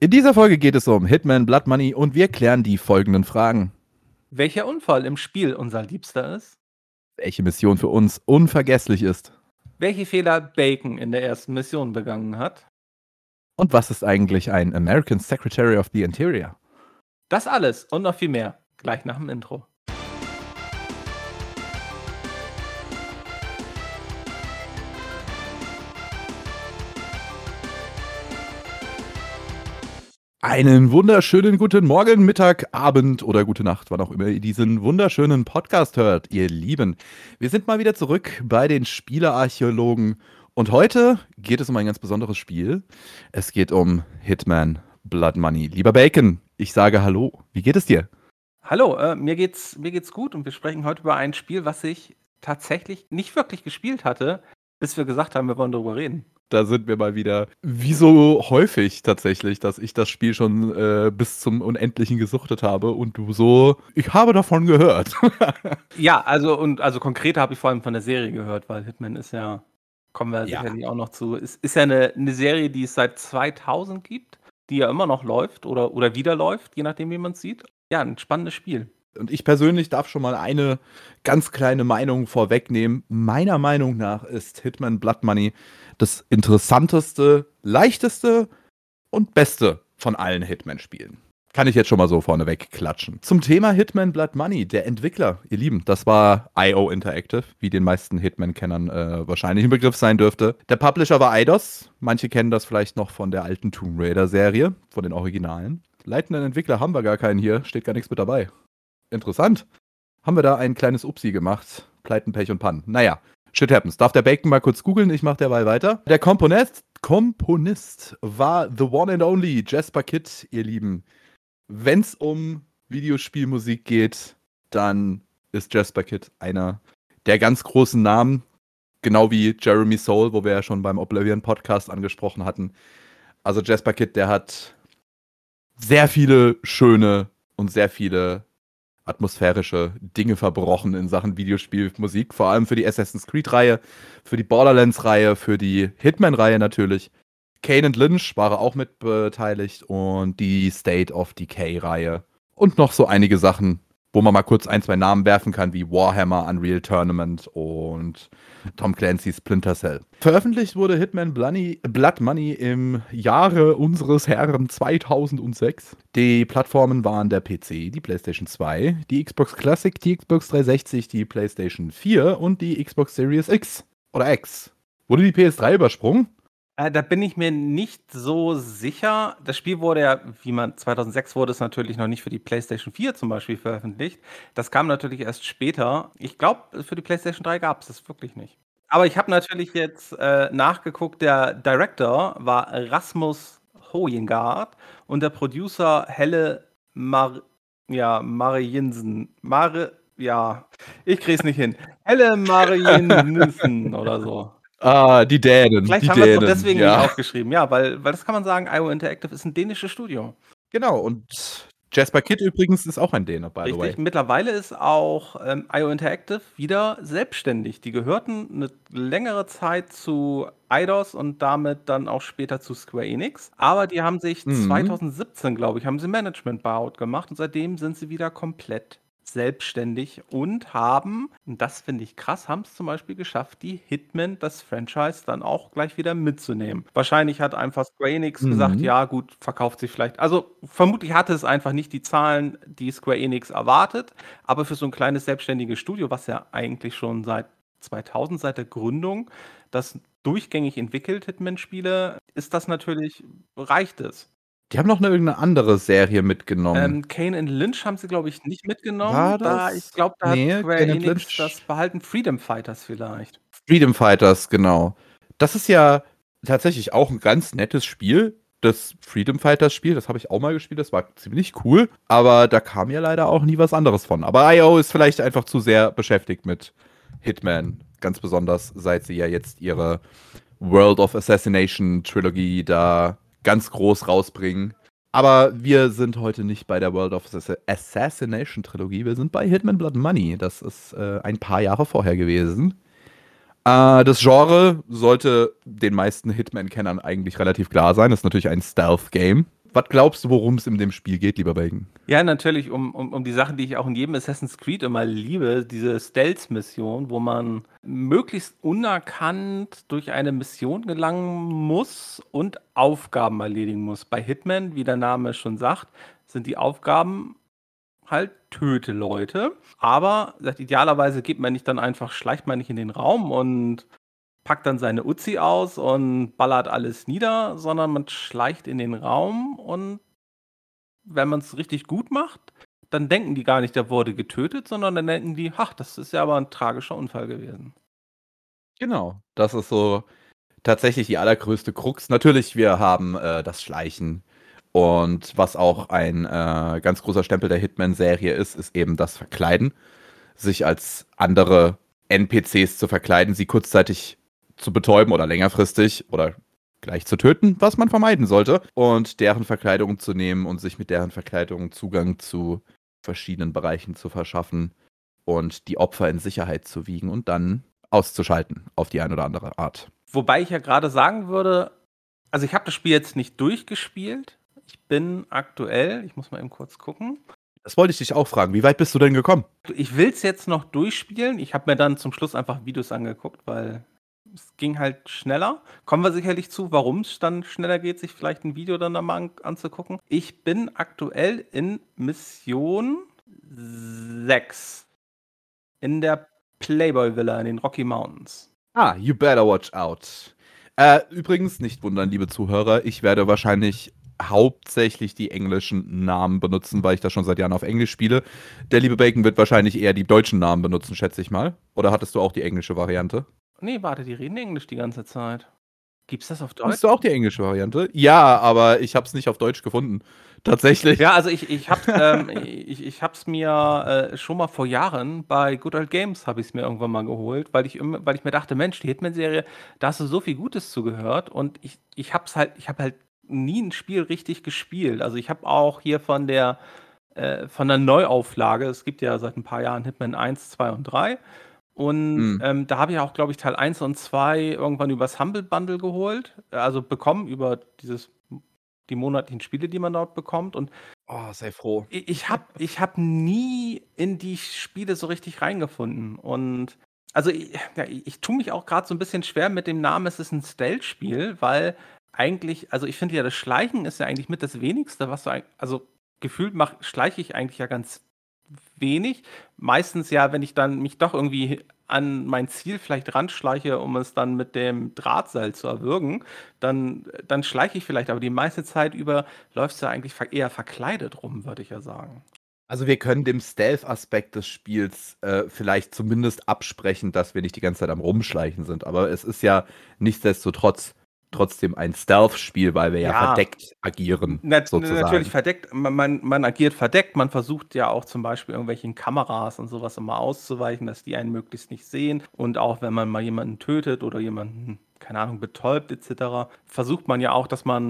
In dieser Folge geht es um Hitman Blood Money und wir klären die folgenden Fragen. Welcher Unfall im Spiel unser Liebster ist? Welche Mission für uns unvergesslich ist? Welche Fehler Bacon in der ersten Mission begangen hat? Und was ist eigentlich ein American Secretary of the Interior? Das alles und noch viel mehr gleich nach dem Intro. Einen wunderschönen guten Morgen, Mittag, Abend oder gute Nacht, wann auch immer ihr diesen wunderschönen Podcast hört, ihr Lieben. Wir sind mal wieder zurück bei den Spielearchäologen und heute geht es um ein ganz besonderes Spiel. Es geht um Hitman Blood Money. Lieber Bacon, ich sage Hallo. Wie geht es dir? Hallo, mir geht's gut und wir sprechen heute über ein Spiel, was ich tatsächlich nicht wirklich gespielt hatte, bis wir gesagt haben, wir wollen darüber reden. Da sind wir mal wieder, wie so häufig tatsächlich, dass ich das Spiel schon bis zum Unendlichen gesuchtet habe und du so, ich habe davon gehört. Ja, also konkreter habe ich vor allem von der Serie gehört, weil Hitman ist ja, kommen wir Ja. sicherlich auch noch zu, ist ja eine Serie, die es seit 2000 gibt, die ja immer noch läuft oder wieder läuft, je nachdem, wie man es sieht. Ja, ein spannendes Spiel. Und ich persönlich darf schon mal eine ganz kleine Meinung vorwegnehmen. Meiner Meinung nach ist Hitman Blood Money das interessanteste, leichteste und beste von allen Hitman-Spielen. Kann ich jetzt schon mal so vorneweg klatschen. Zum Thema Hitman Blood Money, der Entwickler, ihr Lieben, das war IO Interactive, wie den meisten Hitman-Kennern wahrscheinlich ein Begriff sein dürfte. Der Publisher war Eidos, manche kennen das vielleicht noch von der alten Tomb Raider-Serie, von den Originalen. Leitenden Entwickler haben wir gar keinen hier, steht gar nichts mit dabei. Interessant. Haben wir da ein kleines Upsi gemacht. Pleiten, Pech und Pannen. Naja, shit happens. Darf der Bacon mal kurz googeln? Ich mach derweil weiter. Der Komponist war the one and only Jasper Kidd, ihr Lieben. Wenn es um Videospielmusik geht, dann ist Jasper Kidd einer der ganz großen Namen. Genau wie Jeremy Soule, wo wir ja schon beim Oblivion Podcast angesprochen hatten. Also Jasper Kidd, der hat sehr viele schöne und sehr viele atmosphärische Dinge verbrochen in Sachen Videospielmusik, vor allem für die Assassin's Creed-Reihe, für die Borderlands-Reihe, für die Hitman-Reihe natürlich. Kane and Lynch waren auch mit beteiligt und die State of Decay-Reihe. Und noch so einige Sachen, wo man mal kurz ein, zwei Namen werfen kann, wie Warhammer, Unreal Tournament und Tom Clancy's Splinter Cell. Veröffentlicht wurde Hitman Blood Money im Jahre unseres Herrn 2006. Die Plattformen waren der PC, die PlayStation 2, die Xbox Classic, die Xbox 360, die PlayStation 4 und die Xbox Series X oder X. Wurde die PS3 übersprungen? Da bin ich mir nicht so sicher. Das Spiel wurde ja, 2006 wurde es natürlich noch nicht für die PlayStation 4 zum Beispiel veröffentlicht. Das kam natürlich erst später. Ich glaube, für die PlayStation 3 gab es das wirklich nicht. Aber ich habe natürlich jetzt nachgeguckt, der Director war Rasmus Højgaard und der Producer Helle Mariensen. Ich krieg's nicht hin. Helle Mariensen oder so. Ah, die Dänen. Vielleicht haben wir es doch deswegen nicht aufgeschrieben. Ja, weil das kann man sagen, IO Interactive ist ein dänisches Studio. Genau, und Jasper Kidd übrigens ist auch ein Däner, by the way. Richtig, mittlerweile ist auch IO Interactive wieder selbstständig. Die gehörten eine längere Zeit zu Eidos und damit dann auch später zu Square Enix. Aber die haben sich 2017, glaube ich, haben sie Management-Buyout gemacht und seitdem sind sie wieder komplett selbstständig und haben, und das finde ich krass, haben es zum Beispiel geschafft, die Hitman, das Franchise, dann auch gleich wieder mitzunehmen. Wahrscheinlich hat einfach Square Enix gesagt, ja gut, verkauft sich vielleicht. Also vermutlich hatte es einfach nicht die Zahlen, die Square Enix erwartet, aber für so ein kleines selbstständiges Studio, was ja eigentlich schon seit 2000, seit der Gründung, das durchgängig entwickelt, Hitman-Spiele, ist das natürlich, reicht es. Die haben noch irgendeine andere Serie mitgenommen. Kane and Lynch haben sie, glaube ich, nicht mitgenommen. War das? Ich glaube, da Nee, hat Square Kane and Enix Lynch. das behalten. Freedom Fighters vielleicht. Freedom Fighters, genau. Das ist ja tatsächlich auch ein ganz nettes Spiel. Das Freedom Fighters Spiel, das habe ich auch mal gespielt, das war ziemlich cool. Aber da kam ja leider auch nie was anderes von. Aber IO ist vielleicht einfach zu sehr beschäftigt mit Hitman. Ganz besonders, seit sie ja jetzt ihre World of Assassination Trilogie da ganz groß rausbringen. Aber wir sind heute nicht bei der World of Assassination Trilogie, wir sind bei Hitman Blood Money. Das ist ein paar Jahre vorher gewesen. Das Genre sollte den meisten Hitman-Kennern eigentlich relativ klar sein. Das ist natürlich ein Stealth-Game. Was glaubst du, worum es in dem Spiel geht, lieber Bacon? Ja, natürlich um die Sachen, die ich auch in jedem Assassin's Creed immer liebe, diese Stealth-Mission, wo man möglichst unerkannt durch eine Mission gelangen muss und Aufgaben erledigen muss. Bei Hitman, wie der Name schon sagt, sind die Aufgaben halt töte Leute. Aber idealerweise schleicht man nicht in den Raum und packt dann seine Uzi aus und ballert alles nieder, sondern man schleicht in den Raum und wenn man es richtig gut macht, dann denken die gar nicht, der wurde getötet, sondern dann denken die, ach, das ist ja aber ein tragischer Unfall gewesen. Genau. Das ist so tatsächlich die allergrößte Krux. Natürlich, wir haben das Schleichen. Und was auch ein ganz großer Stempel der Hitman-Serie ist eben das Verkleiden. Sich als andere NPCs zu verkleiden, sie kurzzeitig zu betäuben oder längerfristig oder gleich zu töten, was man vermeiden sollte. Und deren Verkleidung zu nehmen und sich mit deren Verkleidung Zugang zu verschiedenen Bereichen zu verschaffen und die Opfer in Sicherheit zu wiegen und dann auszuschalten auf die eine oder andere Art. Wobei ich ja gerade sagen würde, also ich habe das Spiel jetzt nicht durchgespielt. Ich bin aktuell, ich muss mal eben kurz gucken. Das wollte ich dich auch fragen. Wie weit bist du denn gekommen? Ich will es jetzt noch durchspielen. Ich habe mir dann zum Schluss einfach Videos angeguckt, weil es ging halt schneller. Kommen wir sicherlich zu, warum es dann schneller geht, sich vielleicht ein Video dann mal anzugucken. Ich bin aktuell in Mission 6 in der Playboy Villa in den Rocky Mountains. Ah, you better watch out. Übrigens, nicht wundern, liebe Zuhörer, ich werde wahrscheinlich hauptsächlich die englischen Namen benutzen, weil ich das schon seit Jahren auf Englisch spiele. Der liebe Bacon wird wahrscheinlich eher die deutschen Namen benutzen, schätze ich mal. Oder hattest du auch die englische Variante? Nee, warte, die reden Englisch die ganze Zeit. Gibt's das auf Deutsch? Hattest du auch die englische Variante? Ja, aber ich habe es nicht auf Deutsch gefunden. Tatsächlich. Ja, also ich hab's mir schon mal vor Jahren bei Good Old Games habe ich es mir irgendwann mal geholt, weil ich mir dachte, Mensch, die Hitman-Serie, da hast du so viel Gutes zugehört und ich habe halt nie ein Spiel richtig gespielt. Also ich habe auch hier von der Neuauflage, es gibt ja seit ein paar Jahren Hitman 1, 2 und 3 und da habe ich auch, glaube ich, Teil 1 und 2 irgendwann übers Humble Bundle geholt, also bekommen über die monatlichen Spiele, die man dort bekommt. Und Oh, sei froh. ich hab nie in die Spiele so richtig reingefunden. Und also ich tue mich auch gerade so ein bisschen schwer mit dem Namen, es ist ein Stealth-Spiel, weil eigentlich, also ich finde ja, das Schleichen ist ja eigentlich mit das Wenigste, was also gefühlt schleiche ich eigentlich ja ganz wenig. Meistens ja, wenn ich dann mich doch irgendwie an mein Ziel vielleicht ranschleiche, um es dann mit dem Drahtseil zu erwürgen, dann schleiche ich vielleicht, aber die meiste Zeit über läufst du ja eigentlich eher verkleidet rum, würde ich ja sagen. Also wir können dem Stealth-Aspekt des Spiels vielleicht zumindest absprechen, dass wir nicht die ganze Zeit am Rumschleichen sind. Aber es ist ja nichtsdestotrotz trotzdem ein Stealth-Spiel, weil wir ja verdeckt agieren, sozusagen. Natürlich verdeckt. Man agiert verdeckt. Man versucht ja auch zum Beispiel irgendwelchen Kameras und sowas immer auszuweichen, dass die einen möglichst nicht sehen. Und auch wenn man mal jemanden tötet oder jemanden, keine Ahnung, betäubt etc., versucht man ja auch,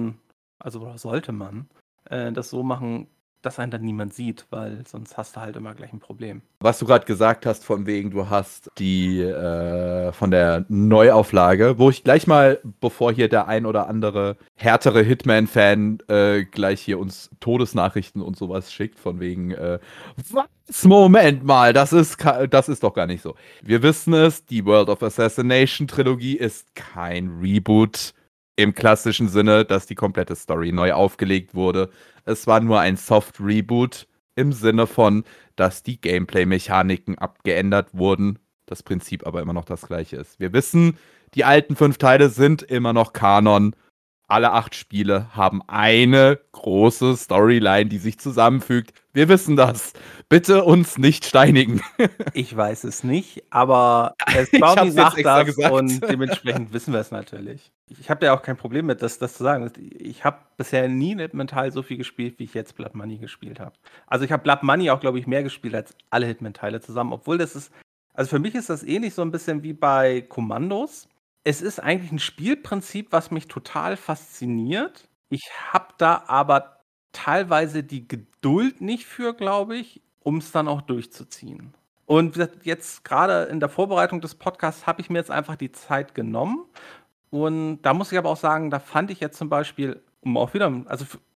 oder sollte man, das so machen, dass einen dann niemand sieht, weil sonst hast du halt immer gleich ein Problem. Was du gerade gesagt hast, von wegen, du hast die von der Neuauflage, wo ich gleich mal, bevor hier der ein oder andere härtere Hitman-Fan gleich hier uns Todesnachrichten und sowas schickt, von wegen, was? Moment mal, das ist doch gar nicht so. Wir wissen es, die World of Assassination Trilogie ist kein Reboot im klassischen Sinne, dass die komplette Story neu aufgelegt wurde. Es war nur ein Soft-Reboot im Sinne von, dass die Gameplay-Mechaniken abgeändert wurden, das Prinzip aber immer noch das gleiche ist. Wir wissen, die alten 5 Teile sind immer noch Kanon. Alle 8 Spiele haben eine große Storyline, die sich zusammenfügt. Wir wissen das. Bitte uns nicht steinigen. Ich weiß es nicht, aber Stormy sagt das gesagt. Und dementsprechend wissen wir es natürlich. Ich habe ja auch kein Problem mit, das zu sagen. Ich habe bisher nie Hitman-Teil so viel gespielt, wie ich jetzt Blood Money gespielt habe. Also ich habe Blood Money auch, glaube ich, mehr gespielt als alle Hitman-Teile zusammen, obwohl also für mich ist das ähnlich so ein bisschen wie bei Kommandos. Es ist eigentlich ein Spielprinzip, was mich total fasziniert. Ich habe da aber teilweise die Geduld nicht für, glaube ich, um es dann auch durchzuziehen. Und jetzt gerade in der Vorbereitung des Podcasts habe ich mir jetzt einfach die Zeit genommen. Und da muss ich aber auch sagen, da fand ich jetzt zum Beispiel, also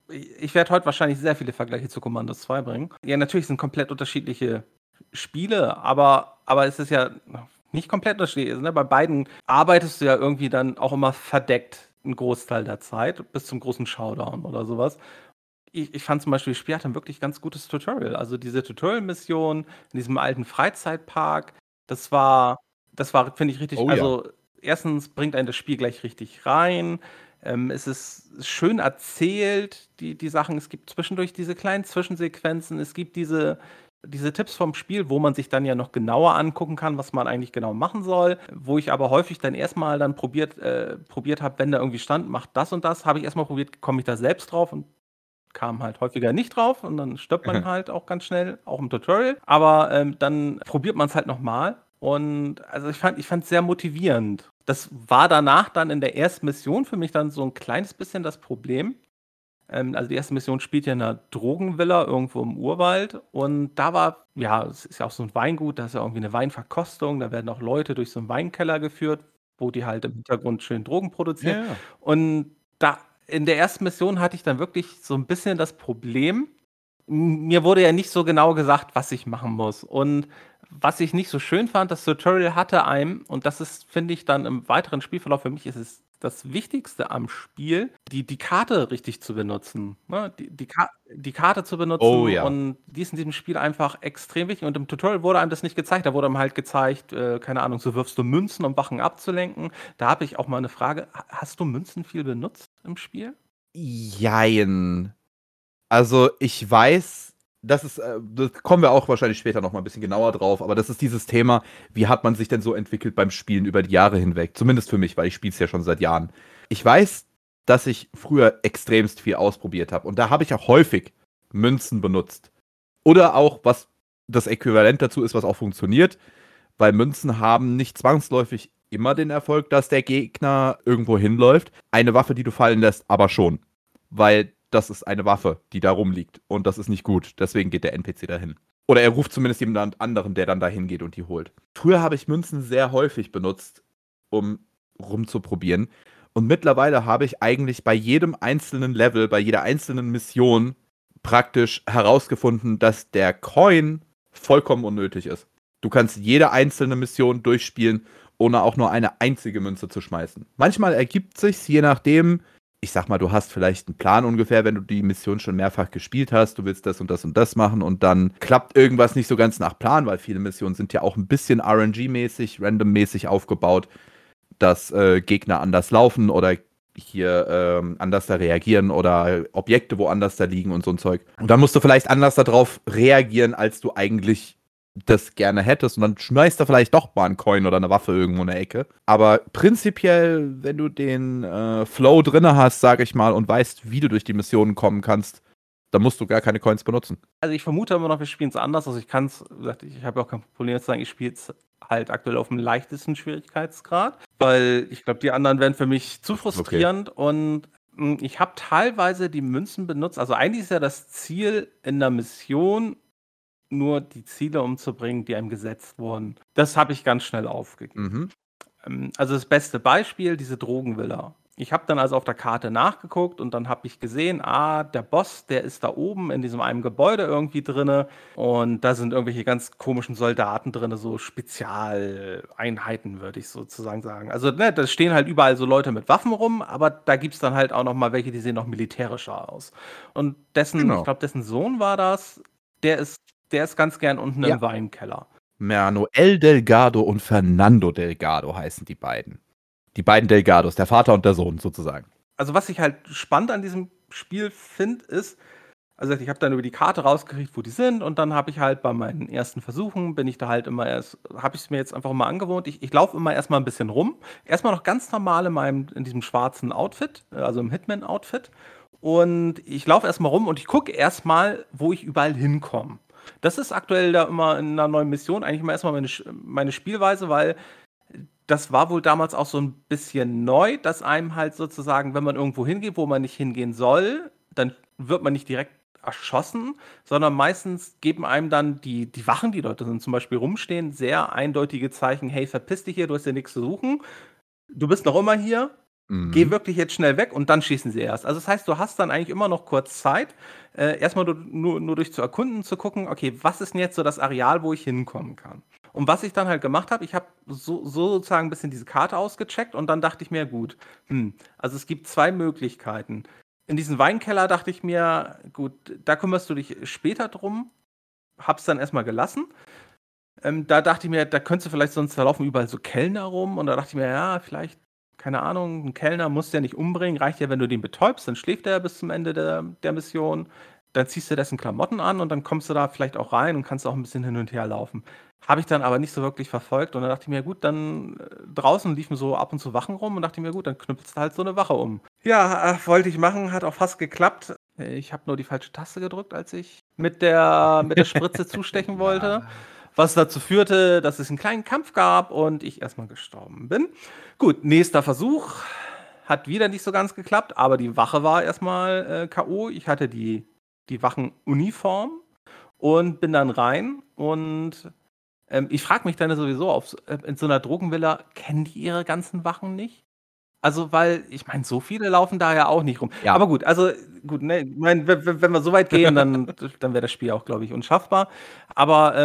Ich werde heute wahrscheinlich sehr viele Vergleiche zu Commandos 2 bringen. Ja, natürlich sind komplett unterschiedliche Spiele, aber es ist ja nicht komplett unterschiedlich, ne? Bei beiden arbeitest du ja irgendwie dann auch immer verdeckt 'n Großteil der Zeit bis zum großen Showdown oder so was. Ich fand zum Beispiel, das Spiel hat 'n wirklich ganz gutes Tutorial. Also, diese Tutorial-Mission in diesem alten Freizeitpark, das war finde ich, richtig. Oh ja. Also, erstens bringt einen das Spiel gleich richtig rein. Es ist schön erzählt, die Sachen. Es gibt zwischendurch diese kleinen Zwischensequenzen. Es gibt diese Tipps vom Spiel, wo man sich dann ja noch genauer angucken kann, was man eigentlich genau machen soll. Wo ich aber häufig dann erst mal dann probiert habe, wenn da irgendwie stand: „Mach das und das“, habe ich erst mal probiert, komme ich da selbst drauf und kam halt häufiger nicht drauf und dann stirbt man halt auch ganz schnell, auch im Tutorial. Aber, dann probiert man's halt noch mal und also, ich fand's sehr motivierend. Das war danach dann in der ersten Mission für mich dann so 'n kleines bisschen das Problem. Also, die erste Mission spielt ja in 'ner Drogenvilla irgendwo im Urwald und da war ja, es ist ja auch so 'n Weingut, da ist ja irgendwie 'ne Weinverkostung, da werden auch Leute durch so 'n Weinkeller geführt, wo die halt im Hintergrund schön Drogen produzieren. Ja, ja. Und da in der ersten Mission hatte ich dann wirklich so 'n bisschen das Problem, mir wurde ja nicht so genau gesagt, was ich machen muss. Und was ich nicht so schön fand, das Tutorial hatte einem und das ist, finde ich, dann im weiteren Spielverlauf für mich ist es das Wichtigste am Spiel, die Karte richtig zu benutzen, ne? Die Karte zu Oh benutzen ja. und die ist in diesem Spiel einfach extrem wichtig und im Tutorial wurde einem das nicht gezeigt. Da wurde einem halt gezeigt, keine Ahnung, so wirfst du Münzen, um Wachen abzulenken. Da habe ich auch mal 'ne Frage: Ha hast du Münzen viel benutzt im Spiel? Jein. Also, ich weiß, das kommen wir auch wahrscheinlich später noch mal 'n bisschen genauer drauf, aber das ist dieses Thema, wie hat man sich denn so entwickelt beim Spielen über die Jahre hinweg? Zumindest für mich, weil ich spiele es ja schon seit Jahren. Ich weiß, dass ich früher extremst viel ausprobiert habe und da habe ich auch häufig Münzen benutzt. Oder auch, was das Äquivalent dazu ist, was auch funktioniert, weil Münzen haben nicht zwangsläufig immer den Erfolg, dass der Gegner irgendwo hinläuft. Eine Waffe, die du fallen lässt, aber schon. Weil das ist eine Waffe, die da rumliegt und das ist nicht gut. Deswegen geht der NPC dahin. Oder er ruft zumindest jemand anderen, der dann dahin geht und die holt. Früher habe ich Münzen sehr häufig benutzt, um rumzuprobieren. Und mittlerweile habe ich eigentlich bei jedem einzelnen Level, bei jeder einzelnen Mission praktisch herausgefunden, dass der Coin vollkommen unnötig ist. Du kannst jede einzelne Mission durchspielen, ohne auch nur eine einzige Münze zu schmeißen. Manchmal ergibt sich's, je nachdem, ich sag mal, du hast vielleicht einen Plan ungefähr, wenn du die Mission schon mehrfach gespielt hast, du willst das und das und das machen und dann klappt irgendwas nicht so ganz nach Plan, weil viele Missionen sind ja auch ein bisschen RNG-mäßig, random-mäßig aufgebaut, dass Gegner anders laufen oder hier anders da reagieren oder Objekte woanders da liegen und so ein Zeug. Und dann musst du vielleicht anders darauf reagieren, als du eigentlich das gerne hättest und dann schmeißt er vielleicht doch mal einen Coin oder eine Waffe irgendwo in der Ecke. Aber prinzipiell, wenn du den Flow drinne hast, sage ich mal, und weißt, wie du durch die Missionen kommen kannst, dann musst du gar keine Coins benutzen. Also, ich vermute immer noch, wir spielen's anders. Also, ich habe ja auch kein Problem zu sagen, ich spiele es halt aktuell aufm leichtesten Schwierigkeitsgrad, weil ich glaube, die anderen wären für mich zu Okay. frustrierend und, ich habe teilweise die Münzen benutzt. Also, eigentlich ist ja das Ziel in 'ner Mission nur die Ziele umzubringen, die einem gesetzt wurden. Das habe ich ganz schnell aufgegeben. Mhm. Also, das beste Beispiel, diese Drogenvilla. Ich habe dann also auf der Karte nachgeguckt und dann habe ich gesehen, der Boss, der ist da oben in diesem einen Gebäude irgendwie drinne und da sind irgendwelche ganz komischen Soldaten drinne, so Spezialeinheiten, würde ich sozusagen sagen. Also, ne, da stehen halt überall so Leute mit Waffen rum, aber da gibt's dann halt auch noch mal welche, die sehen noch militärischer aus. Und ich Genau. glaube, dessen Sohn war das, der ist der ist ganz gern unten Ja. im Weinkeller. Manuel Delgado und Fernando Delgado heißen die beiden. Die beiden Delgados, der Vater und der Sohn sozusagen. Also, was ich halt spannend an diesem Spiel finde, ist also, ich habe dann über die Karte rausgekriegt, wo die sind und dann habe ich halt bei meinen ersten Versuchen bin ich da halt immer erst habe ich's mir jetzt einfach mal angewohnt. Ich laufe immer erst mal 'n bisschen rum. Erst mal noch ganz normal in diesem schwarzen Outfit, also im Hitman-Outfit. Und ich laufe erst mal rum und ich gucke erst mal, wo ich überall hinkomme. Das ist aktuell da immer in 'ner neuen Mission eigentlich immer erst mal meine Spielweise, weil das war wohl damals auch so 'n bisschen neu, dass einem halt sozusagen, wenn man irgendwo hingeht, wo man nicht hingehen soll, dann wird man nicht direkt erschossen, sondern meistens geben einem dann die Wachen, die dort dann zum Beispiel rumstehen, sehr eindeutige Zeichen: „Hey, verpiss dich hier, du hast hier nix zu suchen. Du bist noch immer hier.“ geh Mhm. wirklich jetzt schnell weg und dann schießen sie erst. Also, das heißt, du hast dann eigentlich immer noch kurz Zeit, erst mal nur durch zu erkunden, zu gucken: „Okay, was ist 'n jetzt so das Areal, wo ich hinkommen kann?“ Und was ich dann halt gemacht habe, ich habe sozusagen 'n bisschen diese Karte ausgecheckt und dann dachte ich mir: „Gut, also, es gibt 2 Möglichkeiten.“ In diesen Weinkeller dachte ich mir: „Gut, da kümmerst du dich später drum.“ Habe es dann erst mal gelassen. Da dachte ich mir, da könntest du vielleicht sonst da laufen überall so Kellner rum und da dachte ich mir: „Ja, vielleicht, keine Ahnung, 'n Kellner musst du ja nicht umbringen, reicht ja, wenn du den betäubst, dann schläft er ja bis zum Ende der Mission. Dann ziehst du dessen Klamotten an und dann kommst du da vielleicht auch rein und kannst auch 'n bisschen hin und her laufen.“ Habe ich dann aber nicht so wirklich verfolgt und dann dachte ich mir: „Gut, dann“ draußen liefen so ab und zu Wachen rum und dachte ich mir: „Gut, dann knüppelst du halt so 'ne Wache um.“ Ja, wollte ich machen, hat auch fast geklappt. Ich habe nur die falsche Taste gedrückt, als ich mit der Spritze zustechen wollte, Ja. was dazu führte, dass es 'n kleinen Kampf gab und ich erst mal gestorben bin. Gut, nächster Versuch, hat wieder nicht so ganz geklappt, aber die Wache war erst mal, K.O. Ich hatte die Wachenuniform und bin dann rein und, ich frage mich dann ja sowieso in so 'ner Drogenvilla, kennen die ihre ganzen Wachen nicht? Also, weil ich meine, so viele laufen da ja auch nicht rum. Ja. Aber gut, also gut, ne, ich meine, wenn wir so weit gehen, dann wäre das Spiel auch, glaube ich, unschaffbar. Aber,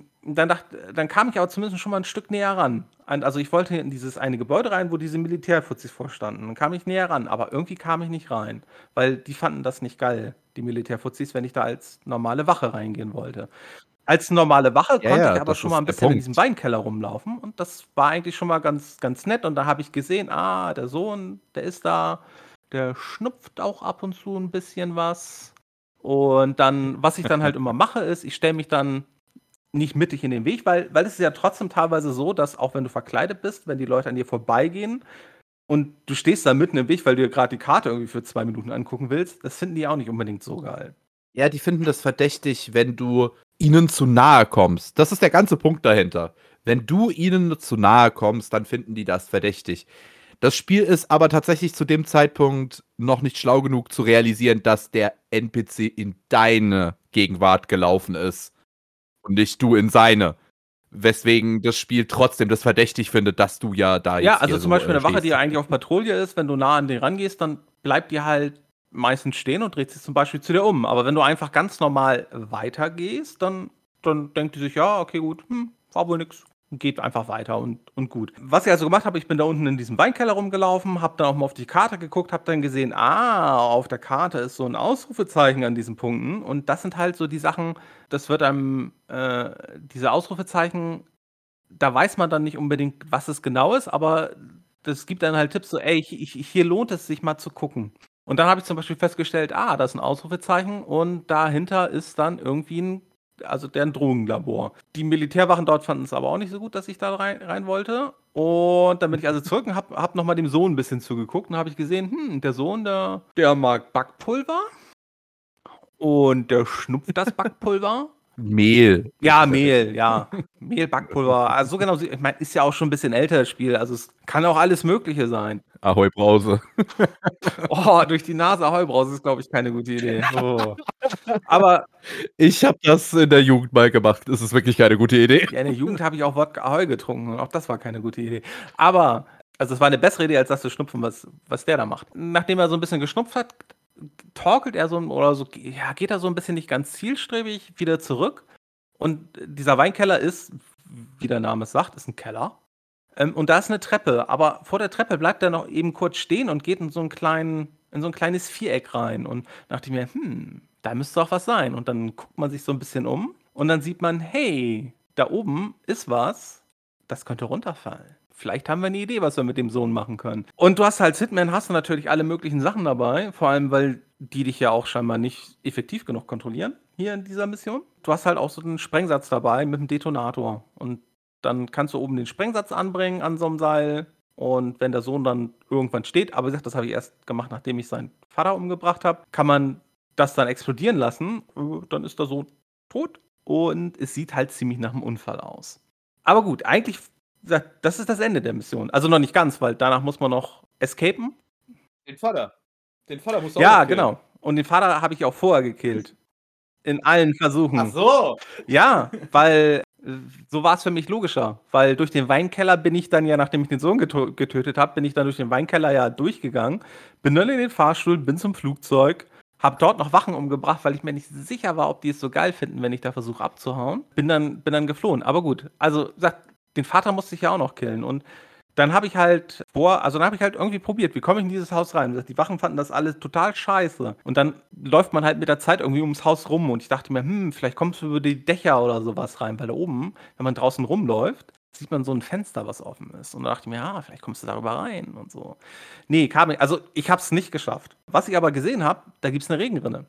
dann kam ich aber zumindest schon mal 'n Stück näher ran. Also, ich wollte in dieses eine Gebäude rein, wo diese Militärfuzis vorstanden. Dann kam ich näher ran, aber irgendwie kam ich nicht rein, weil die fanden das nicht geil, die Militärfuzis, wenn ich da als normale Wache reingehen wollte. Als normale Wache Ja, konnte ich ja, aber das schon mal ist 'n der bisschen in diesem Punkt. Weinkeller rumlaufen und das war eigentlich schon mal ganz nett und da habe ich gesehen, der Sohn, der ist da, der schnupft auch ab und zu 'n bisschen was. Und dann was ich dann halt immer mache, ist, ich stelle mich dann nicht mittig in den Weg, weil es ist ja trotzdem teilweise so, dass auch wenn du verkleidet bist, wenn die Leute an dir vorbeigehen und du stehst da mitten im Weg, weil du dir grad die Karte irgendwie für 2 Minuten angucken willst, das finden die auch nicht unbedingt so geil. Ja, die finden das verdächtig, wenn du ihnen zu nahe kommst. Das ist der ganze Punkt dahinter. Wenn du ihnen zu nahe kommst, dann finden die das verdächtig. Das Spiel ist aber tatsächlich zu dem Zeitpunkt noch nicht schlau genug zu realisieren, dass der NPC in deine Gegenwart gelaufen ist und nicht du in seine. Weswegen das Spiel trotzdem das verdächtig findet, dass du ja da Ja, jetzt also hier zum so, Beispiel 'ne Wache, die stehst. ja eigentlich auf Patrouille ist, wenn du nah an den rangehst, dann bleibt die halt meistens stehen und dreht sich zum Beispiel zu dir um. Aber wenn du einfach ganz normal weitergehst, dann denkt die sich: „Ja, okay, gut, war wohl nix.“ Und geht einfach weiter und gut. Was ich also gemacht habe, ich bin da unten in diesem Weinkeller rumgelaufen, habe dann auch mal auf die Karte geguckt, habe dann gesehen, auf der Karte ist so 'n Ausrufezeichen an diesen Punkten und das sind halt so die Sachen, das wird einem diese Ausrufezeichen, da weiß man dann nicht unbedingt, was es genau ist, aber das gibt einem halt Tipps so: „Ey, hier lohnt es sich mal zu gucken.“ Und dann habe ich zum Beispiel festgestellt, da ist 'n Ausrufezeichen und dahinter ist dann irgendwie 'n deren Drogenlabor. Die Militärwachen dort fanden's aber auch nicht so gut, dass ich da rein wollte. Und dann bin ich also zurück und habe noch mal dem Sohn 'n bisschen zugeguckt und habe ich gesehen, der Sohn, der mag Backpulver und der schnupft das Backpulver. Mehl ist Ja, es ja Mehl, richtig. ja. Mehl, Backpulver. Also, so genau ich meine, ist ja auch schon 'n bisschen älter, das Spiel. Also, es kann auch alles Mögliche sein. Ahoi Brause. Oh, durch die Nase Ahoi Brause ist, glaube ich, keine gute Idee. Oh. Aber Ich habe das in der Jugend mal gemacht. Es ist wirklich keine gute Idee. ja, in der Jugend habe ich auch Wodka Ahoi getrunken und auch das war keine gute Idee. Aber also, es war 'ne bessere Idee als das zu schnupfen, was der da macht. Nachdem er so 'n bisschen geschnupft hat, torkelt er so oder so ja, geht er so 'n bisschen nicht ganz zielstrebig wieder zurück. Und dieser Weinkeller ist, wie der Name es sagt, ist 'n Keller. Und da ist 'ne Treppe, aber vor der Treppe bleibt er noch eben kurz stehen und geht in so 'n kleines Viereck rein und dachte ich mir: da müsste doch was sein.“ Und dann guckt man sich so 'n bisschen um und dann sieht man: „Hey, da oben ist was, das könnte runterfallen. Vielleicht haben wir 'ne Idee, was wir mit dem Sohn machen können.“ Und du hast als Hitman hast du natürlich alle möglichen Sachen dabei, vor allem, weil die dich ja auch scheinbar nicht effektiv genug kontrollieren hier in dieser Mission. Du hast halt auch so 'n Sprengsatz dabei mit 'm Detonator und dann kannst du oben den Sprengsatz anbringen an so 'nem Seil und wenn der Sohn dann irgendwann steht, aber wie gesagt, das habe ich erst gemacht, nachdem ich seinen Vater umgebracht habe, kann man das dann explodieren lassen. Dann ist der Sohn tot und es sieht halt ziemlich nach 'm Unfall aus. Aber gut, eigentlich das ist das Ende der Mission. Also, noch nicht ganz, weil danach muss man noch escapen. Den Vater. Den Vater musst du auch Ja, noch killen. genau. Und den Vater habe ich auch vorher gekillt. In allen Ach Versuchen. so. Ja, weil So war es für mich logischer, weil durch den Weinkeller bin ich dann ja, nachdem ich den Sohn getötet habe, bin ich dann durch den Weinkeller ja durchgegangen, bin dann in den Fahrstuhl, bin zum Flugzeug, habe dort noch Wachen umgebracht, weil ich mir nicht sicher war, ob die es so geil finden, wenn ich da versuche abzuhauen. Bin dann geflohen. Aber gut, also sagt, den Vater musste ich ja auch noch killen. Und dann habe ich halt irgendwie probiert, wie komme ich in dieses Haus rein? Die Wachen fanden das alles total scheiße. Und dann läuft man halt mit der Zeit irgendwie ums Haus rum und ich dachte mir, vielleicht kommst du über die Dächer oder sowas rein, weil da oben, wenn man draußen rumläuft, sieht man so ein Fenster, was offen ist. Und da dachte ich mir, vielleicht kommst du darüber rein und so. Nee, also ich habe es nicht geschafft. Was ich aber gesehen habe, da gibt es eine Regenrinne.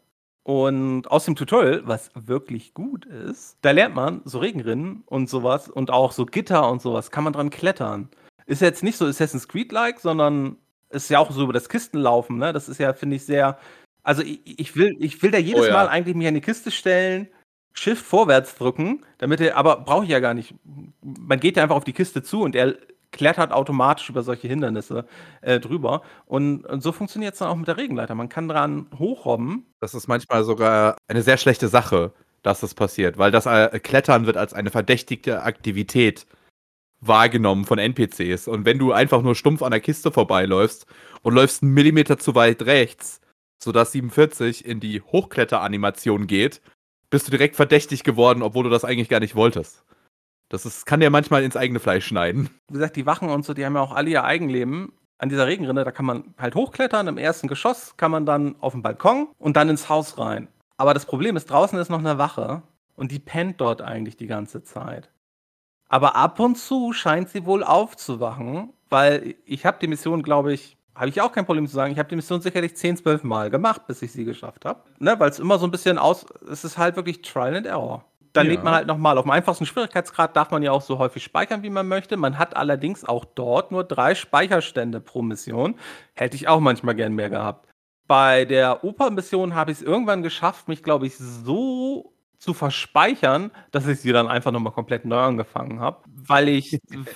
Und aus dem Tutorial, was wirklich gut ist, da lernt man so Regenrinnen und sowas und auch so Gitter und sowas, kann man dran klettern. Ist jetzt nicht so Assassin's Creed-like, sondern ist ja auch so über das Kistenlaufen, ne? Das ist ja, finde ich, sehr. Also ich will da jedes Mal eigentlich mich an die Kiste stellen, Shift vorwärts drücken, aber brauche ich ja gar nicht. Man geht ja einfach auf die Kiste zu und er klettert automatisch über solche Hindernisse drüber. Und so funktioniert es dann auch mit der Regenleiter. Man kann dran hochrobben. Das ist manchmal sogar eine sehr schlechte Sache, dass das passiert, weil das Klettern wird als eine verdächtige Aktivität wahrgenommen von NPCs. Und wenn du einfach nur stumpf an der Kiste vorbeiläufst und läufst einen Millimeter zu weit rechts, sodass 47 in die Hochkletteranimation geht, bist du direkt verdächtig geworden, obwohl du das eigentlich gar nicht wolltest. Kann dir manchmal ins eigene Fleisch schneiden. Wie gesagt, die Wachen und so, die haben ja auch alle ihr Eigenleben. An dieser Regenrinne, da kann man halt hochklettern. Im ersten Geschoss kann man dann auf den Balkon und dann ins Haus rein. Aber das Problem ist, draußen ist noch eine Wache und die pennt dort eigentlich die ganze Zeit. Aber ab und zu scheint sie wohl aufzuwachen, weil ich habe die Mission, glaube ich, habe ich auch kein Problem zu sagen, ich habe die Mission sicherlich 10, 12 Mal gemacht, bis ich sie geschafft habe. Ne, weil es immer so ein bisschen es ist halt wirklich Trial and Error. Dann lädt man halt nochmal. Auf dem einfachsten Schwierigkeitsgrad darf man ja auch so häufig speichern, wie man möchte. Man hat allerdings auch dort nur 3 Speicherstände pro Mission. Hätte ich auch manchmal gern mehr gehabt. Bei der Oper-Mission habe ich es irgendwann geschafft, mich, glaube ich, so zu verspeichern, dass ich sie dann einfach nochmal komplett neu angefangen habe. Weil ich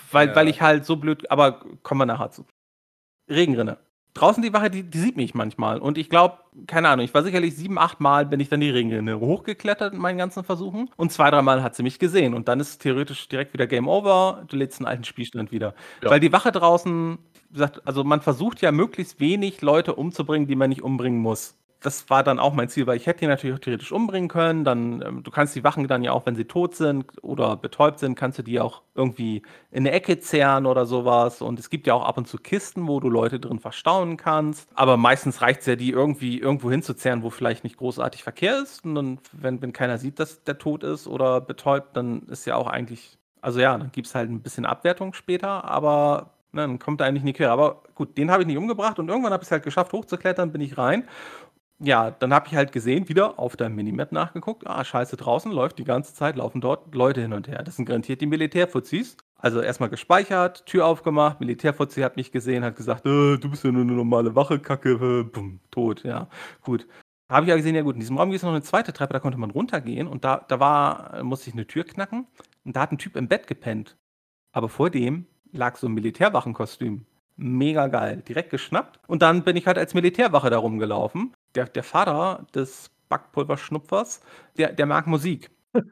halt so blöd, aber kommen wir nachher zu. Regenrinne. Draußen die Wache, die sieht mich manchmal. Und ich glaube, keine Ahnung, ich war sicherlich 7, 8 Mal bin ich dann die Regenrinne hochgeklettert in meinen ganzen Versuchen. Und 2, 3 Mal hat sie mich gesehen. Und dann ist theoretisch direkt wieder Game Over. Du lädst einen alten Spielstand wieder. Ja. Weil die Wache draußen, wie gesagt, also man versucht ja möglichst wenig Leute umzubringen, die man nicht umbringen muss. Das war dann auch mein Ziel, weil ich hätte die natürlich auch theoretisch umbringen können. Dann, du kannst die Wachen dann ja auch, wenn sie tot sind oder betäubt sind, kannst du die auch irgendwie in eine Ecke zerren oder sowas. Und es gibt ja auch ab und zu Kisten, wo du Leute drin verstauen kannst. Aber meistens reicht es ja, die irgendwie irgendwo hinzuzerren, wo vielleicht nicht großartig Verkehr ist. Und dann, wenn keiner sieht, dass der tot ist oder betäubt, dann ist ja auch eigentlich, also ja, dann gibt es halt ein bisschen Abwertung später, aber dann kommt da eigentlich nie quer. Aber gut, den habe ich nicht umgebracht und irgendwann habe ich es halt geschafft, hochzuklettern, bin ich rein. Ja, dann habe ich halt gesehen, wieder auf der Minimap nachgeguckt, scheiße, draußen läuft die ganze Zeit, laufen dort Leute hin und her. Das sind garantiert die Militärfuzis. Also erstmal gespeichert, Tür aufgemacht, Militärfuzzi hat mich gesehen, hat gesagt, du bist ja nur eine normale Wache, Kacke, bumm, tot, ja, gut. Habe ich ja gesehen, ja gut, in diesem Raum gibt es noch eine zweite Treppe, da konnte man runtergehen und musste ich eine Tür knacken und da hat ein Typ im Bett gepennt. Aber vor dem lag so ein Militärwachenkostüm. Mega geil. Direkt geschnappt. Und dann bin ich halt als Militärwache da rumgelaufen. Der Vater des Backpulverschnupfers, der mag Musik.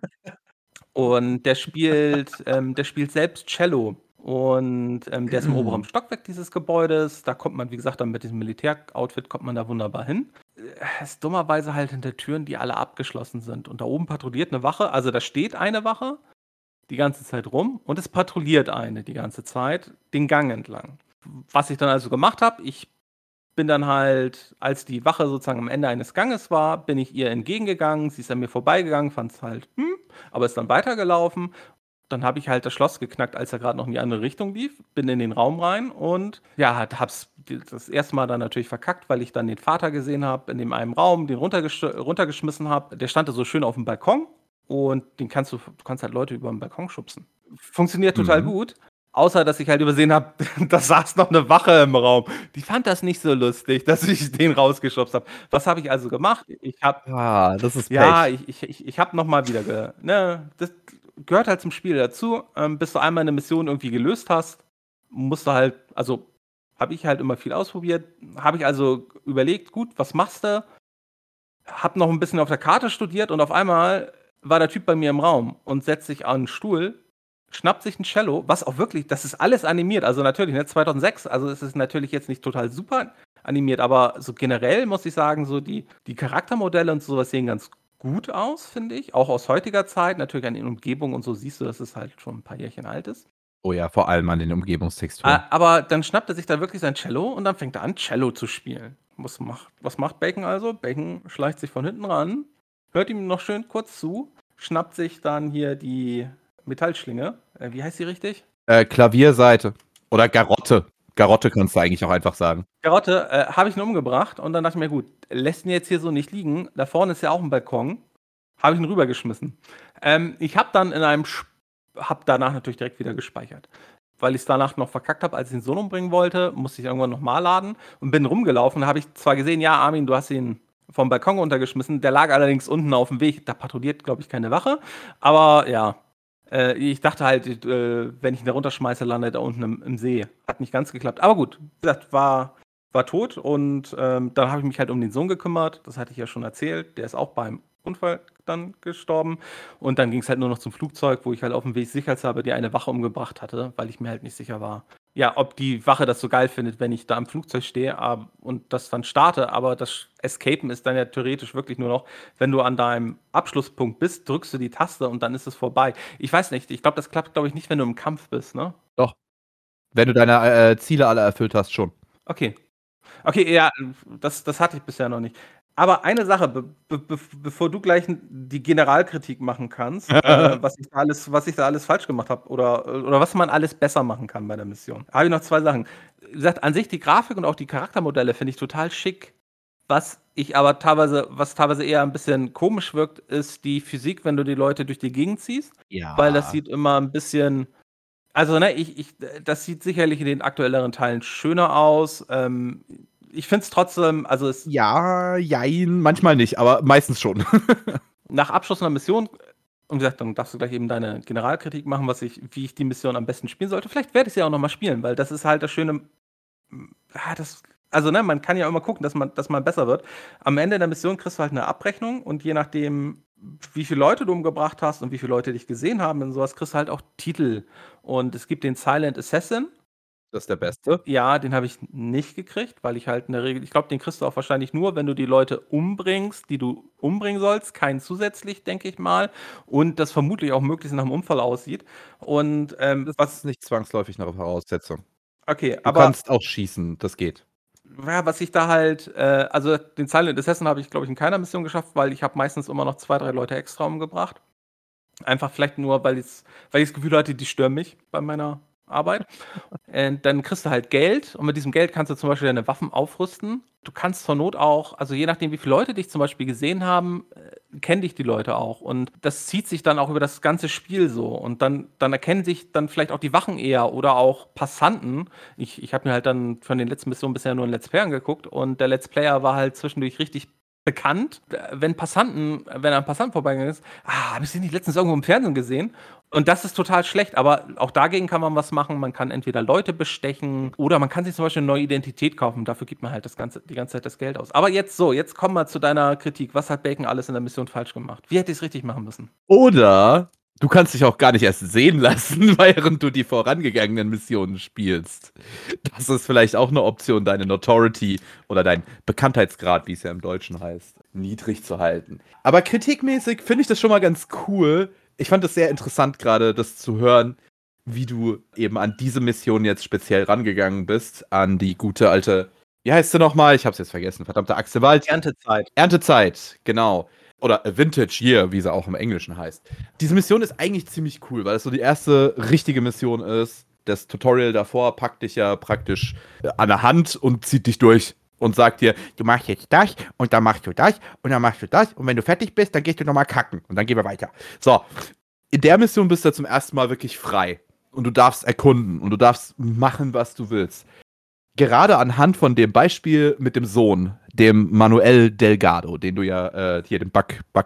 Und der spielt selbst Cello. Und der ist im oberen Stockwerk dieses Gebäudes. Da kommt man, wie gesagt, dann mit diesem Militäroutfit kommt man da wunderbar hin. Ist dummerweise halt hinter Türen, die alle abgeschlossen sind. Und da oben patrouilliert eine Wache. Also da steht eine Wache die ganze Zeit rum und es patrouilliert eine die ganze Zeit den Gang entlang. Was ich dann also gemacht habe, ich bin dann halt, als die Wache sozusagen am Ende eines Ganges war, bin ich ihr entgegengegangen, sie ist an mir vorbeigegangen, fand es halt, aber ist dann weitergelaufen. Dann habe ich halt das Schloss geknackt, als er gerade noch in die andere Richtung lief, bin in den Raum rein und ja, hab's das erste Mal dann natürlich verkackt, weil ich dann den Vater gesehen habe in dem einen Raum, den runtergeschmissen habe. Der stand da so schön auf dem Balkon und du kannst halt Leute über den Balkon schubsen. Funktioniert total gut. Außer, dass ich halt übersehen habe, da saß noch eine Wache im Raum. Die fand das nicht so lustig, dass ich den rausgeschubst habe. Was habe ich also gemacht? Das ist Pech. Ja, ich habe nochmal wieder, das gehört halt zum Spiel dazu. Bis du einmal eine Mission irgendwie gelöst hast, musst du halt, also habe ich halt immer viel ausprobiert. Habe ich also überlegt, gut, was machst du? Hab noch ein bisschen auf der Karte studiert und auf einmal war der Typ bei mir im Raum und setzt sich an 'n Stuhl, schnappt sich 'n Cello, was auch wirklich das ist alles animiert. Also, natürlich, ne, 2006, also, es ist natürlich jetzt nicht total super animiert, aber so generell muss ich sagen, so die Charaktermodelle und so was sehen ganz gut aus, finde ich, auch aus heutiger Zeit. Natürlich an den Umgebungen und so siehst du, dass es halt schon 'n paar Jährchen alt ist. Oh ja, vor allem an den Umgebungstexturen. Aber dann schnappt er sich da wirklich sein Cello und dann fängt er an, Cello zu spielen. Was macht Bacon also? Bacon schleicht sich von hinten ran, hört ihm noch schön kurz zu, schnappt sich dann hier die Metallschlinge. Wie heißt die richtig? Klavierseite. Oder Garotte. Garotte kannst du eigentlich auch einfach sagen. Karotte, habe ich ihn umgebracht und dann dachte ich mir: „Gut, lässt ihn jetzt hier so nicht liegen. Da vorne ist ja auch 'n Balkon.“ Habe ich ihn rübergeschmissen. Ich habe dann habe danach natürlich direkt wieder gespeichert. Weil ich's danach noch verkackt habe, als ich den Sohn umbringen wollte, musste ich irgendwann noch mal laden und bin rumgelaufen. Da habe ich zwar gesehen: „Ja, Armin, du hast ihn vom Balkon runtergeschmissen.“ Der lag allerdings unten aufm Weg. Da patrouilliert, glaube ich, keine Wache. Aber ja, ich dachte halt, wenn ich ihn da runterschmeiße, landet er unten im See. Hat nicht ganz geklappt. Aber gut, wie gesagt, war tot und, dann habe ich mich halt um den Sohn gekümmert. Das hatte ich ja schon erzählt. Der ist auch beim Unfall dann gestorben. Und dann ging's halt nur noch zum Flugzeug, wo ich halt aufm Weg sicherheitshalber die eine Wache umgebracht hatte, weil ich mir halt nicht sicher war, ja, ob die Wache das so geil findet, wenn ich da am Flugzeug stehe, und das dann starte. Aber das Escapen ist dann ja theoretisch wirklich nur noch, wenn du an deinem Abschlusspunkt bist, drückst du die Taste und dann ist es vorbei. Ich weiß nicht, ich glaube, das klappt, glaube ich, nicht, wenn du im Kampf bist, ne? Doch. Wenn du deine, Ziele alle erfüllt hast, schon. Okay. Okay, ja, das hatte ich bisher noch nicht. Aber eine Sache, bevor du gleich die Generalkritik machen kannst, was ich da alles falsch gemacht habe oder was man alles besser machen kann bei der Mission. Habe ich noch 2 Sachen. Wie gesagt, an sich die Grafik und auch die Charaktermodelle finde ich total schick. Was teilweise eher 'n bisschen komisch wirkt, ist die Physik, wenn du die Leute durch die Gegend ziehst, weil das Ja. sieht immer 'n bisschen also, ne, das sieht sicherlich in den aktuelleren Teilen schöner aus. Ich finde es trotzdem also, es Ja, jein, manchmal nicht, aber meistens schon. nach Abschluss 'ner Mission und wie gesagt, dann darfst du gleich eben deine Generalkritik machen, wie ich die Mission am besten spielen sollte. Vielleicht werde ich sie ja auch noch mal spielen, weil das ist halt das Schöne das also, ne, man kann ja immer gucken, dass man besser wird. Am Ende der Mission kriegst du halt 'ne Abrechnung und je nachdem, wie viele Leute du umgebracht hast und wie viele Leute dich gesehen haben und so was, kriegst du halt auch Titel. Und es gibt den Silent Assassin. Das ist der Beste. Ja, den habe ich nicht gekriegt, weil ich halt in der Regel ich glaube, den kriegst du auch wahrscheinlich nur, wenn du die Leute umbringst, die du umbringen sollst, keinen zusätzlich, denke ich mal. Und das vermutlich auch möglichst nach 'm Unfall aussieht. Und, Das was ist nicht zwangsläufig 'ne Voraussetzung. okay, Du aber kannst auch schießen, das geht. ja, was ich da halt also, den Silent Assassin habe ich, glaube ich, in keiner Mission geschafft, weil ich habe meistens immer noch 2, 3 Leute extra umgebracht. Einfach vielleicht nur, weil ich's Gefühl hatte, die stören mich bei meiner Arbeit. Dann kriegst du halt Geld und mit diesem Geld kannst du zum Beispiel deine Waffen aufrüsten. Du kannst zur Not auch also, je nachdem, wie viele Leute dich zum Beispiel gesehen haben, kennen dich die Leute auch. Und das zieht sich dann auch über das ganze Spiel so. Und dann erkennen sich dann vielleicht auch die Wachen eher oder auch Passanten. Ich habe mir halt dann von den letzten Missionen bisher nur 'n Let's Play angeguckt und der Let's Player war halt zwischendurch richtig bekannt, wenn ein Passant vorbeigegangen ist: „Ah, habe ich Sie nicht letztens irgendwo im Fernsehen gesehen?“ Und das ist total schlecht, aber auch dagegen kann man was machen. Man kann entweder Leute bestechen oder man kann sich zum Beispiel 'ne neue Identität kaufen. Dafür gibt man halt die ganze Zeit das Geld aus. Aber jetzt kommen wir zu deiner Kritik. Was hat Bacon alles in der Mission falsch gemacht? Wie hätte ich's richtig machen müssen? Oder du kannst dich auch gar nicht erst sehen lassen, während du die vorangegangenen Missionen spielst. Das ist vielleicht auch 'ne Option, deine Notoriety oder deinen Bekanntheitsgrad, wie es ja im Deutschen heißt, niedrig zu halten. Aber kritikmäßig finde ich das schon mal ganz cool. Ich fand es sehr interessant grade, das zu hören, wie du eben an diese Mission jetzt speziell rangegangen bist, an die gute alte wie heißt sie noch mal? Ich habe es jetzt vergessen, verdammte Axe, Wald Erntezeit. Erntezeit, genau. Oder A Vintage Year, wie sie auch im Englischen heißt. Diese Mission ist eigentlich ziemlich cool, weil es so die erste richtige Mission ist. Das Tutorial davor packt dich ja praktisch an der Hand und zieht dich durch und sagt dir: „Du machst jetzt das und dann machst du das und dann machst du das und wenn du fertig bist, dann gehst du noch mal kacken und dann gehen wir weiter.“ So, in der Mission bist du zum ersten Mal wirklich frei und du darfst erkunden und du darfst machen, was du willst. Gerade anhand von dem Beispiel mit dem Sohn, dem Manuel Delgado, den du ja hier den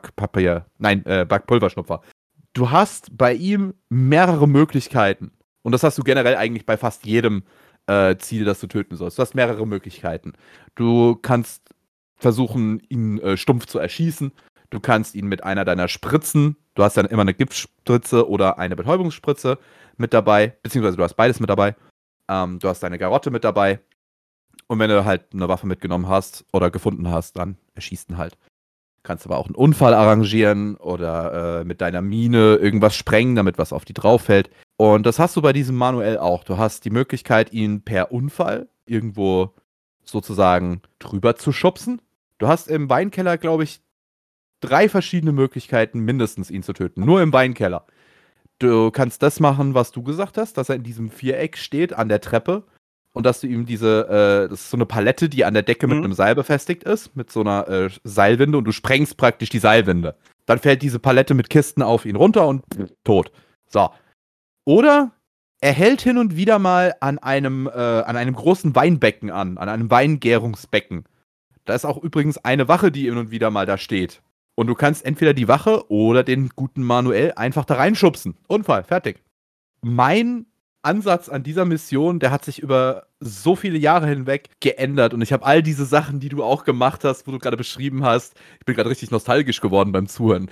Backpulverschnupfer. Du hast bei ihm mehrere Möglichkeiten. Und das hast du generell eigentlich bei fast jedem Ziel, das du töten sollst. Du hast mehrere Möglichkeiten. Du kannst versuchen, ihn stumpf zu erschießen. Du kannst ihn mit einer deiner Spritzen Du hast dann immer eine Giftspritze oder eine Betäubungsspritze mit dabei, beziehungsweise du hast beides mit dabei. Du hast deine Garotte mit dabei. Und wenn du halt eine Waffe mitgenommen hast oder gefunden hast, dann erschießt ihn halt. Kannst aber auch einen Unfall arrangieren oder mit deiner Mine irgendwas sprengen, damit was auf die drauf fällt. Und das hast du bei diesem Manuell auch. Du hast die Möglichkeit, ihn per Unfall irgendwo sozusagen drüber zu schubsen. Du hast im Weinkeller, glaube ich, 3 verschiedene Möglichkeiten, mindestens ihn zu töten. Nur im Weinkeller. Du kannst das machen, was du gesagt hast, dass er in diesem Viereck steht an der Treppe und dass du ihm das ist so eine Palette, die an der Decke mit einem Seil befestigt ist, mit so einer Seilwinde und du sprengst praktisch die Seilwinde. Dann fällt diese Palette mit Kisten auf ihn runter und tot. So. Oder er hält hin und wieder mal an einem großen Weinbecken an einem Weingärungsbecken. Da ist auch übrigens eine Wache, die hin und wieder mal da steht. Und du kannst entweder die Wache oder den guten Manuel einfach da reinschubsen. Unfall, fertig. Mein Ansatz an dieser Mission, der hat sich über so viele Jahre hinweg geändert. Und ich habe all diese Sachen, die du auch gemacht hast, wo du gerade beschrieben hast, ich bin gerade richtig nostalgisch geworden beim Zuhören,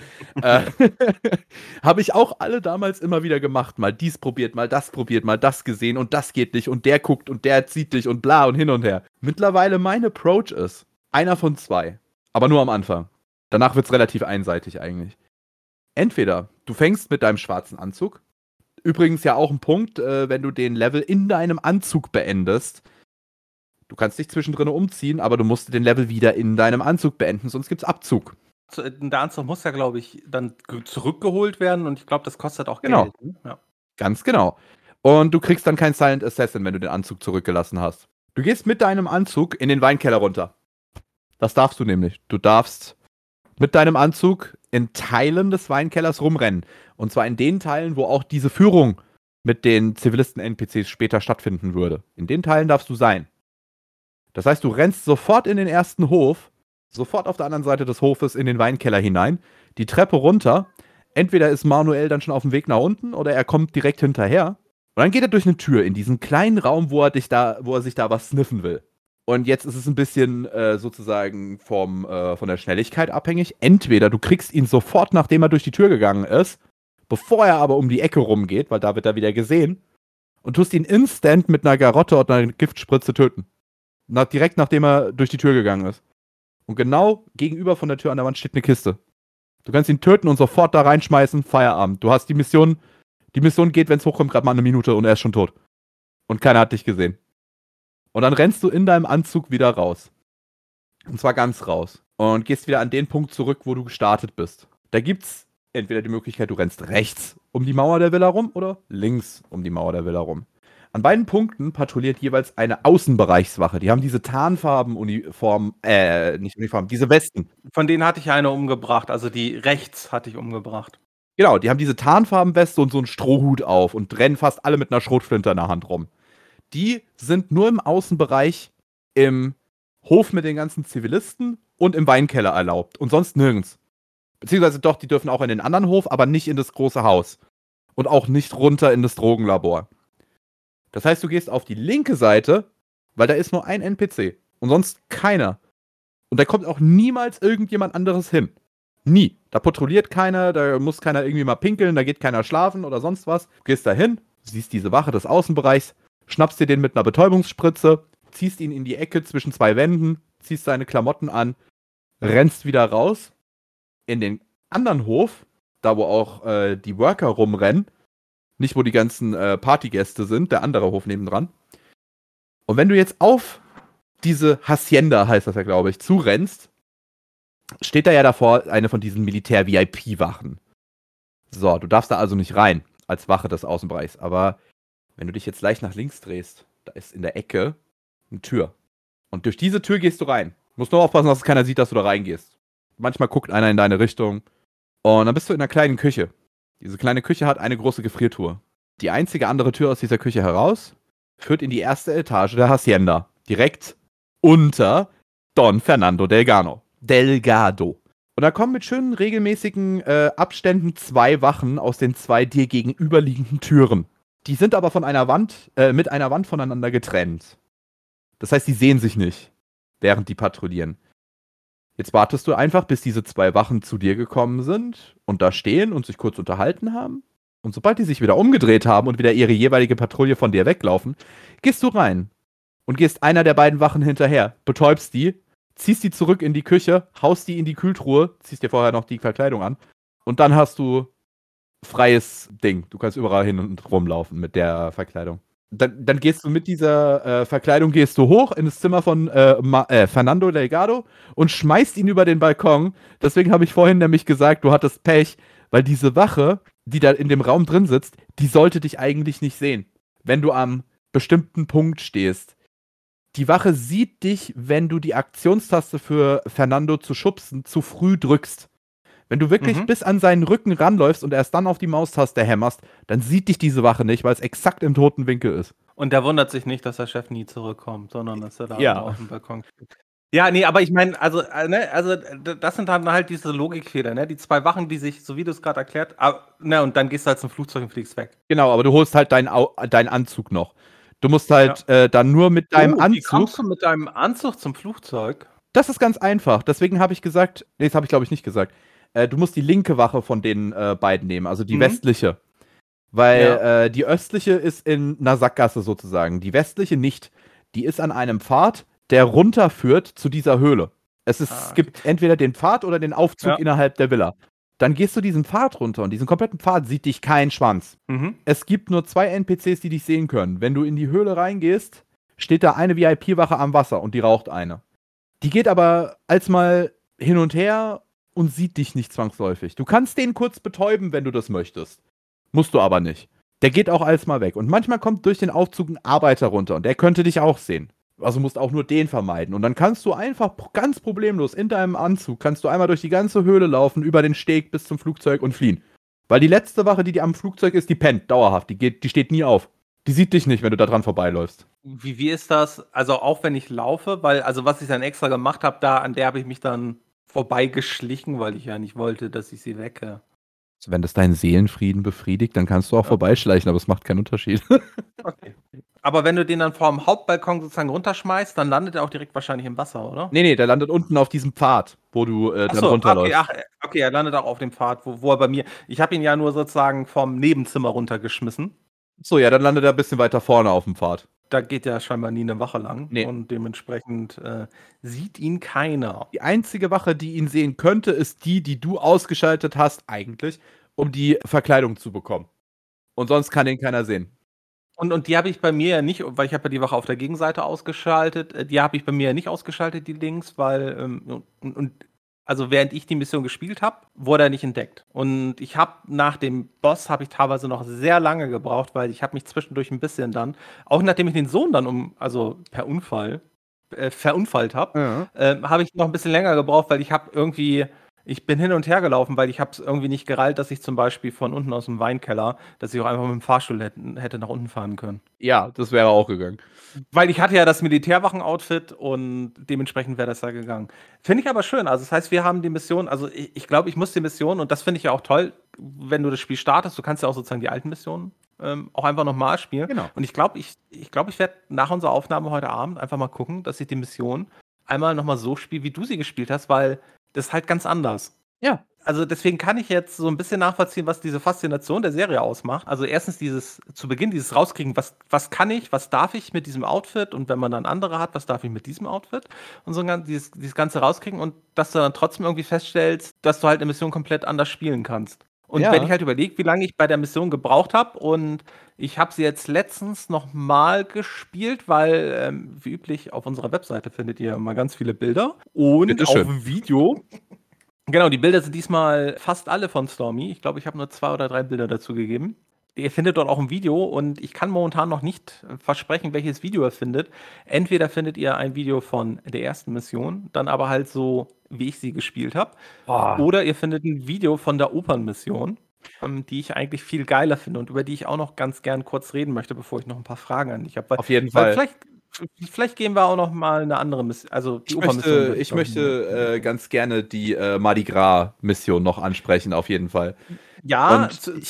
habe ich auch alle damals immer wieder gemacht. Mal dies probiert, mal das gesehen und das geht nicht und der guckt und der zieht dich und bla und hin und her. Mittlerweile mein Approach ist, einer von 2, aber nur am Anfang. Danach wird es relativ einseitig eigentlich. Entweder du fängst mit deinem schwarzen Anzug. Übrigens ja auch ein Punkt, wenn du den Level in deinem Anzug beendest. Du kannst dich zwischendrin umziehen, aber du musst den Level wieder in deinem Anzug beenden, sonst gibt's Abzug. Der Anzug muss ja, glaube ich, dann zurückgeholt werden und ich glaube, das kostet auch Genau. Geld. Ne? Ja. Ganz genau. Und du kriegst dann kein Silent Assassin, wenn du den Anzug zurückgelassen hast. Du gehst mit deinem Anzug in den Weinkeller runter. Das darfst du nämlich. Du darfst mit deinem Anzug in Teilen des Weinkellers rumrennen. Und zwar in den Teilen, wo auch diese Führung mit den Zivilisten-NPCs später stattfinden würde. In den Teilen darfst du sein. Das heißt, du rennst sofort in den ersten Hof, sofort auf der anderen Seite des Hofes in den Weinkeller hinein, die Treppe runter. Entweder ist Manuel dann schon auf dem Weg nach unten oder er kommt direkt hinterher. Und dann geht er durch eine Tür in diesen kleinen Raum, wo er sich da was sniffen will. Und jetzt ist es ein bisschen sozusagen von der Schnelligkeit abhängig. Entweder du kriegst ihn sofort, nachdem er durch die Tür gegangen ist, bevor er aber um die Ecke rumgeht, weil da wird er wieder gesehen, und tust ihn instant mit einer Garotte oder einer Giftspritze töten. Direkt nachdem er durch die Tür gegangen ist. Und genau gegenüber von der Tür an der Wand steht eine Kiste. Du kannst ihn töten und sofort da reinschmeißen, Feierabend. Du hast die Mission geht, wenn es hochkommt, gerade mal 1 Minute und er ist schon tot. Und keiner hat dich gesehen. Und dann rennst du in deinem Anzug wieder raus. Und zwar ganz raus. Und gehst wieder an den Punkt zurück, wo du gestartet bist. Da gibt's entweder die Möglichkeit, du rennst rechts um die Mauer der Villa rum oder links um die Mauer der Villa rum. An beiden Punkten patrouilliert jeweils eine Außenbereichswache. Die haben diese Tarnfarben-Uniform, nicht Uniform, diese Westen. Von denen hatte ich eine umgebracht, also die rechts hatte ich umgebracht. Genau, die haben diese Tarnfarbenweste und so einen Strohhut auf und rennen fast alle mit einer Schrotflinte in der Hand rum. Die sind nur im Außenbereich, im Hof mit den ganzen Zivilisten und im Weinkeller erlaubt und sonst nirgends. Beziehungsweise doch, die dürfen auch in den anderen Hof, aber nicht in das große Haus. Und auch nicht runter in das Drogenlabor. Das heißt, du gehst auf die linke Seite, weil da ist nur ein NPC und sonst keiner. Und da kommt auch niemals irgendjemand anderes hin. Nie. Da patrouilliert keiner, da muss keiner irgendwie mal pinkeln, da geht keiner schlafen oder sonst was. Du gehst da hin, siehst diese Wache des Außenbereichs, schnappst dir den mit einer Betäubungsspritze, ziehst ihn in die Ecke zwischen 2 Wänden, ziehst seine Klamotten an, rennst wieder raus in den anderen Hof, da wo auch die Worker rumrennen, nicht wo die ganzen Partygäste sind, der andere Hof nebendran. Und wenn du jetzt auf diese Hacienda, heißt das ja, glaube ich, zurennst, steht da ja davor eine von diesen Militär-VIP-Wachen. So, du darfst da also nicht rein, als Wache des Außenbereichs. Aber wenn du dich jetzt leicht nach links drehst, da ist in der Ecke eine Tür. Und durch diese Tür gehst du rein. Musst nur aufpassen, dass keiner sieht, dass du da reingehst. Manchmal guckt einer in deine Richtung. Und dann bist du in einer kleinen Küche. Diese kleine Küche hat eine große Gefriertruhe. Die einzige andere Tür aus dieser Küche heraus führt in die erste Etage der Hacienda. Direkt unter Don Fernando Delgado. Und da kommen mit schönen regelmäßigen Abständen 2 Wachen aus den 2 dir gegenüberliegenden Türen. Die sind aber von einer Wand, mit einer Wand voneinander getrennt. Das heißt, die sehen sich nicht, während die patrouillieren. Jetzt wartest du einfach, bis diese 2 Wachen zu dir gekommen sind und da stehen und sich kurz unterhalten haben. Und sobald die sich wieder umgedreht haben und wieder ihre jeweilige Patrouille von dir weglaufen, gehst du rein und gehst einer der beiden Wachen hinterher, betäubst die, ziehst die zurück in die Küche, haust die in die Kühltruhe, ziehst dir vorher noch die Verkleidung an und dann hast du freies Ding. Du kannst überall hin und rumlaufen mit der Verkleidung. Dann gehst du mit dieser Verkleidung gehst du hoch in das Zimmer von Fernando Delgado und schmeißt ihn über den Balkon. Deswegen habe ich vorhin nämlich gesagt, du hattest Pech, weil diese Wache, die da in dem Raum drin sitzt, die sollte dich eigentlich nicht sehen, wenn du am bestimmten Punkt stehst. Die Wache sieht dich, wenn du die Aktionstaste für Fernando zu schubsen zu früh drückst. Wenn du wirklich bis an seinen Rücken ranläufst und erst dann auf die Maustaste hämmerst, dann sieht dich diese Wache nicht, weil es exakt im toten Winkel ist. Und der wundert sich nicht, dass der Chef nie zurückkommt, sondern dass er da Ja. auf dem Balkon steht. Ja, nee, aber ich meine, also das sind dann halt diese Logikfehler, ne? Die 2 Wachen, die sich, so wie du es gerade erklärt, und dann gehst du halt zum Flugzeug und fliegst weg. Genau, aber du holst halt deinen Anzug noch. Du musst halt dann nur mit deinem Wie Anzug. kommst du mit deinem Anzug zum Flugzeug? Das ist ganz einfach. Deswegen habe ich gesagt, nee, das habe ich glaube ich nicht gesagt. Du musst die linke Wache von den beiden nehmen, also die westliche. Weil die östliche ist in einer Sackgasse sozusagen. Die westliche nicht. Die ist an einem Pfad, der runterführt zu dieser Höhle. Es gibt entweder den Pfad oder den Aufzug innerhalb der Villa. Dann gehst du diesen Pfad runter und diesen kompletten Pfad sieht dich kein Schwanz. Es gibt nur 2 NPCs, die dich sehen können. Wenn du in die Höhle reingehst, steht da eine VIP-Wache am Wasser und die raucht eine. Die geht aber als mal hin und her und sieht dich nicht zwangsläufig. Du kannst den kurz betäuben, wenn du das möchtest. Musst du aber nicht. Der geht auch als mal weg. Und manchmal kommt durch den Aufzug ein Arbeiter runter und der könnte dich auch sehen. Also musst auch nur den vermeiden. Und dann kannst du einfach ganz problemlos in deinem Anzug, kannst du einmal durch die ganze Höhle laufen, über den Steg bis zum Flugzeug und fliehen. Weil die letzte Wache, die am Flugzeug ist, die pennt dauerhaft. Die steht nie auf. Die sieht dich nicht, wenn du da dran vorbeiläufst. Wie ist das? Also auch wenn ich laufe, weil, also was ich dann extra gemacht habe, an der habe ich mich dann vorbeigeschlichen, weil ich ja nicht wollte, dass ich sie wecke. Also wenn das deinen Seelenfrieden befriedigt, dann kannst du auch vorbeischleichen, aber es macht keinen Unterschied. Okay. Aber wenn du den dann vom Hauptbalkon sozusagen runterschmeißt, dann landet er auch direkt wahrscheinlich im Wasser, oder? Nee, der landet unten auf diesem Pfad, wo du dann runterläufst. Okay, er landet auch auf dem Pfad, wo er bei mir. Ich habe ihn ja nur sozusagen vom Nebenzimmer runtergeschmissen. So, ja, dann landet er ein bisschen weiter vorne auf dem Pfad. Da geht ja scheinbar nie eine Wache lang. Nee. Und dementsprechend sieht ihn keiner. Die einzige Wache, die ihn sehen könnte, ist die du ausgeschaltet hast, eigentlich, um die Verkleidung zu bekommen. Und sonst kann ihn keiner sehen. Und die habe ich bei mir ja nicht, weil ich habe ja die Wache auf der Gegenseite ausgeschaltet. Die habe ich bei mir ja nicht ausgeschaltet, die links, weil also während ich die Mission gespielt habe, wurde er nicht entdeckt. Und ich habe nach dem Boss habe ich teilweise noch sehr lange gebraucht, weil ich habe mich zwischendurch ein bisschen dann, auch nachdem ich den Sohn dann per Unfall verunfallt habe, habe ich noch ein bisschen länger gebraucht, weil ich bin hin und her gelaufen, weil ich habe es irgendwie nicht gereilt, dass ich zum Beispiel von unten aus dem Weinkeller, dass ich auch einfach mit dem Fahrstuhl hätte nach unten fahren können. Ja, das wäre auch gegangen. Weil ich hatte ja das Militärwachen-Outfit und dementsprechend wäre das da gegangen. Finde ich aber schön. Also das heißt, wir haben die Mission, also ich glaube, ich muss die Mission, und das finde ich ja auch toll, wenn du das Spiel startest, du kannst ja auch sozusagen die alten Missionen auch einfach nochmal spielen. Genau. Und ich glaube, ich werde nach unserer Aufnahme heute Abend einfach mal gucken, dass ich die Mission einmal nochmal so spiele, wie du sie gespielt hast, weil das ist halt ganz anders. Ja. Also deswegen kann ich jetzt so ein bisschen nachvollziehen, was diese Faszination der Serie ausmacht. Also erstens zu Beginn dieses Rauskriegen, was kann ich, was darf ich mit diesem Outfit, und wenn man dann andere hat, was darf ich mit diesem Outfit, und so dieses Ganze rauskriegen, und dass du dann trotzdem irgendwie feststellst, dass du halt eine Mission komplett anders spielen kannst. Und wenn ich halt überlege, wie lange ich bei der Mission gebraucht habe, und ich habe sie jetzt letztens nochmal gespielt, weil, wie üblich, auf unserer Webseite findet ihr mal ganz viele Bilder und auch ein Video. Genau, die Bilder sind diesmal fast alle von Stormy. Ich glaube, ich habe nur 2 oder 3 Bilder dazu gegeben. Ihr findet dort auch ein Video, und ich kann momentan noch nicht versprechen, welches Video ihr findet. Entweder findet ihr ein Video von der ersten Mission, dann aber halt so, wie ich sie gespielt habe. Oder ihr findet ein Video von der Opernmission, die ich eigentlich viel geiler finde und über die ich auch noch ganz gern kurz reden möchte, bevor ich noch ein paar Fragen an dich habe. Auf jeden Fall. Vielleicht gehen wir auch noch mal eine andere Mission, also die Opernmission. Ich möchte ganz gerne die Mardi Gras-Mission noch ansprechen, auf jeden Fall. Ja, ich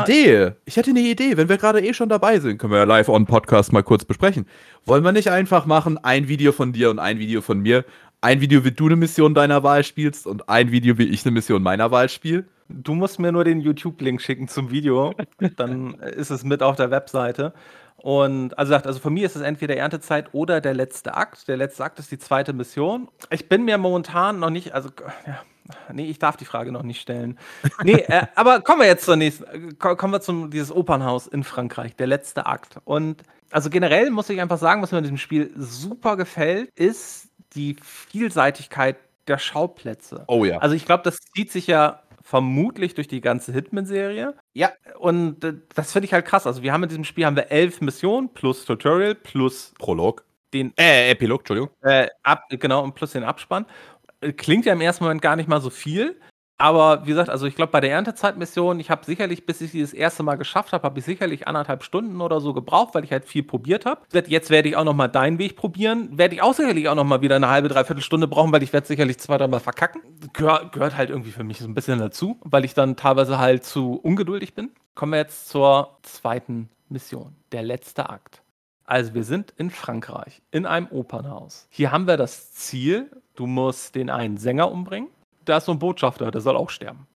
hätte eine Idee, wenn wir gerade schon dabei sind, können wir ja live on Podcast mal kurz besprechen. Wollen wir nicht einfach machen, ein Video von dir und ein Video von mir, ein Video, wie du eine Mission deiner Wahl spielst und ein Video, wie ich eine Mission meiner Wahl spiele. Du musst mir nur den YouTube-Link schicken zum Video, dann ist es mit auf der Webseite. Und also für mich ist es entweder Erntezeit oder der letzte Akt. Der letzte Akt ist die zweite Mission. Ich bin mir momentan noch nicht, nee, ich darf die Frage noch nicht stellen. Nee, aber kommen wir jetzt zur nächsten, kommen wir zum dieses Opernhaus in Frankreich, der letzte Akt. Und also generell muss ich einfach sagen, was mir in diesem Spiel super gefällt, ist die Vielseitigkeit der Schauplätze. Oh ja. Also ich glaube, das zieht sich ja vermutlich durch die ganze Hitman-Serie. Ja. Und das finde ich halt krass. Also wir haben in diesem Spiel 11 Missionen plus Tutorial plus Prolog. den Epilog, Entschuldigung. genau, und plus den Abspann. Klingt ja im ersten Moment gar nicht mal so viel. Aber wie gesagt, also ich glaube, bei der Erntezeitmission, ich habe sicherlich, bis ich die das erste Mal geschafft habe, habe ich sicherlich 1,5 Stunden oder so gebraucht, weil ich halt viel probiert habe. Jetzt werde ich auch noch mal deinen Weg probieren. Werde ich auch sicherlich auch noch mal wieder eine halbe, dreiviertel Stunde brauchen, weil ich werde sicherlich 2, 3 Mal verkacken. Gehört halt irgendwie für mich so ein bisschen dazu, weil ich dann teilweise halt zu ungeduldig bin. Kommen wir jetzt zur zweiten Mission, der letzte Akt. Also wir sind in Frankreich, in einem Opernhaus. Hier haben wir das Ziel, du musst den einen Sänger umbringen. Da ist so ein Botschafter, der soll auch sterben.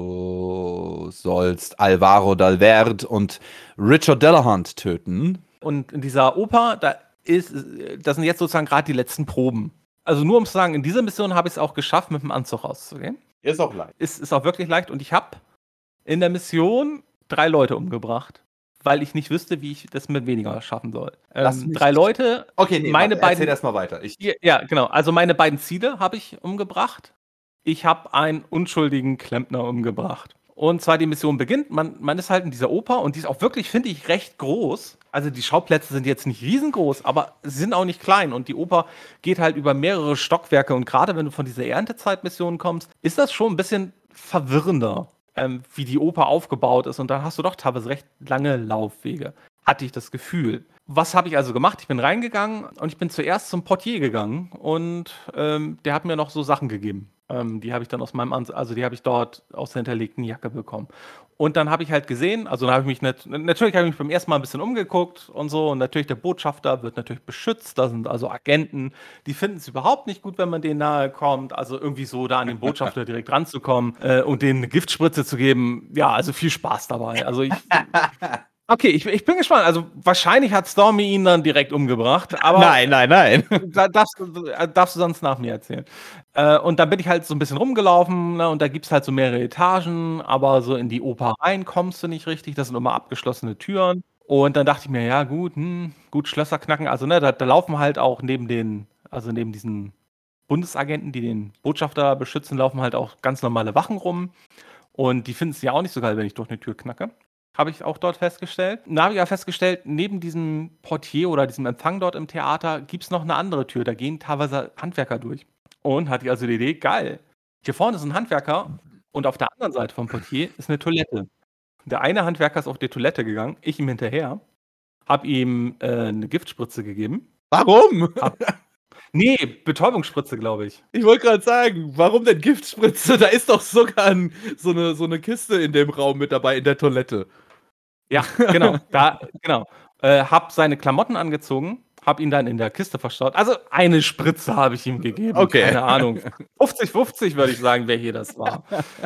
Du sollst Alvaro Dalverde und Richard Delahunt töten. Und in dieser Oper, das sind jetzt sozusagen gerade die letzten Proben. Also nur um zu sagen, in dieser Mission habe ich es auch geschafft, mit dem Anzug rauszugehen. Ist auch leicht. Ist auch wirklich leicht. Und ich habe in der Mission 3 Leute umgebracht, weil ich nicht wüsste, wie ich das mit weniger schaffen soll. 3 Leute. Okay, nee, erzähl erst mal weiter. Ja, genau. Also meine beiden Ziele habe ich umgebracht. Ich habe einen unschuldigen Klempner umgebracht. Und zwar die Mission beginnt, man ist halt in dieser Oper und die ist auch wirklich, finde ich, recht groß. Also die Schauplätze sind jetzt nicht riesengroß, aber sie sind auch nicht klein. Und die Oper geht halt über mehrere Stockwerke. Und gerade wenn du von dieser Erntezeitmission kommst, ist das schon ein bisschen verwirrender, wie die Oper aufgebaut ist. Und dann hast du doch teilweise recht lange Laufwege, hatte ich das Gefühl. Was habe ich also gemacht? Ich bin reingegangen und ich bin zuerst zum Portier gegangen und der hat mir noch so Sachen gegeben. Die habe ich dann die habe ich dort aus der hinterlegten Jacke bekommen. Und dann habe ich halt gesehen, also dann habe ich mich natürlich habe ich mich beim ersten Mal ein bisschen umgeguckt und so. Und natürlich der Botschafter wird natürlich beschützt. Da sind also Agenten, die finden es überhaupt nicht gut, wenn man denen nahe kommt. Also irgendwie so da an den Botschafter direkt ranzukommen und denen eine Giftspritze zu geben. Ja, also viel Spaß dabei. Also okay, ich bin gespannt. Also wahrscheinlich hat Stormy ihn dann direkt umgebracht. Aber Nein. darfst du sonst nach mir erzählen. Und dann bin ich halt so ein bisschen rumgelaufen, ne, und da gibt es halt so mehrere Etagen, aber so in die Oper rein kommst du nicht richtig. Das sind immer abgeschlossene Türen. Und dann dachte ich mir, ja gut, Schlösser knacken. Also ne, da laufen halt auch neben diesen Bundesagenten, die den Botschafter beschützen, laufen halt auch ganz normale Wachen rum. Und die finden es ja auch nicht so geil, wenn ich durch eine Tür knacke. Habe ich auch dort festgestellt. Da habe ich ja festgestellt, neben diesem Portier oder diesem Empfang dort im Theater gibt es noch eine andere Tür. Da gehen teilweise Handwerker durch. Und hatte ich also die Idee, geil. Hier vorne ist ein Handwerker und auf der anderen Seite vom Portier ist eine Toilette. Der eine Handwerker ist auf die Toilette gegangen, ich ihm hinterher, habe ihm eine Giftspritze gegeben. Warum? Nee, Betäubungsspritze, glaube ich. Ich wollte gerade sagen, warum denn Giftspritze? Da ist doch sogar so eine Kiste in dem Raum mit dabei in der Toilette. Ja, genau. Hab seine Klamotten angezogen, hab ihn dann in der Kiste verstaut. Also eine Spritze habe ich ihm gegeben. Okay. Keine Ahnung. 50-50 würde ich sagen, wer hier das war.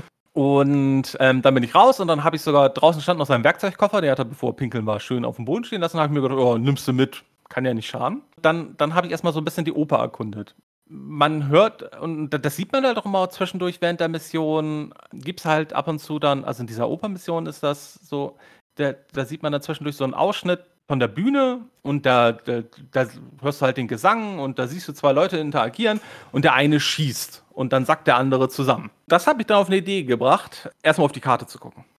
Und dann bin ich raus und dann habe ich sogar draußen stand noch sein Werkzeugkoffer, der hat er, bevor er pinkeln war, schön auf dem Boden stehen lassen. Dann habe ich mir gedacht, oh, nimmst du mit, kann ja nicht schaden. Dann habe ich erstmal so ein bisschen die Oper erkundet. Man hört, und das sieht man halt auch immer zwischendurch während der Mission, gibt es halt ab und zu dann, also in dieser Opermission ist das so, da sieht man dann zwischendurch so einen Ausschnitt von der Bühne und da hörst du halt den Gesang und da siehst du 2 Leute interagieren und der eine schießt und dann sackt der andere zusammen. Das hat mich dann auf eine Idee gebracht, erstmal auf die Karte zu gucken.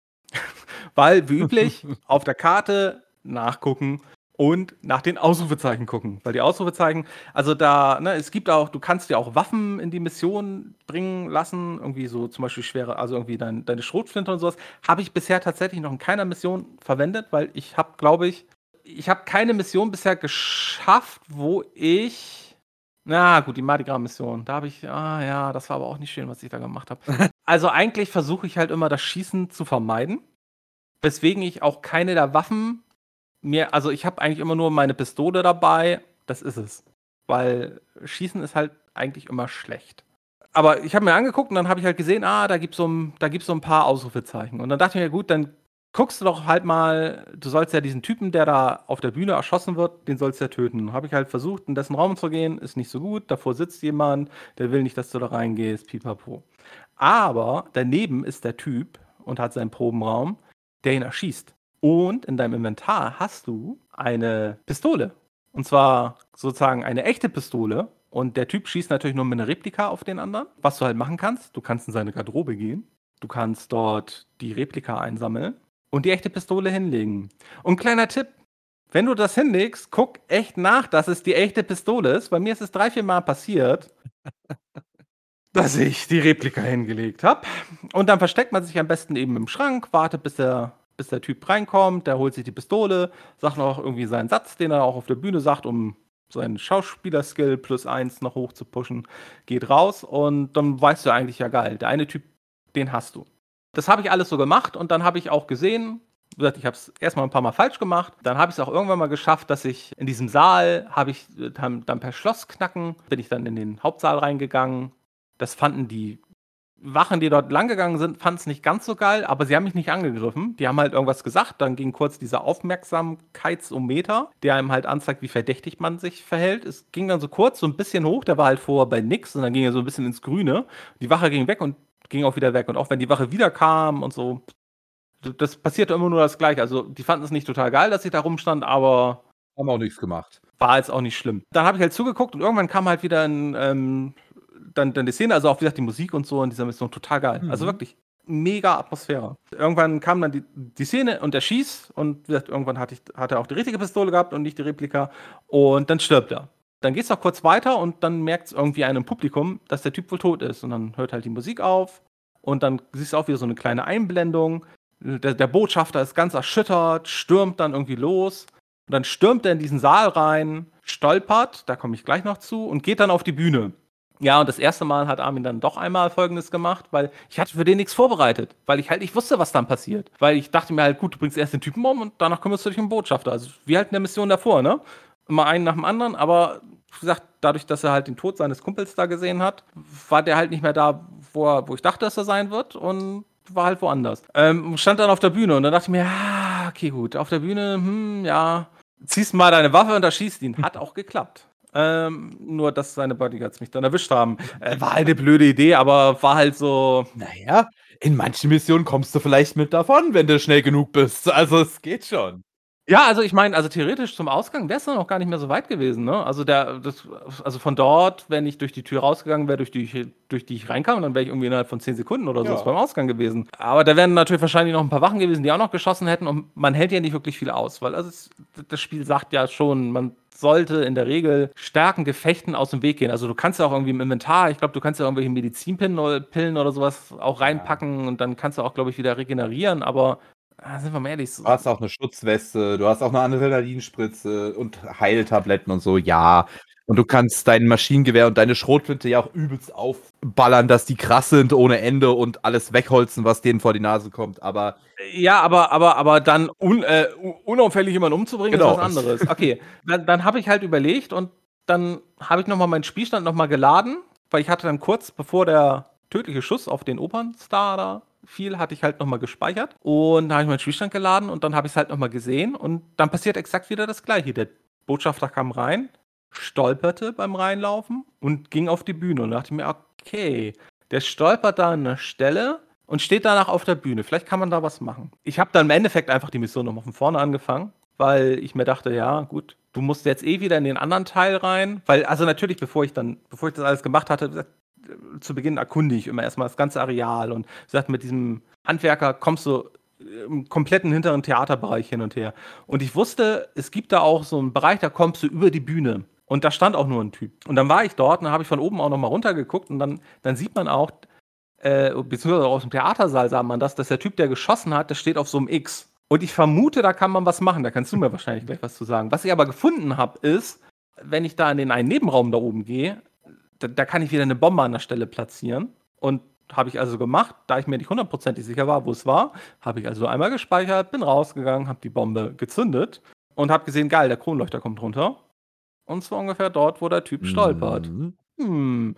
Weil, wie üblich, auf der Karte nachgucken und nach den Ausrufezeichen gucken. Weil die Ausrufezeichen, also da, ne, es gibt auch, du kannst dir auch Waffen in die Mission bringen lassen, irgendwie so zum Beispiel schwere, also irgendwie deine Schrotflinte und sowas. Habe ich bisher tatsächlich noch in keiner Mission verwendet, weil ich habe, glaube ich, keine Mission bisher geschafft, wo ich, na gut, die Mardi Gras Mission, da habe ich, ja, das war aber auch nicht schön, was ich da gemacht habe. Also eigentlich versuche ich halt immer das Schießen zu vermeiden, weswegen ich auch keine der Waffen also ich habe eigentlich immer nur meine Pistole dabei, das ist es. weil Schießen ist halt eigentlich immer schlecht. Aber ich habe mir angeguckt und dann habe ich halt gesehen, da gibt's so ein paar Ausrufezeichen. Und dann dachte ich mir, gut, dann guckst du doch halt mal, du sollst ja diesen Typen, der da auf der Bühne erschossen wird, den sollst du ja töten. Habe ich halt versucht, in dessen Raum zu gehen, ist nicht so gut. Davor sitzt jemand, der will nicht, dass du da reingehst, pipapo. Aber daneben ist der Typ und hat seinen Probenraum, der ihn erschießt. Und in deinem Inventar hast du eine Pistole. Und zwar sozusagen eine echte Pistole. Und der Typ schießt natürlich nur mit einer Replika auf den anderen. Was du halt machen kannst, du kannst in seine Garderobe gehen. Du kannst dort die Replika einsammeln und die echte Pistole hinlegen. Und kleiner Tipp, wenn du das hinlegst, guck echt nach, dass es die echte Pistole ist. Bei mir ist es 3-4 Mal passiert, dass ich die Replika hingelegt habe. Und dann versteckt man sich am besten eben im Schrank, wartet, bis der Typ reinkommt, der holt sich die Pistole, sagt noch irgendwie seinen Satz, den er auch auf der Bühne sagt, um seinen Schauspielerskill +1 noch hoch zu pushen, geht raus und dann weißt du eigentlich, ja geil, der eine Typ, den hast du. Das habe ich alles so gemacht und dann habe ich auch gesehen, wie gesagt, ich habe es erstmal ein paar Mal falsch gemacht, dann habe ich es auch irgendwann mal geschafft, dass ich in diesem Saal, habe ich dann per Schlossknacken, bin ich dann in den Hauptsaal reingegangen. Das fanden die Wachen, die dort langgegangen sind, fanden es nicht ganz so geil, aber sie haben mich nicht angegriffen. Die haben halt irgendwas gesagt, dann ging kurz dieser Aufmerksamkeitsometer, der einem halt anzeigt, wie verdächtig man sich verhält. Es ging dann so kurz, so ein bisschen hoch, der war halt vorher bei nix und dann ging er so ein bisschen ins Grüne. Die Wache ging weg und ging auch wieder weg. Und auch wenn die Wache wieder kam und so, das passierte immer nur das Gleiche. Also die fanden es nicht total geil, dass ich da rumstand, aber Haben auch nichts gemacht. war jetzt auch nicht schlimm. Dann habe ich halt zugeguckt und irgendwann kam halt wieder dann die Szene, also auch wie gesagt die Musik und so in dieser Mission total geil. Also wirklich mega Atmosphäre. Irgendwann kam dann die Szene und er schießt und wie gesagt, irgendwann hat er auch die richtige Pistole gehabt und nicht die Replika und dann stirbt er. Dann geht's noch kurz weiter und dann merkt es irgendwie einem Publikum, dass der Typ wohl tot ist und dann hört halt die Musik auf und dann siehst du auch wieder so eine kleine Einblendung. Der Botschafter ist ganz erschüttert, stürmt dann irgendwie los und dann stürmt er in diesen Saal rein, stolpert, da komme ich gleich noch zu und geht dann auf die Bühne. Ja, und das erste Mal hat Armin dann doch einmal Folgendes gemacht, weil ich hatte für den nichts vorbereitet, weil ich halt nicht wusste, was dann passiert. Weil ich dachte mir halt, gut, du bringst erst den Typen um und danach kümmerst du dich um den Botschafter. Also wie halt in der Mission davor, ne? Immer einen nach dem anderen, aber wie gesagt, dadurch, dass er halt den Tod seines Kumpels da gesehen hat, war der halt nicht mehr da, wo ich dachte, dass er sein wird und war halt woanders. Stand dann auf der Bühne und dann dachte ich mir, ja, okay, gut, auf der Bühne, ja, ziehst mal deine Waffe und erschießt ihn. Hat auch geklappt. Nur, dass seine Bodyguards mich dann erwischt haben. War halt eine blöde Idee, aber war halt so. Naja, in manchen Missionen kommst du vielleicht mit davon, wenn du schnell genug bist. Also es geht schon. Ja, also ich meine, also theoretisch zum Ausgang wäre es dann auch gar nicht mehr so weit gewesen, ne? Also von dort, wenn ich durch die Tür rausgegangen wäre, durch die ich reinkam, dann wäre ich irgendwie innerhalb von 10 Sekunden oder so Ja. beim Ausgang gewesen. Aber da wären natürlich wahrscheinlich noch ein paar Wachen gewesen, die auch noch geschossen hätten und man hält ja nicht wirklich viel aus, weil das Spiel sagt ja schon, man sollte in der Regel starken Gefechten aus dem Weg gehen. Also du kannst ja auch irgendwie im Inventar, ich glaube, du kannst ja irgendwelche Pillen oder sowas auch reinpacken und dann kannst du auch, glaube ich, wieder regenerieren, aber sind wir mal ehrlich. Du hast auch eine Schutzweste, du hast auch eine Adrenalinspritze und Heiltabletten und so, ja. Und du kannst dein Maschinengewehr und deine Schrotflinte ja auch übelst aufballern, dass die krass sind ohne Ende und alles wegholzen, was denen vor die Nase kommt, aber Ja, aber dann unauffällig jemanden umzubringen, Genau. ist was anderes. Okay, dann habe ich halt überlegt und dann habe ich nochmal meinen Spielstand nochmal geladen, weil ich hatte dann kurz, bevor der tödliche Schuss auf den Opernstar da fiel, hatte ich halt nochmal gespeichert und da habe ich meinen Spielstand geladen und dann habe ich es halt nochmal gesehen und dann passiert exakt wieder das Gleiche. Der Botschafter kam rein, stolperte beim Reinlaufen und ging auf die Bühne und dachte mir, okay, der stolpert da an einer Stelle und steht danach auf der Bühne. Vielleicht kann man da was machen. Ich habe dann im Endeffekt einfach die Mission nochmal von vorne angefangen, weil ich mir dachte, ja, gut, du musst jetzt eh wieder in den anderen Teil rein. Weil, also natürlich, bevor ich das alles gemacht hatte, zu Beginn erkunde ich immer erstmal das ganze Areal und gesagt, mit diesem Handwerker kommst du im kompletten hinteren Theaterbereich hin und her. Und ich wusste, es gibt da auch so einen Bereich, da kommst du über die Bühne. Und da stand auch nur ein Typ. Und dann war ich dort und dann habe ich von oben auch nochmal runtergeguckt und dann sieht man auch, beziehungsweise aus dem Theatersaal sah man das, dass der Typ, der geschossen hat, der steht auf so einem X. Und ich vermute, da kann man was machen. Da kannst du mir wahrscheinlich gleich was zu sagen. Was ich aber gefunden habe, ist, wenn ich da in den einen Nebenraum da oben gehe, da kann ich wieder eine Bombe an der Stelle platzieren. Und habe ich also gemacht, da ich mir nicht hundertprozentig sicher war, wo es war, habe ich also einmal gespeichert, bin rausgegangen, habe die Bombe gezündet und habe gesehen, geil, der Kronleuchter kommt runter. Und zwar ungefähr dort, wo der Typ stolpert. Mhm.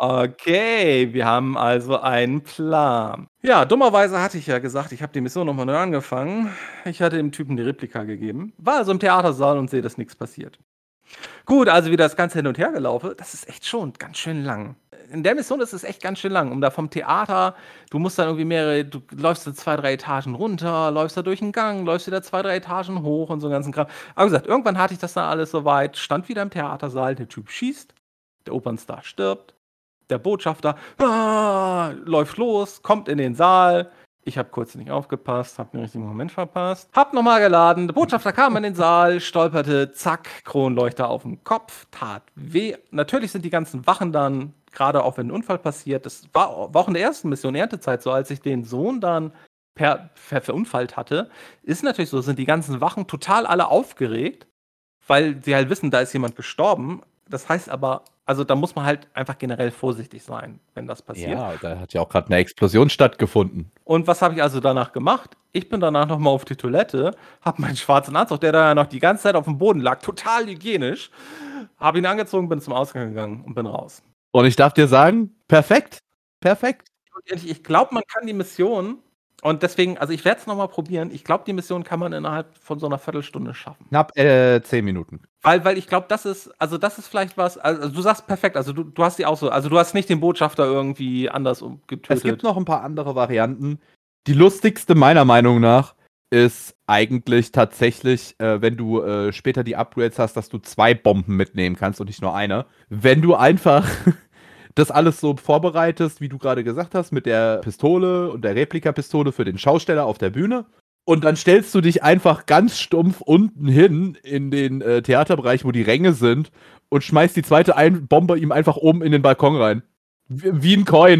Okay, wir haben also einen Plan. Ja, dummerweise hatte ich ja gesagt, ich habe die Mission nochmal neu angefangen. Ich hatte dem Typen die Replika gegeben, war also im Theatersaal und sehe, dass nichts passiert. Gut, also wieder das Ganze hin und her gelaufen. Das ist echt schon ganz schön lang. In der Mission ist es echt ganz schön lang. Um da vom Theater, du musst dann irgendwie du läufst da 2, 3 Etagen runter, läufst da durch den Gang, läufst wieder 2, 3 Etagen hoch und so einen ganzen Kram. Aber wie gesagt, irgendwann hatte ich das dann alles soweit, stand wieder im Theatersaal, der Typ schießt, der Opernstar stirbt, der Botschafter läuft los, kommt in den Saal. Ich habe kurz nicht aufgepasst, habe den richtigen Moment verpasst. Hab nochmal geladen. Der Botschafter kam in den Saal, stolperte, zack, Kronleuchter auf dem Kopf, tat weh. Natürlich sind die ganzen Wachen dann, gerade auch wenn ein Unfall passiert, das war auch in der ersten Mission Erntezeit so, als ich den Sohn dann verunfallt hatte, ist natürlich so, sind die ganzen Wachen total alle aufgeregt, weil sie halt wissen, da ist jemand gestorben. Das heißt aber, also da muss man halt einfach generell vorsichtig sein, wenn das passiert. Ja, da hat ja auch gerade eine Explosion stattgefunden. Und was habe ich also danach gemacht? Ich bin danach nochmal auf die Toilette, habe meinen schwarzen Anzug, der da ja noch die ganze Zeit auf dem Boden lag, total hygienisch, habe ihn angezogen, bin zum Ausgang gegangen und bin raus. Und ich darf dir sagen, perfekt. Perfekt. Und ich glaube, man kann die Mission, und deswegen, also ich werde es nochmal probieren, ich glaube, die Mission kann man innerhalb von so einer Viertelstunde schaffen. Knapp 10 Minuten. Weil ich glaube, das ist vielleicht was, also du sagst perfekt, also du hast die auch so, also du hast nicht den Botschafter irgendwie anders getötet. Es gibt noch ein paar andere Varianten. Die lustigste meiner Meinung nach ist eigentlich tatsächlich, wenn du später die Upgrades hast, dass du 2 Bomben mitnehmen kannst und nicht nur eine. Wenn du einfach das alles so vorbereitest, wie du gerade gesagt hast, mit der Pistole und der Replikapistole für den Schausteller auf der Bühne. Und dann stellst du dich einfach ganz stumpf unten hin in den Theaterbereich, wo die Ränge sind, und schmeißt die zweite Bombe ihm einfach oben in den Balkon rein. Wie ein Coin.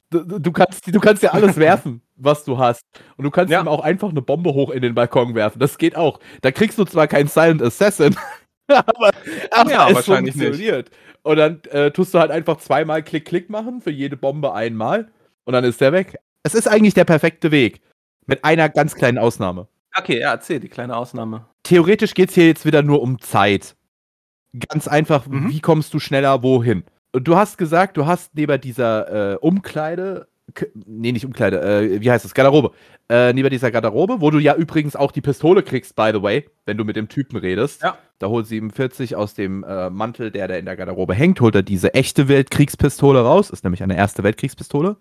Du kannst ja alles werfen, was du hast. Und du kannst ihm auch einfach eine Bombe hoch in den Balkon werfen. Das geht auch. Da kriegst du zwar keinen Silent Assassin, aber Ja, es wahrscheinlich funktioniert. Und dann tust du halt einfach 2-mal Klick-Klick machen, für jede Bombe einmal. Und dann ist der weg. Es ist eigentlich der perfekte Weg. Mit einer ganz kleinen Ausnahme. Okay, ja, erzähl die kleine Ausnahme. Theoretisch geht es hier jetzt wieder nur um Zeit. Ganz einfach, wie kommst du schneller wohin? Und du hast gesagt, du hast neben dieser Umkleide, nicht Umkleide, wie heißt das? Garderobe. Neben dieser Garderobe, wo du ja übrigens auch die Pistole kriegst, by the way, wenn du mit dem Typen redest. Ja. Da holt 47 aus dem Mantel, der in der Garderobe hängt, holt er diese echte Weltkriegspistole raus. Ist nämlich eine erste Weltkriegspistole.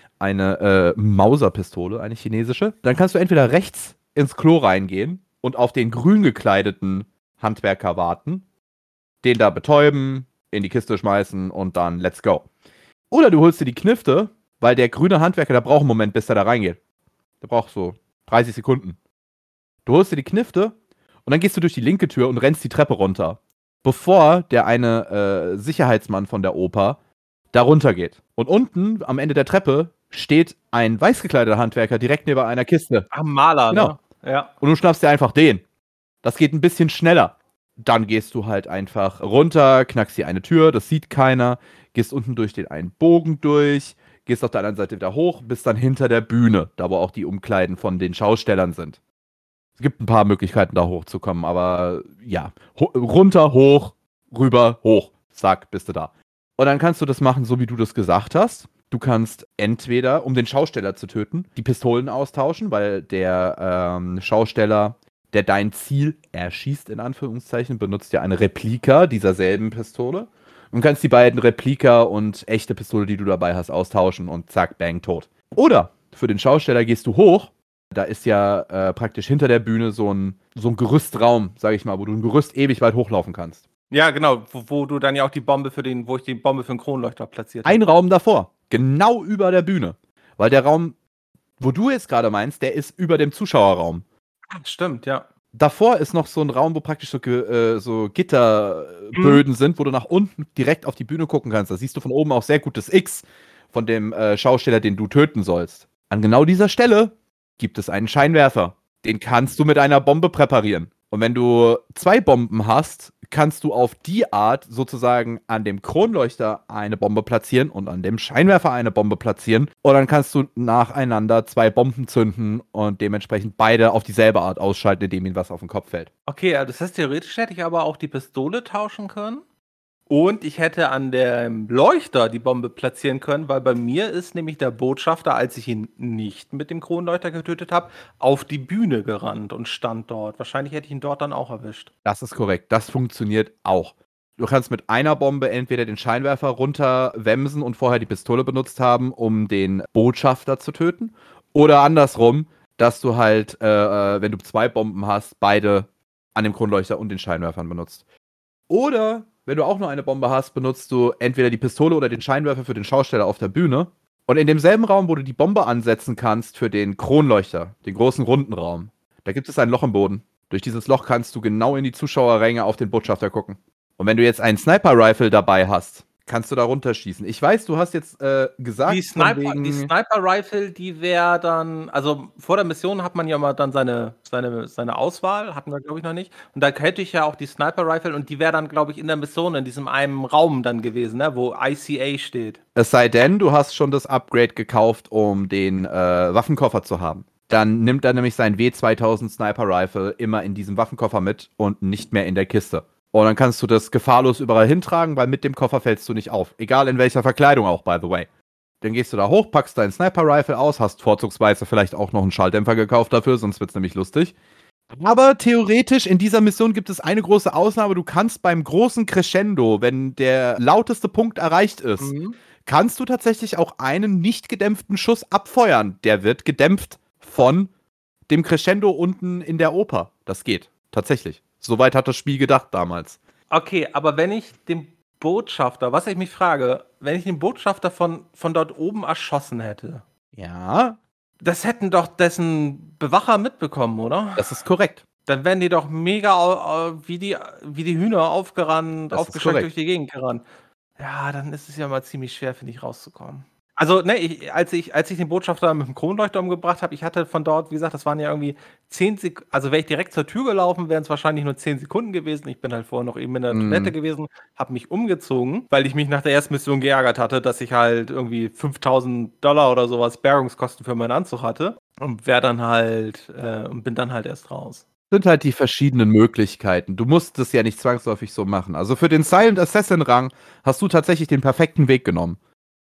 Eine Mauser-Pistole, eine chinesische. Dann kannst du entweder rechts ins Klo reingehen und auf den grün gekleideten Handwerker warten, den da betäuben, in die Kiste schmeißen und dann let's go. Oder du holst dir die Knifte, weil der grüne Handwerker, der braucht einen Moment, bis er da reingeht. Der braucht so 30 Sekunden. Du holst dir die Knifte und dann gehst du durch die linke Tür und rennst die Treppe runter, bevor der eine Sicherheitsmann von der Oper da runter geht. Und unten am Ende der Treppe steht ein weiß gekleideter Handwerker direkt neben einer Kiste. Am Maler, genau. Ne? Ja. Und du schnappst dir einfach den. Das geht ein bisschen schneller. Dann gehst du halt einfach runter, knackst dir eine Tür, das sieht keiner, gehst unten durch den einen Bogen durch, gehst auf der anderen Seite wieder hoch, bist dann hinter der Bühne, da wo auch die Umkleiden von den Schaustellern sind. Es gibt ein paar Möglichkeiten, da hochzukommen, aber ja, runter, hoch, rüber, hoch, zack, bist du da. Und dann kannst du das machen, so wie du das gesagt hast. Du kannst entweder, um den Schausteller zu töten, die Pistolen austauschen, weil der Schausteller, der dein Ziel erschießt, in Anführungszeichen, benutzt ja eine Replika dieser selben Pistole. Und kannst die beiden Replika und echte Pistole, die du dabei hast, austauschen und zack, bang, tot. Oder für den Schausteller gehst du hoch. Da ist ja praktisch hinter der Bühne so ein Gerüstraum, sag ich mal, wo du ein Gerüst ewig weit hochlaufen kannst. Ja, genau, wo du dann ja auch wo ich die Bombe für den Kronleuchter platziert habe. Ein Raum davor, genau über der Bühne. Weil der Raum, wo du jetzt gerade meinst, der ist über dem Zuschauerraum. Stimmt, ja. Davor ist noch so ein Raum, wo praktisch so Gitterböden sind, wo du nach unten direkt auf die Bühne gucken kannst. Da siehst du von oben auch sehr gut das X von dem Schausteller, den du töten sollst. An genau dieser Stelle gibt es einen Scheinwerfer. Den kannst du mit einer Bombe präparieren. Und wenn du 2 Bomben hast, kannst du auf die Art sozusagen an dem Kronleuchter eine Bombe platzieren und an dem Scheinwerfer eine Bombe platzieren. Und dann kannst du nacheinander 2 Bomben zünden und dementsprechend beide auf dieselbe Art ausschalten, indem ihnen was auf den Kopf fällt. Okay, das heißt, theoretisch hätte ich aber auch die Pistole tauschen können. Und ich hätte an dem Leuchter die Bombe platzieren können, weil bei mir ist nämlich der Botschafter, als ich ihn nicht mit dem Kronleuchter getötet habe, auf die Bühne gerannt und stand dort. Wahrscheinlich hätte ich ihn dort dann auch erwischt. Das ist korrekt. Das funktioniert auch. Du kannst mit einer Bombe entweder den Scheinwerfer runterwemsen und vorher die Pistole benutzt haben, um den Botschafter zu töten. Oder andersrum, dass du halt, wenn du 2 Bomben hast, beide an dem Kronleuchter und den Scheinwerfern benutzt. Oder, wenn du auch nur eine Bombe hast, benutzt du entweder die Pistole oder den Scheinwerfer für den Schausteller auf der Bühne. Und in demselben Raum, wo du die Bombe ansetzen kannst für den Kronleuchter, den großen runden Raum, da gibt es ein Loch im Boden. Durch dieses Loch kannst du genau in die Zuschauerränge auf den Botschafter gucken. Und wenn du jetzt einen Sniper-Rifle dabei hast, kannst du da runterschießen. Ich weiß, du hast jetzt gesagt, Die Sniper-Rifle, die wäre dann, also vor der Mission hat man ja mal dann seine Auswahl, hatten wir glaube ich noch nicht. Und da hätte ich ja auch die Sniper-Rifle und die wäre dann, glaube ich, in der Mission in diesem einen Raum dann gewesen, ne, wo ICA steht. Es sei denn, du hast schon das Upgrade gekauft, um den Waffenkoffer zu haben. Dann nimmt er nämlich sein W2000 Sniper Rifle immer in diesem Waffenkoffer mit und nicht mehr in der Kiste. Und dann kannst du das gefahrlos überall hintragen, weil mit dem Koffer fällst du nicht auf. Egal in welcher Verkleidung auch, by the way. Dann gehst du da hoch, packst deinen Sniper Rifle aus, hast vorzugsweise vielleicht auch noch einen Schalldämpfer gekauft dafür, sonst wird's nämlich lustig. Aber theoretisch in dieser Mission gibt es eine große Ausnahme. Du kannst beim großen Crescendo, wenn der lauteste Punkt erreicht ist, kannst du tatsächlich auch einen nicht gedämpften Schuss abfeuern. Der wird gedämpft von dem Crescendo unten in der Oper. Das geht. Tatsächlich. Soweit hat das Spiel gedacht damals. Okay, aber wenn ich den Botschafter, was ich mich frage, wenn ich den Botschafter von dort oben erschossen hätte. Ja. Das hätten doch dessen Bewacher mitbekommen, oder? Das ist korrekt. Dann wären die doch mega wie die Hühner aufgerannt, aufgeschreckt durch die Gegend gerannt. Ja, dann ist es ja mal ziemlich schwer, finde ich, rauszukommen. Also, ne, als ich den Botschafter mit dem Kronleuchter umgebracht habe, ich hatte von dort, wie gesagt, das waren ja irgendwie 10 Sekunden, also wäre ich direkt zur Tür gelaufen, wären es wahrscheinlich nur 10 Sekunden gewesen. Ich bin halt vorher noch eben in der Toilette gewesen, habe mich umgezogen, weil ich mich nach der ersten Mission geärgert hatte, dass ich halt irgendwie $5.000 oder sowas Bergungskosten für meinen Anzug hatte und wäre dann halt, und bin dann halt erst raus. Sind halt die verschiedenen Möglichkeiten. Du musst es ja nicht zwangsläufig so machen. Also für den Silent Assassin Rang hast du tatsächlich den perfekten Weg genommen.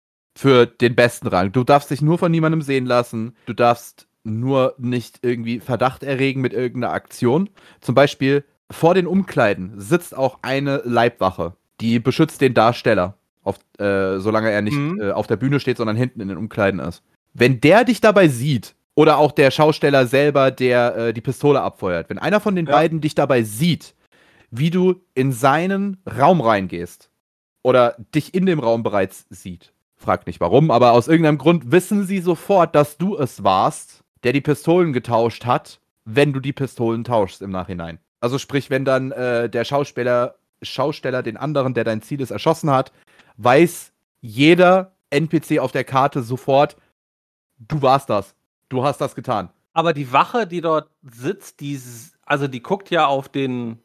Für den besten Rang. Du darfst dich nur von niemandem sehen lassen. Du darfst nur nicht irgendwie Verdacht erregen mit irgendeiner Aktion. Zum Beispiel vor den Umkleiden sitzt auch eine Leibwache. Die beschützt den Darsteller, solange er nicht auf der Bühne steht, sondern hinten in den Umkleiden ist. Wenn der dich dabei sieht, oder auch der Schausteller selber, der die Pistole abfeuert, wenn einer von den beiden dich dabei sieht, wie du in seinen Raum reingehst oder dich in dem Raum bereits sieht, frag nicht warum, aber aus irgendeinem Grund wissen sie sofort, dass du es warst, der die Pistolen getauscht hat, wenn du die Pistolen tauschst im Nachhinein. Also sprich, wenn dann der Schausteller den anderen, der dein Ziel ist, erschossen hat, weiß jeder NPC auf der Karte sofort, du warst das. Du hast das getan. Aber die Wache, die dort sitzt, die guckt ja auf den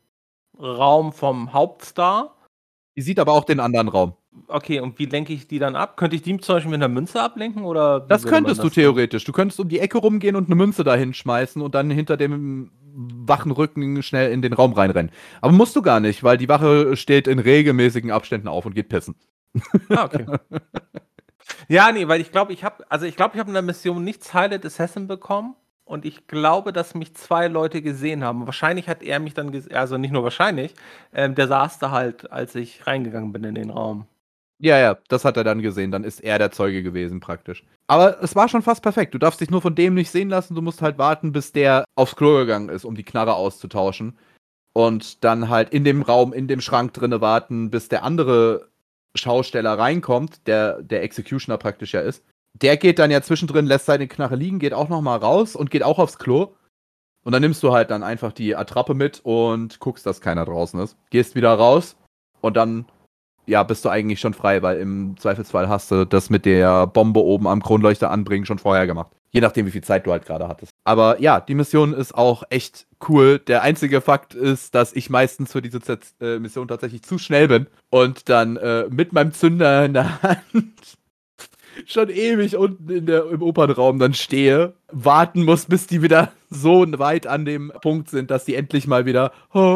Raum vom Hauptstar. Die sieht aber auch den anderen Raum. Okay, und wie lenke ich die dann ab? Könnte ich die zum Beispiel mit einer Münze ablenken? Oder das könntest du theoretisch. Du könntest um die Ecke rumgehen und eine Münze dahin schmeißen und dann hinter dem Wachenrücken schnell in den Raum reinrennen. Aber musst du gar nicht, weil die Wache steht in regelmäßigen Abständen auf und geht pissen. Ah, okay. Ja, nee, weil ich glaube, ich habe in der Mission nicht Silent Assassin bekommen und ich glaube, dass mich 2 Leute gesehen haben. Wahrscheinlich hat er mich dann also nicht nur wahrscheinlich, der saß da halt, als ich reingegangen bin in den Raum. Ja, das hat er dann gesehen. Dann ist er der Zeuge gewesen praktisch. Aber es war schon fast perfekt. Du darfst dich nur von dem nicht sehen lassen. Du musst halt warten, bis der aufs Klo gegangen ist, um die Knarre auszutauschen. Und dann halt in dem Raum, in dem Schrank drinne warten, bis der andere Schausteller reinkommt, der Executioner praktisch ja ist. Der geht dann ja zwischendrin, lässt seine Knarre liegen, geht auch nochmal raus und geht auch aufs Klo. Und dann nimmst du halt dann einfach die Attrappe mit und guckst, dass keiner draußen ist. Gehst wieder raus und dann, ja, bist du eigentlich schon frei, weil im Zweifelsfall hast du das mit der Bombe oben am Kronleuchter anbringen schon vorher gemacht. Je nachdem, wie viel Zeit du halt gerade hattest. Aber ja, die Mission ist auch echt cool. Der einzige Fakt ist, dass ich meistens für diese Mission tatsächlich zu schnell bin und dann mit meinem Zünder in der Hand schon ewig unten im Opernraum dann stehe, warten muss, bis die wieder so weit an dem Punkt sind, dass die endlich mal wieder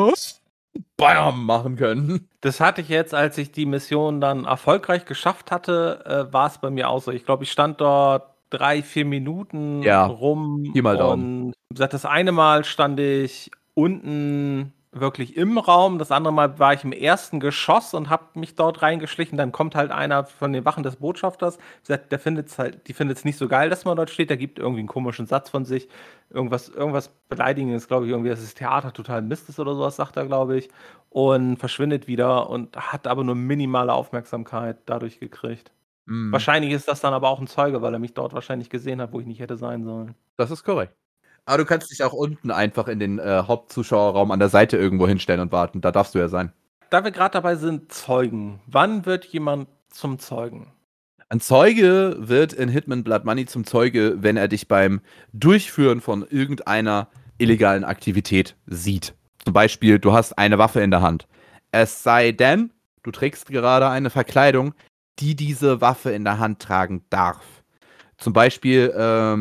BAM machen können. Das hatte ich jetzt, als ich die Mission dann erfolgreich geschafft hatte, war es bei mir auch so. Ich glaube, ich stand dort 3-4 Minuten rum Pi mal Daumen. und wie gesagt, das eine Mal stand ich unten wirklich im Raum, das andere Mal war ich im ersten Geschoss und habe mich dort reingeschlichen. Dann kommt halt einer von den Wachen des Botschafters, die findet es nicht so geil, dass man dort steht, der gibt irgendwie einen komischen Satz von sich, irgendwas Beleidigendes, glaube ich, irgendwie, dass das Theater total Mist ist oder sowas, sagt er, glaube ich, und verschwindet wieder und hat aber nur minimale Aufmerksamkeit dadurch gekriegt. Wahrscheinlich ist das dann aber auch ein Zeuge, weil er mich dort wahrscheinlich gesehen hat, wo ich nicht hätte sein sollen. Das ist korrekt. Aber du kannst dich auch unten einfach in den Hauptzuschauerraum an der Seite irgendwo hinstellen und warten. Da darfst du ja sein. Da wir gerade dabei sind, Zeugen. Wann wird jemand zum Zeugen? Ein Zeuge wird in Hitman Blood Money zum Zeuge, wenn er dich beim Durchführen von irgendeiner illegalen Aktivität sieht. Zum Beispiel, du hast eine Waffe in der Hand. Es sei denn, du trägst gerade eine Verkleidung, die diese Waffe in der Hand tragen darf. Zum Beispiel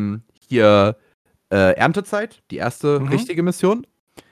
hier Erntezeit, die erste richtige Mission.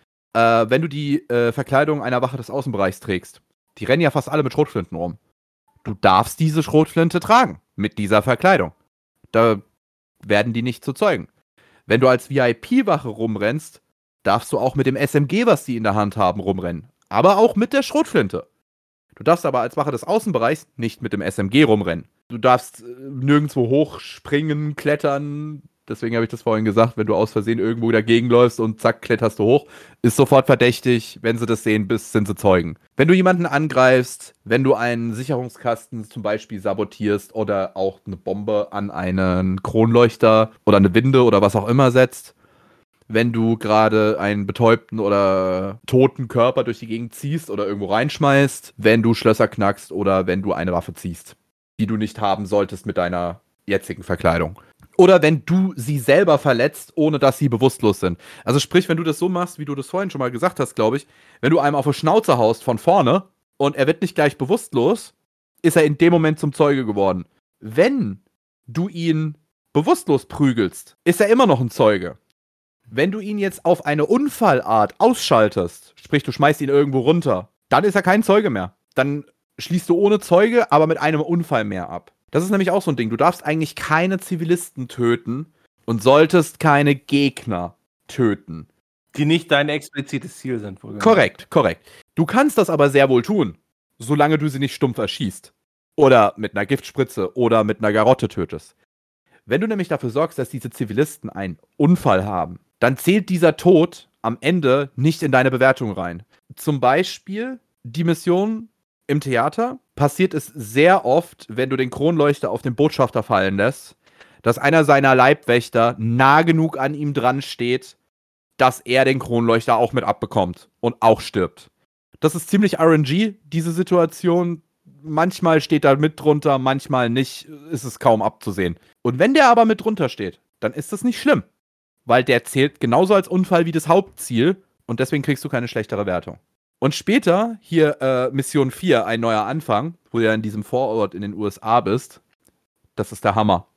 Wenn du die Verkleidung einer Wache des Außenbereichs trägst, die rennen ja fast alle mit Schrotflinten rum. Du darfst diese Schrotflinte tragen mit dieser Verkleidung. Da werden die nicht zu Zeugen. Wenn du als VIP-Wache rumrennst, darfst du auch mit dem SMG, was die in der Hand haben, rumrennen. Aber auch mit der Schrotflinte. Du darfst aber als Wache des Außenbereichs nicht mit dem SMG rumrennen. Du darfst nirgendwo hochspringen, klettern. Deswegen habe ich das vorhin gesagt, wenn du aus Versehen irgendwo dagegen läufst und zack, kletterst du hoch, ist sofort verdächtig. Wenn sie das sehen, sind sie Zeugen. Wenn du jemanden angreifst, wenn du einen Sicherungskasten zum Beispiel sabotierst oder auch eine Bombe an einen Kronleuchter oder eine Winde oder was auch immer setzt, wenn du gerade einen betäubten oder toten Körper durch die Gegend ziehst oder irgendwo reinschmeißt, wenn du Schlösser knackst oder wenn du eine Waffe ziehst, die du nicht haben solltest mit deiner jetzigen Verkleidung. Oder wenn du sie selber verletzt, ohne dass sie bewusstlos sind. Also sprich, wenn du das so machst, wie du das vorhin schon mal gesagt hast, glaube ich, wenn du einem auf die Schnauze haust von vorne und er wird nicht gleich bewusstlos, ist er in dem Moment zum Zeuge geworden. Wenn du ihn bewusstlos prügelst, ist er immer noch ein Zeuge. Wenn du ihn jetzt auf eine Unfallart ausschaltest, sprich, du schmeißt ihn irgendwo runter, dann ist er kein Zeuge mehr. Dann schließt du ohne Zeuge, aber mit einem Unfall mehr ab. Das ist nämlich auch so ein Ding. Du darfst eigentlich keine Zivilisten töten und solltest keine Gegner töten. Die nicht dein explizites Ziel sind, wohl. Korrekt. Du kannst das aber sehr wohl tun, solange du sie nicht stumpf erschießt. Oder mit einer Giftspritze oder mit einer Garotte tötest. Wenn du nämlich dafür sorgst, dass diese Zivilisten einen Unfall haben, dann zählt dieser Tod am Ende nicht in deine Bewertung rein. Zum Beispiel die Mission im Theater passiert es sehr oft, wenn du den Kronleuchter auf den Botschafter fallen lässt, dass einer seiner Leibwächter nah genug an ihm dran steht, dass er den Kronleuchter auch mit abbekommt und auch stirbt. Das ist ziemlich RNG, diese Situation. Manchmal steht da mit drunter, manchmal nicht, ist es kaum abzusehen. Und wenn der aber mit drunter steht, dann ist das nicht schlimm. Weil der zählt genauso als Unfall wie das Hauptziel und deswegen kriegst du keine schlechtere Wertung. Und später, hier Mission 4, ein neuer Anfang, wo du ja in diesem Vorort in den USA bist, das ist der Hammer.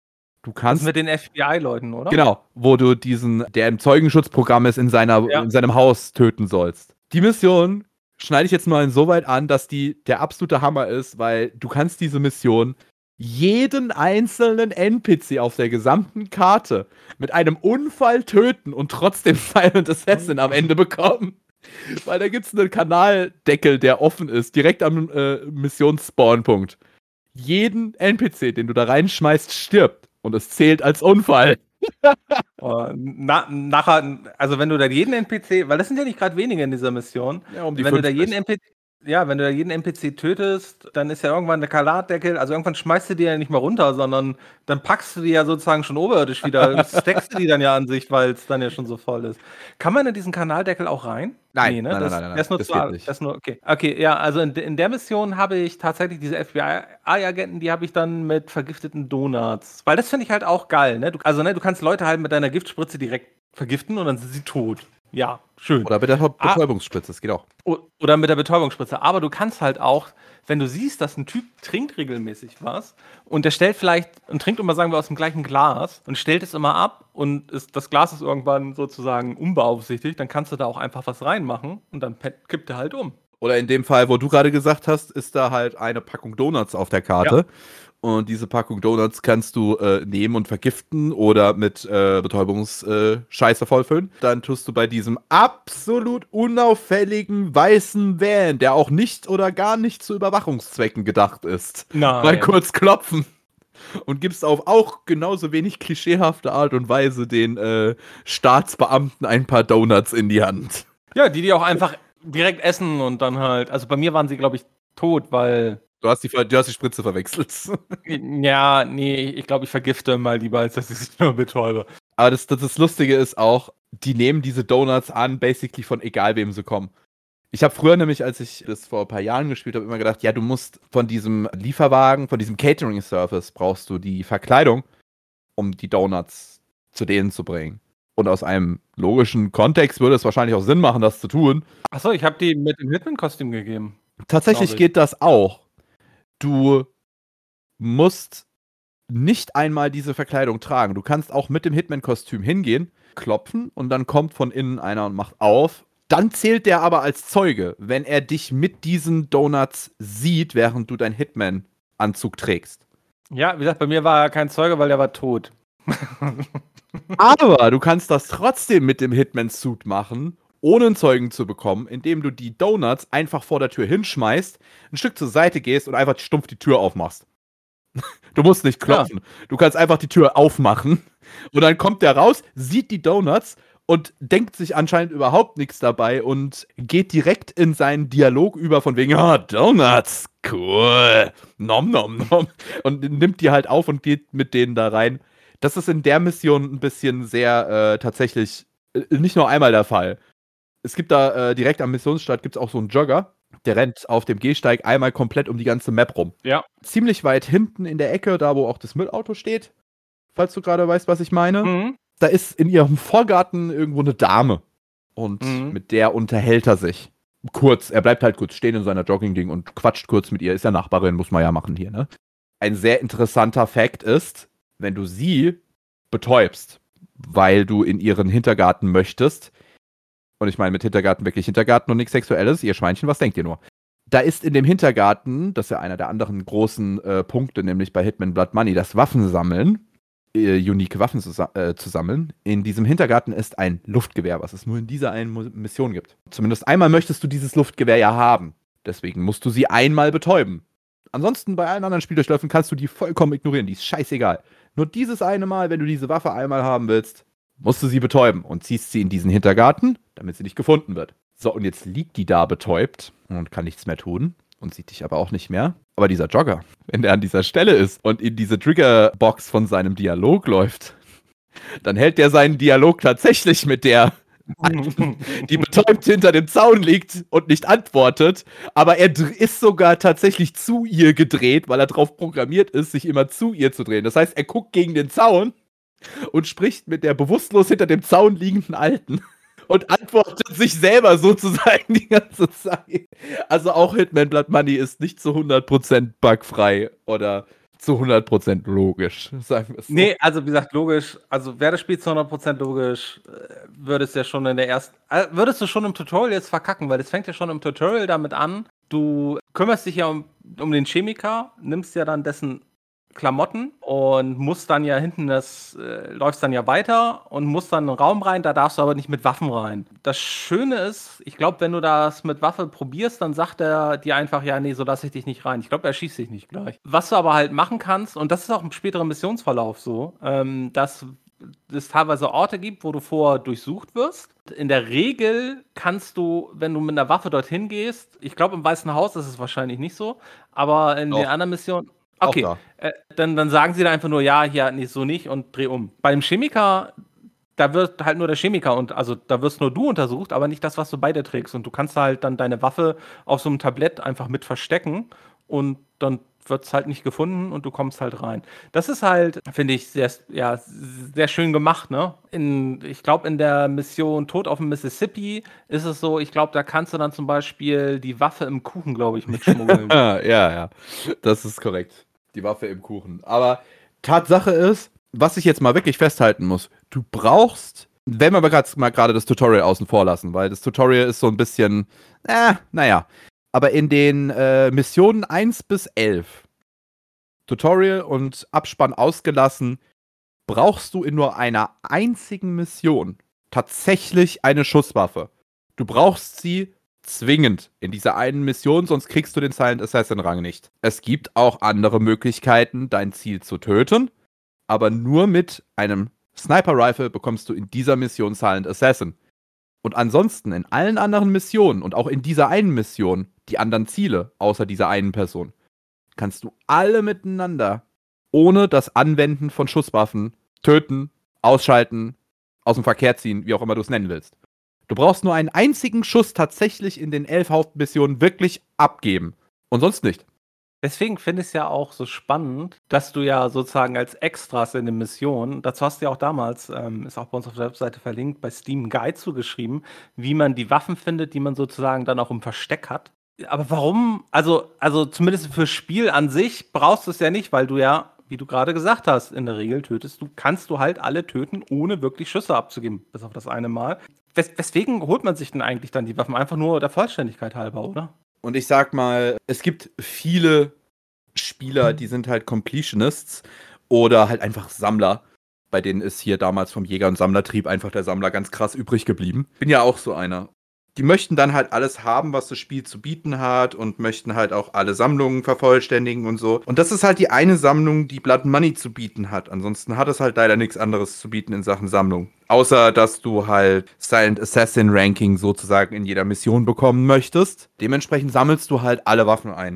Du kannst. Das mit den FBI-Leuten, oder? Genau, wo du der im Zeugenschutzprogramm ist, in seinem Haus töten sollst. Die Mission schneide ich jetzt mal insoweit an, dass der absolute Hammer ist, weil du kannst diese Mission jeden einzelnen NPC auf der gesamten Karte mit einem Unfall töten und trotzdem Silent Assassin am Ende bekommen. Weil da gibt es einen Kanaldeckel, der offen ist, direkt am Missionsspawnpunkt. Jeden NPC, den du da reinschmeißt, stirbt. Und es zählt als Unfall. Nachher, also wenn du da jeden NPC, weil das sind ja nicht gerade wenige in dieser Mission, Ja, um die wenn 50. du da jeden NPC, Ja, wenn du da jeden NPC tötest, dann ist ja irgendwann der Kalatdeckel, also irgendwann schmeißt du die ja nicht mehr runter, sondern dann packst du die ja sozusagen schon oberirdisch wieder, stackst du die dann ja an sich, weil es dann ja schon so voll ist. Kann man in diesen Kanaldeckel auch rein? Nein, Nee, ne? nein, nein, nein, Der nein, ist nur das zu, geht der nicht. ist nur, okay. Okay, ja, also in der Mission habe ich tatsächlich diese FBI-Agenten, die habe ich dann mit vergifteten Donuts. Weil das finde ich halt auch geil, ne? Du kannst Leute halt mit deiner Giftspritze direkt vergiften und dann sind sie tot. Ja, schön. Oder mit der Betäubungsspritze, das geht auch. Oder mit der Betäubungsspritze. Aber du kannst halt auch, wenn du siehst, dass ein Typ trinkt regelmäßig was und der stellt vielleicht und trinkt immer, sagen wir, aus dem gleichen Glas und stellt es immer ab und das Glas ist irgendwann sozusagen unbeaufsichtigt, dann kannst du da auch einfach was reinmachen und dann kippt er halt um. Oder in dem Fall, wo du gerade gesagt hast, ist da halt eine Packung Donuts auf der Karte. Ja. Und diese Packung Donuts kannst du nehmen und vergiften oder mit Betäubungsscheiße vollfüllen. Dann tust du bei diesem absolut unauffälligen weißen Van, der auch nicht oder gar nicht zu Überwachungszwecken gedacht ist, mal kurz klopfen. Und gibst auf auch genauso wenig klischeehafte Art und Weise den Staatsbeamten ein paar Donuts in die Hand. Ja, die auch einfach direkt essen und dann halt, also bei mir waren sie, glaube ich, tot, weil... Du hast die Spritze verwechselt. Ja, nee, ich glaube, ich vergifte mal lieber, als dass ich sie nur betäube. Aber das Lustige ist auch, die nehmen diese Donuts an, basically von egal wem sie kommen. Ich habe früher nämlich, als ich das vor ein paar Jahren gespielt habe, immer gedacht, ja, du musst von diesem Lieferwagen, von diesem Catering-Service, brauchst du die Verkleidung, um die Donuts zu denen zu bringen. Und aus einem logischen Kontext würde es wahrscheinlich auch Sinn machen, das zu tun. Achso, ich habe die mit dem Hitman-Kostüm gegeben. Tatsächlich geht das auch. Du musst nicht einmal diese Verkleidung tragen. Du kannst auch mit dem Hitman-Kostüm hingehen, klopfen und dann kommt von innen einer und macht auf. Dann zählt der aber als Zeuge, wenn er dich mit diesen Donuts sieht, während du deinen Hitman-Anzug trägst. Ja, wie gesagt, bei mir war er kein Zeuge, weil er war tot. Aber du kannst das trotzdem mit dem Hitman-Suit machen, ohne einen Zeugen zu bekommen, indem du die Donuts einfach vor der Tür hinschmeißt, ein Stück zur Seite gehst und einfach stumpf die Tür aufmachst. Du musst nicht klopfen. Ja. Du kannst einfach die Tür aufmachen und dann kommt der raus, sieht die Donuts und denkt sich anscheinend überhaupt nichts dabei und geht direkt in seinen Dialog über von wegen, Donuts, cool, nom nom nom, und nimmt die halt auf und geht mit denen da rein. Das ist in der Mission ein bisschen sehr tatsächlich nicht nur einmal der Fall. Es gibt da direkt am Missionsstart gibt's auch so einen Jogger, der rennt auf dem Gehsteig einmal komplett um die ganze Map rum. Ja. Ziemlich weit hinten in der Ecke, da wo auch das Müllauto steht, falls du gerade weißt, was ich meine. Mhm. Da ist in ihrem Vorgarten irgendwo eine Dame. Und mit der unterhält er sich. Kurz, er bleibt halt kurz stehen in seiner Jogging-Ding und quatscht kurz mit ihr. Ist ja Nachbarin, muss man ja machen hier, ne? Ein sehr interessanter Fact ist, wenn du sie betäubst, weil du in ihren Hintergarten möchtest, und ich meine mit Hintergarten wirklich Hintergarten und nichts Sexuelles, ihr Schweinchen, was denkt ihr nur? Da ist in dem Hintergarten, das ist ja einer der anderen großen Punkte, nämlich bei Hitman Blood Money, das Waffensammeln, unique Waffen zu sammeln. In diesem Hintergarten ist ein Luftgewehr, was es nur in dieser einen Mission gibt. Zumindest einmal möchtest du dieses Luftgewehr ja haben. Deswegen musst du sie einmal betäuben. Ansonsten bei allen anderen Spieldurchläufen kannst du die vollkommen ignorieren, die ist scheißegal. Nur dieses eine Mal, wenn du diese Waffe einmal haben willst, musst du sie betäuben und ziehst sie in diesen Hintergarten, damit sie nicht gefunden wird. So, und jetzt liegt die da betäubt und kann nichts mehr tun und sieht dich aber auch nicht mehr. Aber dieser Jogger, wenn der an dieser Stelle ist und in diese Triggerbox von seinem Dialog läuft, dann hält der seinen Dialog tatsächlich mit der, die betäubt hinter dem Zaun liegt und nicht antwortet, aber er ist sogar tatsächlich zu ihr gedreht, weil er darauf programmiert ist, sich immer zu ihr zu drehen. Das heißt, er guckt gegen den Zaun und spricht mit der bewusstlos hinter dem Zaun liegenden Alten und antwortet sich selber sozusagen die ganze Zeit. Also auch Hitman Blood Money ist nicht zu 100% bugfrei oder zu 100% logisch, sagen wir es so. Nee, also wie gesagt, logisch. Also wäre das Spiel zu 100% logisch, würdest du schon im Tutorial jetzt verkacken, weil das fängt ja schon im Tutorial damit an. Du kümmerst dich ja um den Chemiker, nimmst ja dann dessen Klamotten und musst dann ja hinten läufst dann ja weiter und musst dann in einen Raum rein, da darfst du aber nicht mit Waffen rein. Das Schöne ist, ich glaube, wenn du das mit Waffe probierst, dann sagt er dir einfach, ja, nee, so lasse ich dich nicht rein. Ich glaube, er schießt dich nicht gleich. Was du aber halt machen kannst, und das ist auch im späteren Missionsverlauf so, dass es teilweise Orte gibt, wo du vorher durchsucht wirst. In der Regel kannst du, wenn du mit einer Waffe dorthin gehst, ich glaube, im Weißen Haus ist es wahrscheinlich nicht so, aber in den Doch, anderen Missionen, auch okay, da. dann sagen sie da einfach nur, ja, hier, nee, so nicht und dreh um. Bei dem Chemiker, da wird halt nur der Chemiker und also da wirst nur du untersucht, aber nicht das, was du bei dir trägst. Und du kannst halt dann deine Waffe auf so einem Tablett einfach mit verstecken und dann wird es halt nicht gefunden und du kommst halt rein. Das ist halt, finde ich, sehr, ja, sehr schön gemacht, ne? Ich glaube, in der Mission Tod auf dem Mississippi ist es so, ich glaube, da kannst du dann zum Beispiel die Waffe im Kuchen, glaube ich, mitschmuggeln. Ja, das ist korrekt. Die Waffe im Kuchen. Aber Tatsache ist, was ich jetzt mal wirklich festhalten muss, du brauchst, wenn wir aber mal gerade das Tutorial außen vor lassen, weil das Tutorial ist so ein bisschen, naja. Aber in den Missionen 1 bis 11, Tutorial und Abspann ausgelassen, brauchst du in nur einer einzigen Mission tatsächlich eine Schusswaffe. Du brauchst sie zwingend in dieser einen Mission, sonst kriegst du den Silent Assassin Rang nicht. Es gibt auch andere Möglichkeiten, dein Ziel zu töten, aber nur mit einem Sniper Rifle bekommst du in dieser Mission Silent Assassin. Und ansonsten in allen anderen Missionen und auch in dieser einen Mission, die anderen Ziele, außer dieser einen Person, kannst du alle miteinander ohne das Anwenden von Schusswaffen töten, ausschalten, aus dem Verkehr ziehen, wie auch immer du es nennen willst. Du brauchst nur einen einzigen Schuss tatsächlich in den 11 Hauptmissionen wirklich abgeben. Und sonst nicht. Deswegen finde ich es ja auch so spannend, dass du ja sozusagen als Extras in den Missionen, dazu hast du ja auch damals, ist auch bei uns auf der Webseite verlinkt, bei Steam einen Guide zugeschrieben, wie man die Waffen findet, die man sozusagen dann auch im Versteck hat. Aber warum, also zumindest für Spiel an sich brauchst du es ja nicht, weil du ja, wie du gerade gesagt hast, in der Regel kannst du halt alle töten, ohne wirklich Schüsse abzugeben, bis auf das eine Mal. Weswegen holt man sich denn eigentlich dann die Waffen? Einfach nur der Vollständigkeit halber, oder? Und ich sag mal, es gibt viele Spieler, die sind halt Completionists oder halt einfach Sammler. Bei denen ist hier damals vom Jäger- und Sammlertrieb einfach der Sammler ganz krass übrig geblieben. Bin ja auch so einer. Die möchten dann halt alles haben, was das Spiel zu bieten hat und möchten halt auch alle Sammlungen vervollständigen und so. Und das ist halt die eine Sammlung, die Blood Money zu bieten hat. Ansonsten hat es halt leider nichts anderes zu bieten in Sachen Sammlung. Außer, dass du halt Silent Assassin Ranking sozusagen in jeder Mission bekommen möchtest. Dementsprechend sammelst du halt alle Waffen ein.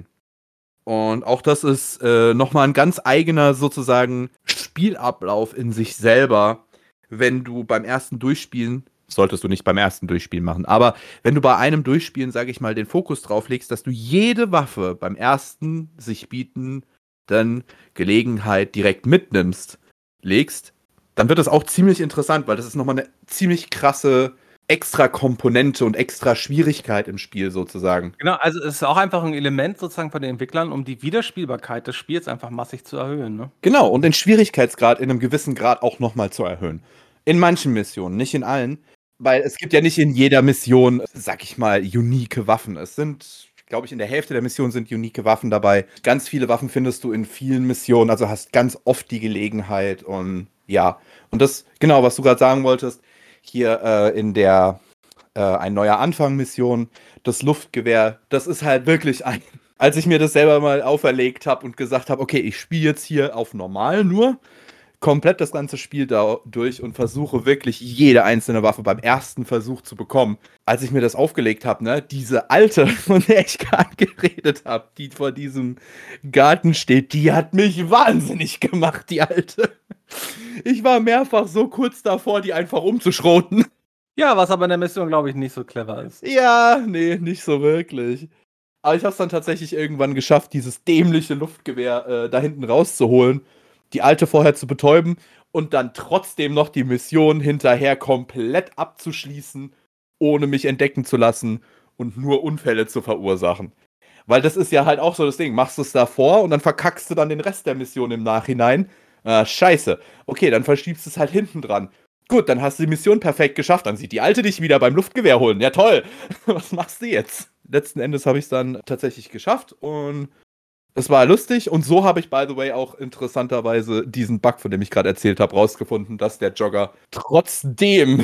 Und auch das ist nochmal ein ganz eigener sozusagen Spielablauf in sich selber, wenn du beim ersten Durchspielen, solltest du nicht beim ersten Durchspielen machen, aber wenn du bei einem Durchspielen, sage ich mal, den Fokus drauf legst, dass du jede Waffe beim ersten sich bietenden Gelegenheit direkt mitnimmst, dann wird das auch ziemlich interessant, weil das ist nochmal eine ziemlich krasse extra Komponente und extra Schwierigkeit im Spiel sozusagen. Genau, also es ist auch einfach ein Element sozusagen von den Entwicklern, um die Wiederspielbarkeit des Spiels einfach massig zu erhöhen, ne? Genau, und den Schwierigkeitsgrad in einem gewissen Grad auch nochmal zu erhöhen. In manchen Missionen, nicht in allen. Weil es gibt ja nicht in jeder Mission, sag ich mal, unique Waffen. Es sind, glaube ich, in der Hälfte der Missionen sind unique Waffen dabei. Ganz viele Waffen findest du in vielen Missionen, also hast ganz oft die Gelegenheit und ja. Und das, genau, was du gerade sagen wolltest, hier in der Ein neuer Anfang-Mission, das Luftgewehr, das ist halt wirklich ein. Als ich mir das selber mal auferlegt habe und gesagt habe, okay, ich spiele jetzt hier auf normal nur, komplett das ganze Spiel durch und versuche wirklich jede einzelne Waffe beim ersten Versuch zu bekommen. Als ich mir das aufgelegt habe, ne, diese alte, von der ich gerade geredet habe, die vor diesem Garten steht, die hat mich wahnsinnig gemacht, die alte. Ich war mehrfach so kurz davor, die einfach umzuschroten. Ja, was aber in der Mission, glaube ich, nicht so clever ist. Ja, nee, nicht so wirklich. Aber ich habe es dann tatsächlich irgendwann geschafft, dieses dämliche Luftgewehr da hinten rauszuholen, die alte vorher zu betäuben und dann trotzdem noch die Mission hinterher komplett abzuschließen, ohne mich entdecken zu lassen und nur Unfälle zu verursachen. Weil das ist ja halt auch so das Ding. Machst du es davor und dann verkackst du dann den Rest der Mission im Nachhinein. Scheiße. Okay, dann verschiebst du es halt hinten dran. Gut, dann hast du die Mission perfekt geschafft. Dann sieht die Alte dich wieder beim Luftgewehr holen. Ja, toll. Was machst du jetzt? Letzten Endes habe ich es dann tatsächlich geschafft und es war lustig. Und so habe ich, by the way, auch interessanterweise diesen Bug, von dem ich gerade erzählt habe, rausgefunden, dass der Jogger trotzdem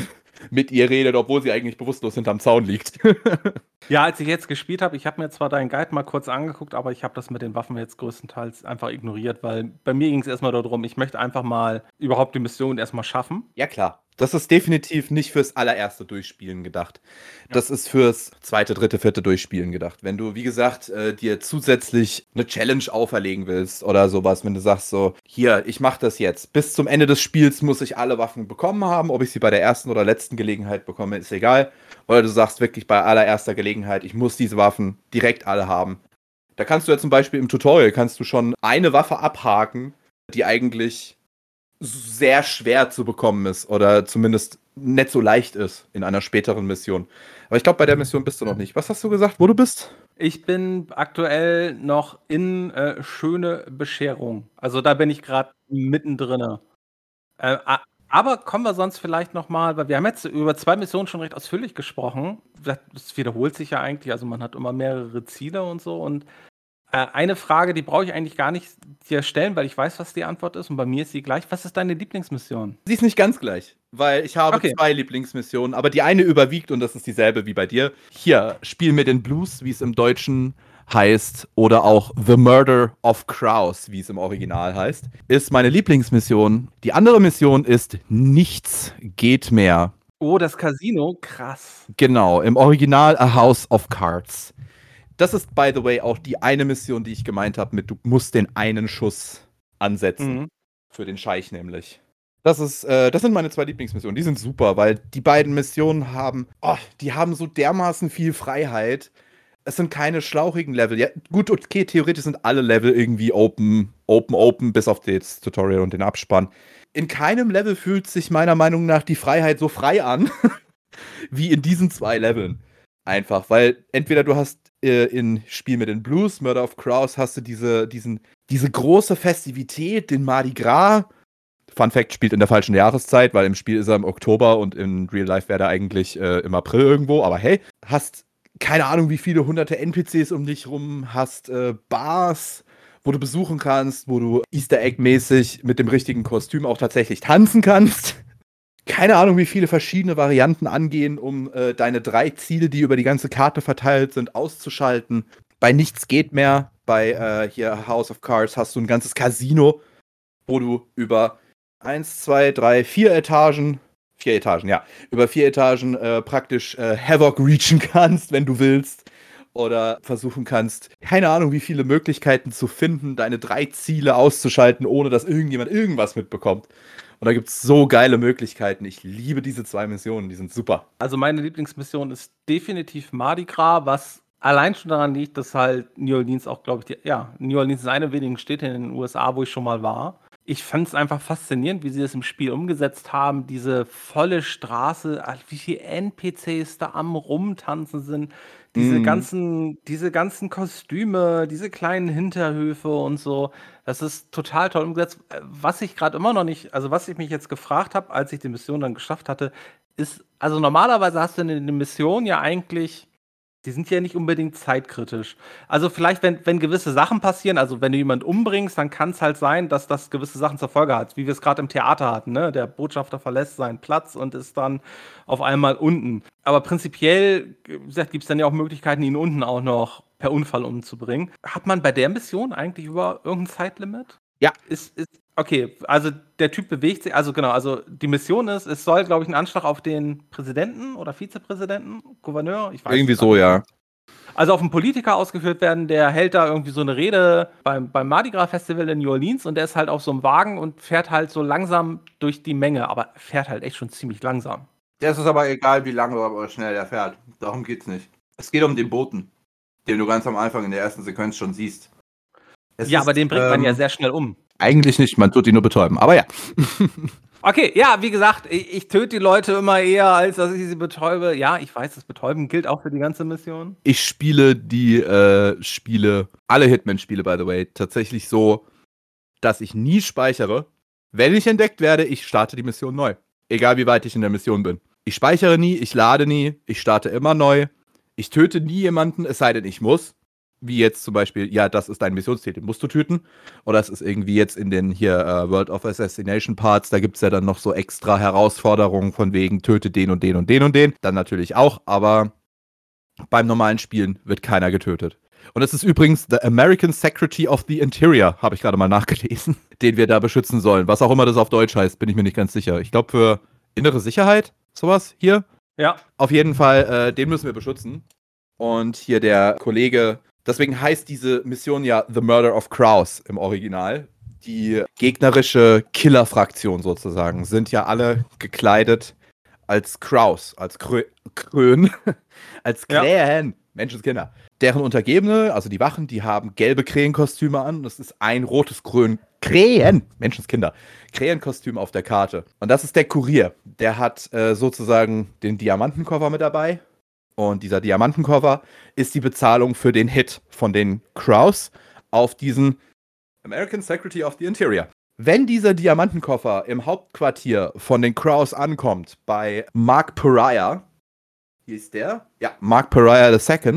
mit ihr redet, obwohl sie eigentlich bewusstlos hinterm Zaun liegt. Ja, als ich jetzt gespielt habe, ich habe mir zwar deinen Guide mal kurz angeguckt, aber ich habe das mit den Waffen jetzt größtenteils einfach ignoriert, weil bei mir ging es erstmal darum, ich möchte einfach mal überhaupt die Mission erstmal schaffen. Ja, klar. Das ist definitiv nicht fürs allererste Durchspielen gedacht. Ja. Das ist fürs zweite, dritte, vierte Durchspielen gedacht. Wenn du, wie gesagt, dir zusätzlich eine Challenge auferlegen willst oder sowas, wenn du sagst so, hier, ich mach das jetzt. Bis zum Ende des Spiels muss ich alle Waffen bekommen haben. Ob ich sie bei der ersten oder letzten Gelegenheit bekomme, ist egal. Oder du sagst wirklich bei allererster Gelegenheit, ich muss diese Waffen direkt alle haben. Da kannst du ja zum Beispiel im Tutorial kannst du schon eine Waffe abhaken, die eigentlich sehr schwer zu bekommen ist oder zumindest nicht so leicht ist in einer späteren Mission. Aber ich glaube, bei der Mission bist du noch nicht. Was hast du gesagt, wo du bist? Ich bin aktuell noch in schöne Bescherung. Also da bin ich gerade mittendrin. Aber kommen wir sonst vielleicht nochmal, weil wir haben jetzt über 2 Missionen schon recht ausführlich gesprochen. Das wiederholt sich ja eigentlich, also man hat immer mehrere Ziele und so. Und eine Frage, die brauche ich eigentlich gar nicht dir stellen, weil ich weiß, was die Antwort ist. Und bei mir ist sie gleich. Was ist deine Lieblingsmission? Sie ist nicht ganz gleich, weil ich habe Okay. 2 Lieblingsmissionen, aber die eine überwiegt und das ist dieselbe wie bei dir. Hier, Spiel mit den Blues, wie es im Deutschen heißt, oder auch The Murder of Kraus, wie es im Original heißt, ist meine Lieblingsmission. Die andere Mission ist Nichts geht mehr. Oh, das Casino, krass. Genau, im Original A House of Cards. Das ist, by the way, auch die eine Mission, die ich gemeint habe mit, du musst den einen Schuss ansetzen. Mhm. Für den Scheich nämlich. Das sind meine 2 Lieblingsmissionen. Die sind super, weil die beiden Missionen die haben so dermaßen viel Freiheit. Es sind keine schlauchigen Level. Ja, gut, okay, theoretisch sind alle Level irgendwie open, bis auf das Tutorial und den Abspann. In keinem Level fühlt sich meiner Meinung nach die Freiheit so frei an, wie in diesen 2 Leveln. Einfach, weil entweder du hast in Spiel mit den Blues, Murder of Kraus, hast du diese große Festivität, den Mardi Gras. Fun Fact, spielt in der falschen Jahreszeit, weil im Spiel ist er im Oktober und in Real Life wäre er eigentlich im April irgendwo. Aber hey, hast keine Ahnung, wie viele hunderte NPCs um dich rum, hast Bars, wo du besuchen kannst, wo du Easter Egg-mäßig mit dem richtigen Kostüm auch tatsächlich tanzen kannst. Keine Ahnung, wie viele verschiedene Varianten angehen, um deine 3 Ziele, die über die ganze Karte verteilt sind, auszuschalten. Bei Nichts geht mehr. Bei hier House of Cards hast du ein ganzes Casino, wo du über 1, 2, 3, 4 Etagen, über 4 Etagen praktisch Havoc reachen kannst, wenn du willst. Oder versuchen kannst, keine Ahnung, wie viele Möglichkeiten zu finden, deine 3 Ziele auszuschalten, ohne dass irgendjemand irgendwas mitbekommt. Und da gibt es so geile Möglichkeiten. Ich liebe diese 2 Missionen, die sind super. Also meine Lieblingsmission ist definitiv Mardi Gras, was allein schon daran liegt, dass halt New Orleans auch, glaube ich, New Orleans ist eine der wenigen Städte in den USA, wo ich schon mal war. Ich fand es einfach faszinierend, wie sie das im Spiel umgesetzt haben. Diese volle Straße, wie viele NPCs da am Rumtanzen sind. Diese ganzen Kostüme, diese kleinen Hinterhöfe und so. Das ist total toll umgesetzt. Was ich gerade immer noch nicht, also was ich mich jetzt gefragt habe, als ich die Mission dann geschafft hatte, ist, also normalerweise hast du eine Mission ja eigentlich, die sind ja nicht unbedingt zeitkritisch. Also vielleicht, wenn gewisse Sachen passieren, also wenn du jemanden umbringst, dann kann es halt sein, dass das gewisse Sachen zur Folge hat, wie wir es gerade im Theater hatten, ne? Der Botschafter verlässt seinen Platz und ist dann auf einmal unten. Aber prinzipiell, wie gesagt, gibt es dann ja auch Möglichkeiten, ihn unten auch noch per Unfall umzubringen. Hat man bei der Mission eigentlich über irgendein Zeitlimit? Ja. Okay, also der Typ bewegt sich, also genau, also die Mission ist, es soll, glaube ich, ein Anschlag auf den Präsidenten oder Vizepräsidenten, Gouverneur, ich weiß Irgendwie es so, gar ja. nicht. Also auf einen Politiker ausgeführt werden, der hält da irgendwie so eine Rede beim Mardi Gras Festival in New Orleans und der ist halt auf so einem Wagen und fährt halt so langsam durch die Menge, aber fährt halt echt schon ziemlich langsam. Das ist aber egal, wie lange oder schnell der fährt. Darum geht's nicht. Es geht um den Boten, den du ganz am Anfang in der ersten Sequenz schon siehst. Aber den bringt man ja sehr schnell um. Eigentlich nicht, man tut ihn nur betäuben, aber ja. Okay, ja, wie gesagt, ich töte die Leute immer eher, als dass ich sie betäube. Ja, ich weiß, das Betäuben gilt auch für die ganze Mission. Ich spiele die alle Hitman-Spiele, by the way, tatsächlich so, dass ich nie speichere. Wenn ich entdeckt werde, ich starte die Mission neu. Egal wie weit ich in der Mission bin. Ich speichere nie, ich lade nie, ich starte immer neu. Ich töte nie jemanden, es sei denn, ich muss. wie jetzt zum Beispiel, ja, das ist dein Missionsziel, den musst du töten. Oder es ist irgendwie jetzt in den hier World of Assassination Parts, da gibt es ja dann noch so extra Herausforderungen von wegen, töte den und den und den und den. Dann natürlich auch, aber beim normalen Spielen wird keiner getötet. Und es ist übrigens the American Secretary of the Interior, habe ich gerade mal nachgelesen, den wir da beschützen sollen. Was auch immer das auf Deutsch heißt, bin ich mir nicht ganz sicher. Ich glaube für innere Sicherheit, sowas hier. Ja. Auf jeden Fall, den müssen wir beschützen. Und hier der Kollege, deswegen heißt diese Mission ja The Murder of Kraus im Original. Die gegnerische Killerfraktion sozusagen sind ja alle gekleidet als Kraus, als Krön, als Krähen, Menschenskinder. Deren Untergebene, also die Wachen, die haben gelbe Krähenkostüme an. Das ist ein rotes Krähen, Menschenskinder, Krähenkostüm auf der Karte. Und das ist der Kurier. Der hat sozusagen den Diamantenkoffer mit dabei. Und dieser Diamantenkoffer ist die Bezahlung für den Hit von den Kraus auf diesen American Secretary of the Interior. Wenn dieser Diamantenkoffer im Hauptquartier von den Kraus ankommt, bei Mark Pariah, hieß der? Ja, Mark Pariah II.,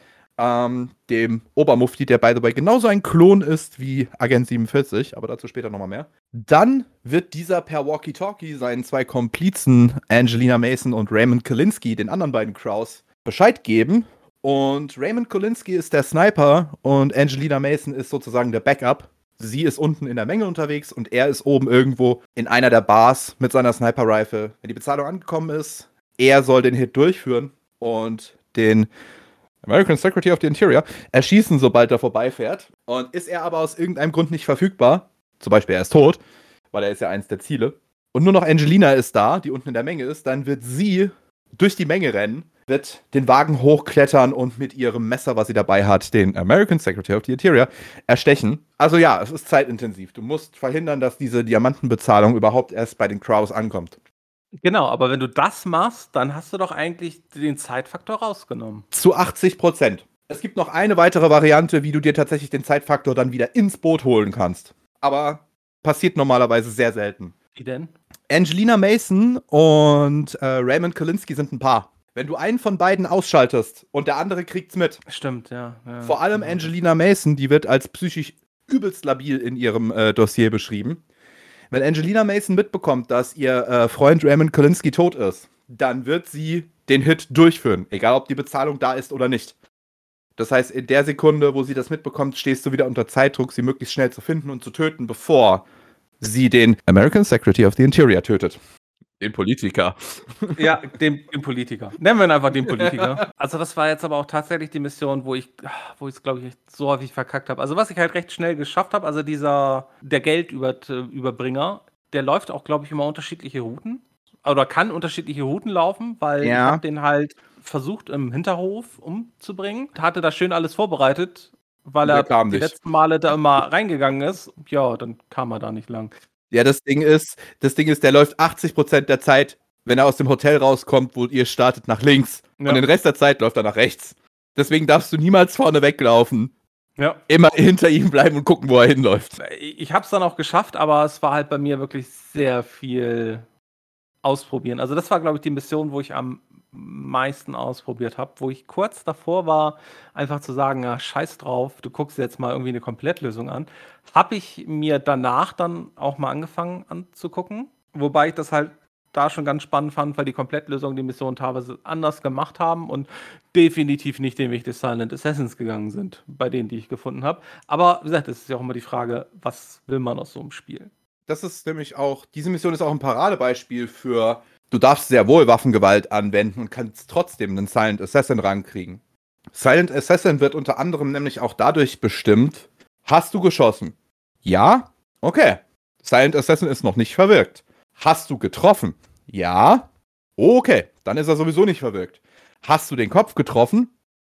dem Obermufti, der by the way genauso ein Klon ist wie Agent 47, aber dazu später nochmal mehr. Dann wird dieser per Walkie-Talkie seinen zwei Komplizen, Angelina Mason und Raymond Kalinsky, den anderen beiden Kraus, Bescheid geben. Und Raymond Kalinsky ist der Sniper und Angelina Mason ist sozusagen der Backup. Sie ist unten in der Menge unterwegs und er ist oben irgendwo in einer der Bars mit seiner Sniper-Rifle. Wenn die Bezahlung angekommen ist, er soll den Hit durchführen und den American Secretary of the Interior erschießen, sobald er vorbeifährt. Und ist er aber aus irgendeinem Grund nicht verfügbar, zum Beispiel er ist tot, weil er ist ja eins der Ziele, und nur noch Angelina ist da, die unten in der Menge ist, dann wird sie durch die Menge rennen, wird den Wagen hochklettern und mit ihrem Messer, was sie dabei hat, den American Secretary of the Interior erstechen. Also ja, es ist zeitintensiv. Du musst verhindern, dass diese Diamantenbezahlung überhaupt erst bei den Kraus ankommt. Genau, aber wenn du das machst, dann hast du doch eigentlich den Zeitfaktor rausgenommen. Zu 80%. Es gibt noch eine weitere Variante, wie du dir tatsächlich den Zeitfaktor dann wieder ins Boot holen kannst. Aber passiert normalerweise sehr selten. Wie denn? Angelina Mason und Raymond Kalinsky sind ein Paar. Wenn du einen von beiden ausschaltest und der andere kriegt's mit. Stimmt, ja. Vor allem Angelina Mason, die wird als psychisch übelst labil in ihrem Dossier beschrieben. Wenn Angelina Mason mitbekommt, dass ihr Freund Raymond Kalinsky tot ist, dann wird sie den Hit durchführen, egal ob die Bezahlung da ist oder nicht. Das heißt, in der Sekunde, wo sie das mitbekommt, stehst du wieder unter Zeitdruck, sie möglichst schnell zu finden und zu töten, bevor sie den American Secretary of the Interior tötet. Den Politiker. Ja, den Politiker. Nennen wir ihn einfach den Politiker. Also das war jetzt aber auch tatsächlich die Mission, wo ich es, glaube ich, echt so häufig verkackt habe. Also was ich halt recht schnell geschafft habe, also der Geldüberbringer, der läuft auch, glaube ich, immer unterschiedliche Routen. Oder kann unterschiedliche Routen laufen, weil ich habe den halt versucht im Hinterhof umzubringen. Hatte da schön alles vorbereitet, weil er die letzten Male da immer reingegangen ist. Ja, dann kam er da nicht lang. Ja, das Ding ist, der läuft 80% der Zeit, wenn er aus dem Hotel rauskommt, wo ihr startet, nach links. Ja. Und den Rest der Zeit läuft er nach rechts. Deswegen darfst du niemals vorne weglaufen. Ja. Immer hinter ihm bleiben und gucken, wo er hinläuft. Ich hab's dann auch geschafft, aber es war halt bei mir wirklich sehr viel ausprobieren. Also das war, glaube ich, die Mission, wo ich am meisten ausprobiert habe, wo ich kurz davor war, einfach zu sagen, ja, scheiß drauf, du guckst jetzt mal irgendwie eine Komplettlösung an. Habe ich mir danach dann auch mal angefangen anzugucken, wobei ich das halt da schon ganz spannend fand, weil die Komplettlösung die Mission teilweise anders gemacht haben und definitiv nicht den Weg des Silent Assassins gegangen sind, bei denen, die ich gefunden habe. Aber wie gesagt, es ist ja auch immer die Frage, was will man aus so einem Spiel? Das ist nämlich auch, diese Mission ist auch ein Paradebeispiel für, du darfst sehr wohl Waffengewalt anwenden und kannst trotzdem einen Silent Assassin rankriegen. Silent Assassin wird unter anderem nämlich auch dadurch bestimmt, hast du geschossen? Ja? Okay. Silent Assassin ist noch nicht verwirkt. Hast du getroffen? Ja? Okay, dann ist er sowieso nicht verwirkt. Hast du den Kopf getroffen?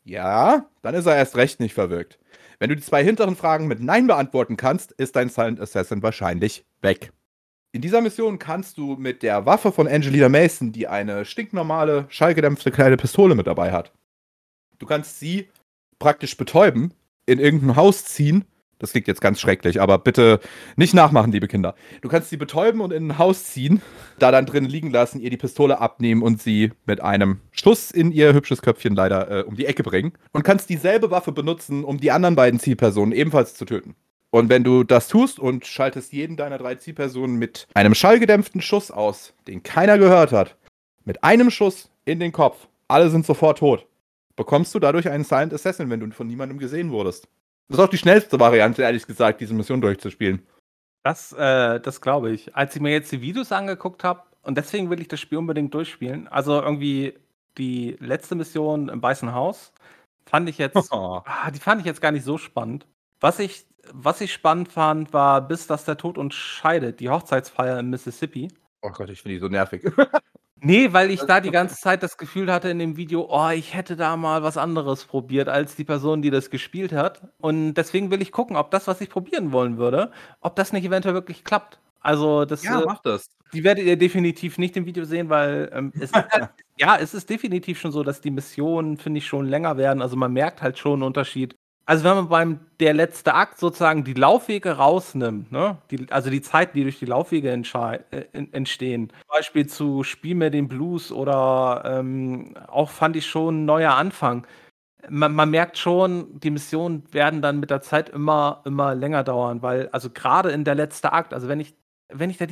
Ja? Dann ist er erst recht nicht verwirkt. Wenn du die zwei hinteren Fragen mit Nein beantworten kannst, ist dein Silent Assassin wahrscheinlich weg. In dieser Mission kannst du mit der Waffe von Angelina Mason, die eine stinknormale, schallgedämpfte kleine Pistole mit dabei hat, du kannst sie praktisch betäuben, in irgendein Haus ziehen, Das klingt jetzt ganz schrecklich, aber bitte nicht nachmachen, liebe Kinder. Du kannst sie betäuben und in ein Haus ziehen, da dann drin liegen lassen, ihr die Pistole abnehmen und sie mit einem Schuss in ihr hübsches Köpfchen leider um die Ecke bringen. Und kannst dieselbe Waffe benutzen, um die anderen beiden Zielpersonen ebenfalls zu töten. Und wenn du das tust und schaltest jeden deiner 3 Zielpersonen mit einem schallgedämpften Schuss aus, den keiner gehört hat, mit einem Schuss in den Kopf, alle sind sofort tot, bekommst du dadurch einen Silent Assassin, wenn du von niemandem gesehen wurdest. Das ist auch die schnellste Variante, ehrlich gesagt, diese Mission durchzuspielen. Das glaube ich. Als ich mir jetzt die Videos angeguckt habe, und deswegen will ich das Spiel unbedingt durchspielen, also irgendwie die letzte Mission im Weißen Haus, fand ich jetzt, die fand ich jetzt gar nicht so spannend. Was ich spannend fand, war Bis dass der Tod uns scheidet, die Hochzeitsfeier in Mississippi. Oh Gott, ich finde die so nervig. Nee, weil ich da die ganze Zeit das Gefühl hatte in dem Video, oh, ich hätte da mal was anderes probiert als die Person, die das gespielt hat. Und deswegen will ich gucken, ob das, was ich probieren wollen würde, ob das nicht eventuell wirklich klappt. Also das, mach das. die werdet ihr definitiv nicht im Video sehen, weil es ist halt, ja, es ist definitiv schon so, dass die Missionen, finde ich, schon länger werden. Also man merkt halt schon einen Unterschied. Also wenn man der letzte Akt sozusagen die Laufwege rausnimmt, ne? Also die Zeiten, die durch die Laufwege entstehen. Zum Beispiel zu Spiel mir den Blues oder auch fand ich schon ein neuer Anfang. Man merkt schon, die Missionen werden dann mit der Zeit immer länger dauern, weil, also gerade in der letzte Akt, also wenn ich da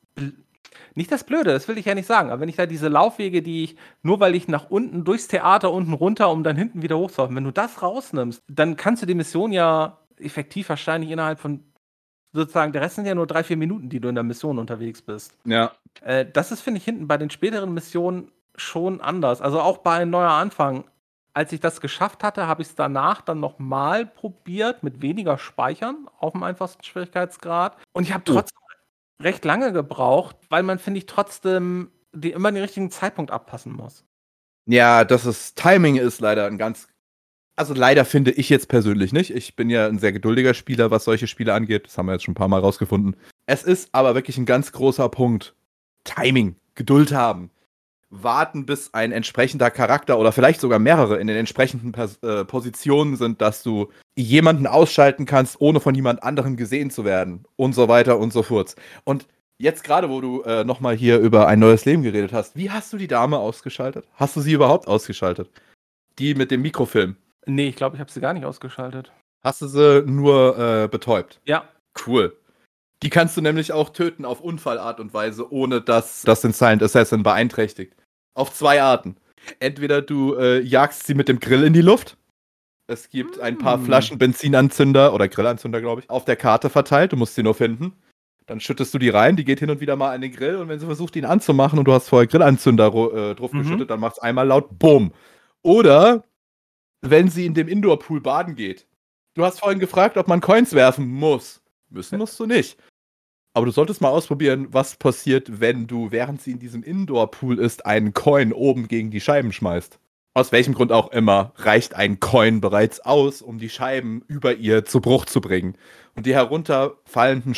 nicht das Blöde, das will ich ja nicht sagen, aber wenn ich da diese Laufwege, die ich, nur weil ich nach unten durchs Theater unten runter, um dann hinten wieder hochzulaufen, wenn du das rausnimmst, dann kannst du die Mission ja effektiv wahrscheinlich innerhalb von, sozusagen, der Rest sind ja nur 3-4 Minuten, die du in der Mission unterwegs bist. Ja. Das ist, finde ich, hinten bei den späteren Missionen schon anders. Also auch bei ein neuer Anfang. Als ich das geschafft hatte, habe ich es danach dann nochmal probiert, mit weniger Speichern auf dem einfachsten Schwierigkeitsgrad. Und ich habe trotzdem recht lange gebraucht, weil man, finde ich, trotzdem immer den richtigen Zeitpunkt abpassen muss. Ja, Timing ist leider also leider finde ich jetzt persönlich nicht. Ich bin ja ein sehr geduldiger Spieler, was solche Spiele angeht. Das haben wir jetzt schon ein paar Mal rausgefunden. Es ist aber wirklich ein ganz großer Punkt. Timing, Geduld haben. Warten, bis ein entsprechender Charakter oder vielleicht sogar mehrere in den entsprechenden Positionen sind, dass du jemanden ausschalten kannst, ohne von jemand anderem gesehen zu werden und so weiter und so fort. Und jetzt gerade, wo du nochmal hier über ein neues Leben geredet hast, wie hast du die Dame ausgeschaltet? Hast du sie überhaupt ausgeschaltet? Die mit dem Mikrofilm? Nee, ich glaube, ich habe sie gar nicht ausgeschaltet. Hast du sie nur betäubt? Ja. Cool. Die kannst du nämlich auch töten auf Unfallart und Weise, ohne dass das den Silent Assassin beeinträchtigt. Auf 2 Arten. Entweder du jagst sie mit dem Grill in die Luft. Es gibt ein paar Flaschen Benzinanzünder oder Grillanzünder, glaube ich, auf der Karte verteilt. Du musst sie nur finden. Dann schüttest du die rein, die geht hin und wieder mal an den Grill. Und wenn sie versucht, ihn anzumachen und du hast vorher Grillanzünder drauf geschüttet, dann macht's einmal laut BUM. Oder wenn sie in dem Indoor-Pool baden geht. Du hast vorhin gefragt, ob man Coins werfen muss. Müssen musst du nicht. Aber du solltest mal ausprobieren, was passiert, wenn du, während sie in diesem Indoor-Pool ist, einen Coin oben gegen die Scheiben schmeißt. Aus welchem Grund auch immer reicht ein Coin bereits aus, um die Scheiben über ihr zu Bruch zu bringen. Und die herunterfallenden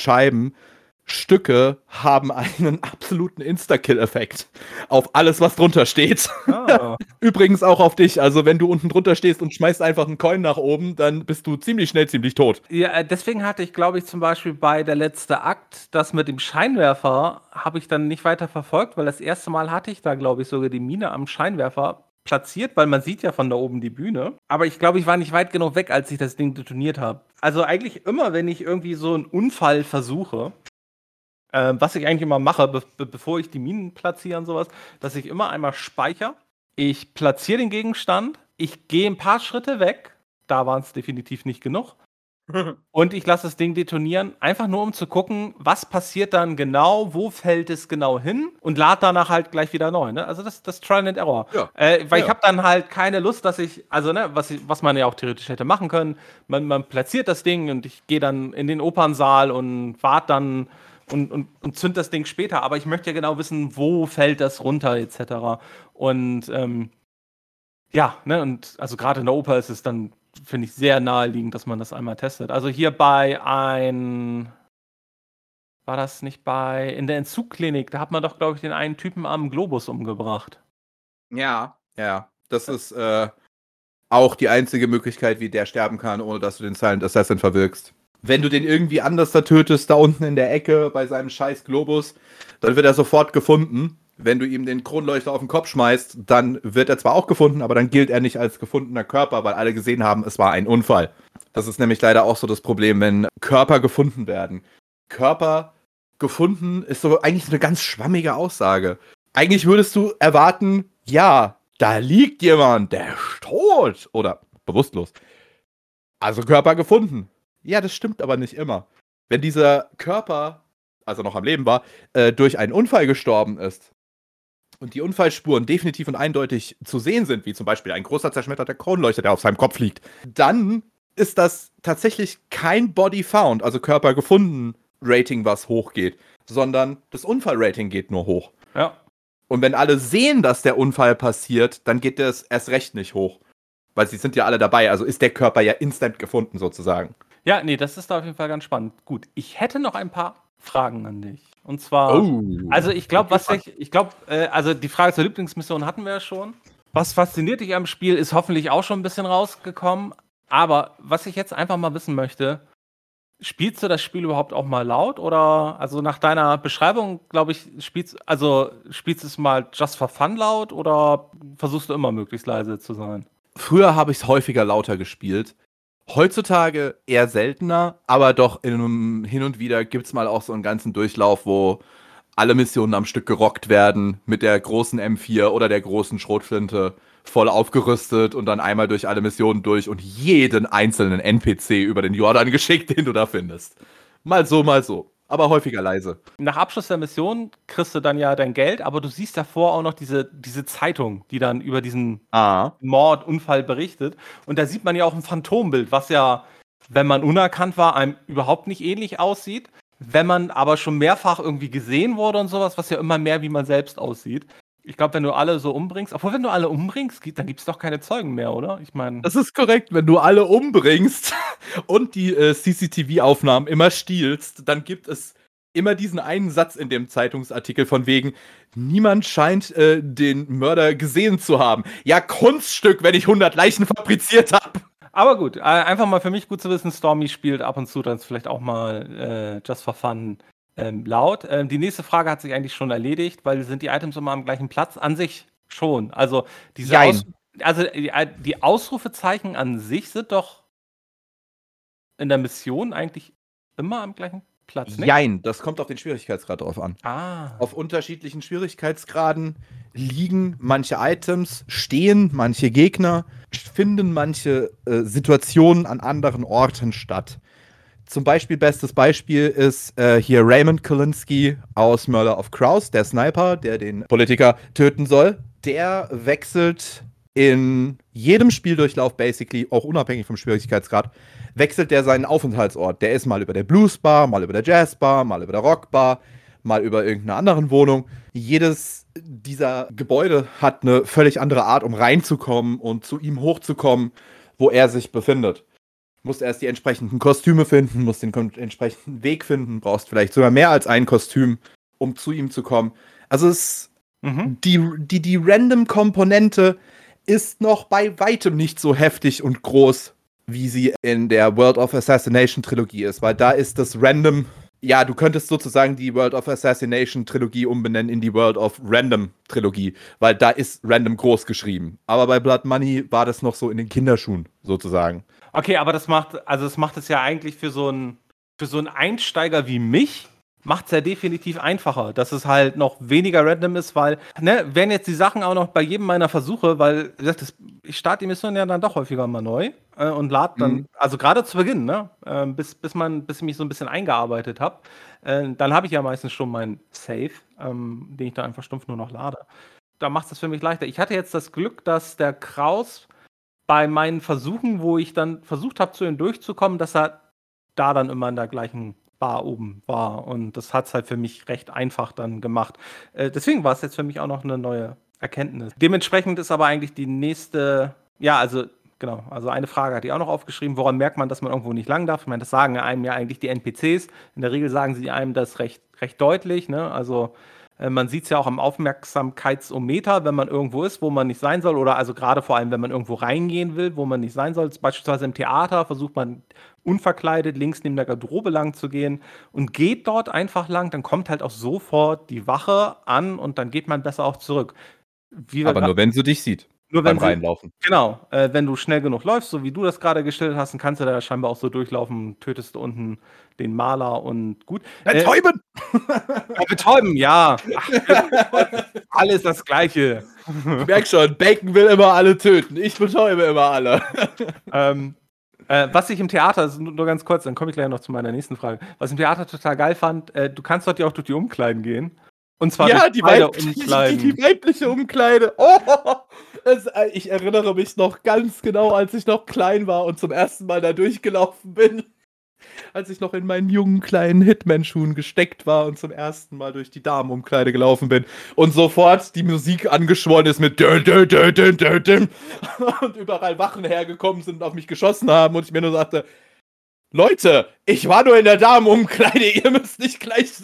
Stücke haben einen absoluten Insta-Kill-Effekt auf alles, was drunter steht. Oh. Übrigens auch auf dich. Also wenn du unten drunter stehst und schmeißt einfach einen Coin nach oben, dann bist du ziemlich schnell ziemlich tot. Ja, deswegen hatte ich, glaube ich, zum Beispiel bei der letzte Akt, das mit dem Scheinwerfer, habe ich dann nicht weiter verfolgt, weil das erste Mal hatte ich da, glaube ich, sogar die Mine am Scheinwerfer platziert, weil man sieht ja von da oben die Bühne. Aber ich glaube, ich war nicht weit genug weg, als ich das Ding detoniert habe. Also eigentlich immer, wenn ich irgendwie so einen Unfall versuche, was ich eigentlich immer mache, bevor ich die Minen platziere und sowas, dass ich immer einmal speichere, ich platziere den Gegenstand, ich gehe ein paar Schritte weg, da waren es definitiv nicht genug, und ich lasse das Ding detonieren, einfach nur um zu gucken, was passiert dann genau, wo fällt es genau hin und lade danach halt gleich wieder neu. Ne? Also das Trial and Error. Ja. Weil ich habe dann halt keine Lust, dass ich, also ne, was man ja auch theoretisch hätte machen können, man platziert das Ding und ich gehe dann in den Opernsaal und warte dann und zünd das Ding später, aber ich möchte ja genau wissen, wo fällt das runter, etc. Und ja, ne, und also gerade in der Oper ist es dann, finde ich, sehr naheliegend, dass man das einmal testet. Also hier war das nicht in der Entzugklinik, da hat man doch, glaube ich, den einen Typen am Globus umgebracht. Ja. Das ist auch die einzige Möglichkeit, wie der sterben kann, ohne dass du den Silent Assassin verwirkst. Wenn du den irgendwie anders da tötest, da unten in der Ecke bei seinem scheiß Globus, dann wird er sofort gefunden. Wenn du ihm den Kronleuchter auf den Kopf schmeißt, dann wird er zwar auch gefunden, aber dann gilt er nicht als gefundener Körper, weil alle gesehen haben, es war ein Unfall. Das ist nämlich leider auch so das Problem, wenn Körper gefunden werden. Körper gefunden ist so eigentlich eine ganz schwammige Aussage. Eigentlich würdest du erwarten, ja, da liegt jemand, der ist tot oder bewusstlos. Also Körper gefunden. Ja, das stimmt aber nicht immer. Wenn dieser Körper, als er noch am Leben war, durch einen Unfall gestorben ist und die Unfallspuren definitiv und eindeutig zu sehen sind, wie zum Beispiel ein großer zerschmetterter Kronleuchter, der auf seinem Kopf liegt, dann ist das tatsächlich kein Body found, also Körper gefunden Rating, was hochgeht, sondern das Unfallrating geht nur hoch. Ja. Und wenn alle sehen, dass der Unfall passiert, dann geht das erst recht nicht hoch. Weil sie sind ja alle dabei, also ist der Körper ja instant gefunden sozusagen. Ja, nee, das ist da auf jeden Fall ganz spannend. Gut, ich hätte noch ein paar Fragen an dich. Und zwar, also ich glaube, also die Frage zur Lieblingsmission hatten wir ja schon. Was fasziniert dich am Spiel, ist hoffentlich auch schon ein bisschen rausgekommen. Aber was ich jetzt einfach mal wissen möchte, spielst du das Spiel überhaupt auch mal laut? Oder, also nach deiner Beschreibung, glaube ich, spielst du es mal just for fun laut oder versuchst du immer möglichst leise zu sein? Früher habe ich es häufiger lauter gespielt. Heutzutage eher seltener, aber doch hin und wieder gibt es mal auch so einen ganzen Durchlauf, wo alle Missionen am Stück gerockt werden mit der großen M4 oder der großen Schrotflinte voll aufgerüstet und dann einmal durch alle Missionen durch und jeden einzelnen NPC über den Jordan geschickt, den du da findest. Mal so. Aber häufiger leise. Nach Abschluss der Mission kriegst du dann ja dein Geld, aber du siehst davor auch noch diese Zeitung, die dann über diesen Mordunfall berichtet. Und da sieht man ja auch ein Phantombild, was ja, wenn man unerkannt war, einem überhaupt nicht ähnlich aussieht. Wenn man aber schon mehrfach irgendwie gesehen wurde und sowas, was ja immer mehr wie man selbst aussieht. Ich glaube, wenn du alle so umbringst, obwohl wenn du alle umbringst, dann gibt es doch keine Zeugen mehr, oder? Ich meine. Das ist korrekt, wenn du alle umbringst und die CCTV-Aufnahmen immer stiehlst, dann gibt es immer diesen einen Satz in dem Zeitungsartikel von wegen, niemand scheint den Mörder gesehen zu haben. Ja, Kunststück, wenn ich 100 Leichen fabriziert habe. Aber gut, einfach mal für mich gut zu wissen, Stormy spielt ab und zu dann vielleicht auch mal just for fun laut. Die nächste Frage hat sich eigentlich schon erledigt, weil sind die Items immer am gleichen Platz? An sich schon. Also die Ausrufezeichen an sich sind doch in der Mission eigentlich immer am gleichen Platz, nicht? Jein, das kommt auf den Schwierigkeitsgrad drauf an. Ah. Auf unterschiedlichen Schwierigkeitsgraden liegen manche Items, stehen manche Gegner, finden manche Situationen an anderen Orten statt. Zum Beispiel, bestes Beispiel ist hier Raymond Kolinsky aus Murder of Crows, der Sniper, der den Politiker töten soll. Der wechselt in jedem Spieldurchlauf, basically, auch unabhängig vom Schwierigkeitsgrad, wechselt der seinen Aufenthaltsort. Der ist mal über der Bluesbar, mal über der Jazzbar, mal über der Rockbar, mal über irgendeiner anderen Wohnung. Jedes dieser Gebäude hat eine völlig andere Art, um reinzukommen und zu ihm hochzukommen, wo er sich befindet. Musst erst die entsprechenden Kostüme finden, musst den entsprechenden Weg finden, brauchst vielleicht sogar mehr als ein Kostüm, um zu ihm zu kommen. Also die Random-Komponente ist noch bei weitem nicht so heftig und groß, wie sie in der World of Assassination Trilogie ist, weil da ist das Random, ja, du könntest sozusagen die World of Assassination Trilogie umbenennen in die World of Random Trilogie, weil da ist Random groß geschrieben. Aber bei Blood Money war das noch so in den Kinderschuhen, sozusagen. Okay, aber das macht es ja eigentlich für so einen Einsteiger wie mich, macht es ja definitiv einfacher, dass es halt noch weniger random ist, weil, wären jetzt die Sachen auch noch bei jedem meiner Versuche, weil, wie gesagt, ich starte die Mission ja dann doch häufiger mal neu und lade dann, also gerade zu Beginn, bis ich mich so ein bisschen eingearbeitet habe, dann habe ich ja meistens schon meinen Save, den ich dann einfach stumpf nur noch lade. Da macht es das für mich leichter. Ich hatte jetzt das Glück, dass der Kraus bei meinen Versuchen, wo ich dann versucht habe, zu ihm durchzukommen, dass er da dann immer in der gleichen Bar oben war. Und das hat es halt für mich recht einfach dann gemacht. Deswegen war es jetzt für mich auch noch eine neue Erkenntnis. Dementsprechend ist aber eigentlich die nächste, also eine Frage hatte ich auch noch aufgeschrieben. Woran merkt man, dass man irgendwo nicht lang darf? Ich meine, das sagen einem ja eigentlich die NPCs. In der Regel sagen sie einem das recht deutlich, ne? Also Man sieht es ja auch am Aufmerksamkeitsometer, wenn man irgendwo ist, wo man nicht sein soll, oder also gerade vor allem, wenn man irgendwo reingehen will, wo man nicht sein soll. Beispielsweise im Theater versucht man unverkleidet links neben der Garderobe lang zu gehen und geht dort einfach lang, dann kommt halt auch sofort die Wache an und dann geht man besser auch zurück. Aber nur wenn sie dich sieht. Nur beim wenn sie Reinlaufen. Genau, wenn du schnell genug läufst, so wie du das gerade geschildert hast, dann kannst du da scheinbar auch so durchlaufen, tötest du unten den Maler und gut. Betäuben! Betäuben, ja. Ach, alles das Gleiche. Ich merk schon, Bacon will immer alle töten. Ich betäube immer alle. Was ich im Theater, nur ganz kurz, dann komme ich gleich noch zu meiner nächsten Frage. Was ich im Theater total geil fand, du kannst dort ja auch durch die Umkleiden gehen. Und zwar ja, durch die beide die weibliche Umkleide. Oh, ich erinnere mich noch ganz genau, als ich noch klein war und zum ersten Mal da durchgelaufen bin. Als ich noch in meinen jungen kleinen Hitman-Schuhen gesteckt war und zum ersten Mal durch die Damenumkleide gelaufen bin und sofort die Musik angeschwollen ist mit und überall Wachen hergekommen sind und auf mich geschossen haben und ich mir nur sagte, Leute, ich war nur in der Damenumkleide, ihr müsst nicht gleich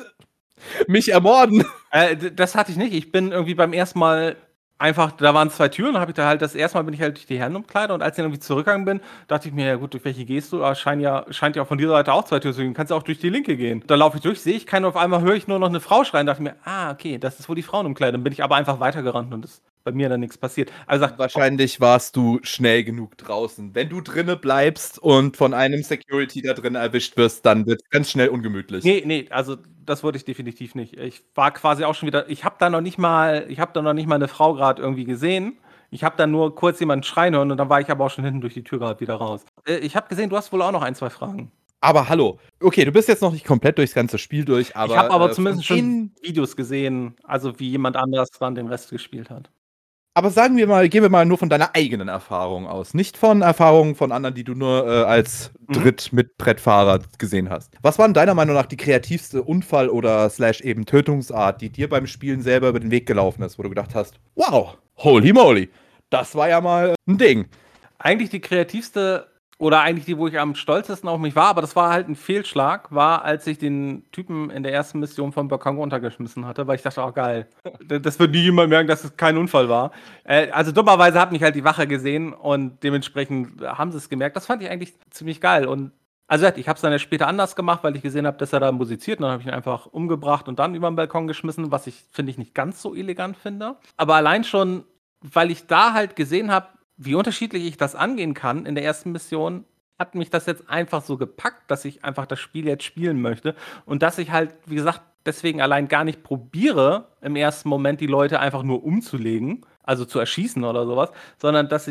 mich ermorden. Das hatte ich nicht. Ich bin irgendwie beim ersten Mal einfach, da waren 2 Türen, dann habe ich da halt, das erste Mal bin ich halt durch die Herrenumkleide und als ich dann irgendwie zurückgegangen bin, dachte ich mir, ja gut, durch welche gehst du? Aber scheint ja auch von dieser Seite auch 2 Türen zu gehen. Kannst ja auch durch die linke gehen. Da laufe ich durch, sehe ich keine, auf einmal höre ich nur noch eine Frau schreien, dachte ich mir, okay, das ist wohl die Frauenumkleide. Dann bin ich aber einfach weitergerannt und ist bei mir dann nichts passiert. Also wahrscheinlich warst du schnell genug draußen. Wenn du drinne bleibst und von einem Security da drin erwischt wirst, dann wird es ganz schnell ungemütlich. Nee, also das wollte ich definitiv nicht. Ich war quasi auch schon wieder, ich habe da noch nicht mal eine Frau gerade irgendwie gesehen. Ich habe dann nur kurz jemanden schreien hören und dann war ich aber auch schon hinten durch die Tür gerade wieder raus. Ich habe gesehen, du hast wohl auch noch 1, 2 Fragen. Aber hallo, okay, du bist jetzt noch nicht komplett durchs ganze Spiel durch, aber... Ich habe aber zumindest schon Videos gesehen, also wie jemand anders dann den Rest gespielt hat. Aber gehen wir mal nur von deiner eigenen Erfahrung aus. Nicht von Erfahrungen von anderen, die du nur als Dritt-Mitbrettfahrer gesehen hast. Was war in deiner Meinung nach die kreativste Unfall- oder / eben Tötungsart, die dir beim Spielen selber über den Weg gelaufen ist, wo du gedacht hast, wow, holy moly, das war ja mal ein Ding. Eigentlich die kreativste oder eigentlich die, wo ich am stolzesten auf mich war, aber das war halt ein Fehlschlag, war, als ich den Typen in der ersten Mission vom Balkon runtergeschmissen hatte, weil ich dachte, geil, das wird nie jemand merken, dass es kein Unfall war. Also dummerweise hat mich halt die Wache gesehen und dementsprechend haben sie es gemerkt. Das fand ich eigentlich ziemlich geil und also ich habe es dann ja später anders gemacht, weil ich gesehen habe, dass er da musiziert und dann habe ich ihn einfach umgebracht und dann über den Balkon geschmissen, was ich, finde ich, nicht ganz so elegant finde. Aber allein schon, weil ich da halt gesehen habe, wie unterschiedlich ich das angehen kann in der ersten Mission, hat mich das jetzt einfach so gepackt, dass ich einfach das Spiel jetzt spielen möchte und dass ich halt, wie gesagt, deswegen allein gar nicht probiere, im ersten Moment die Leute einfach nur umzulegen, also zu erschießen oder sowas, sondern dass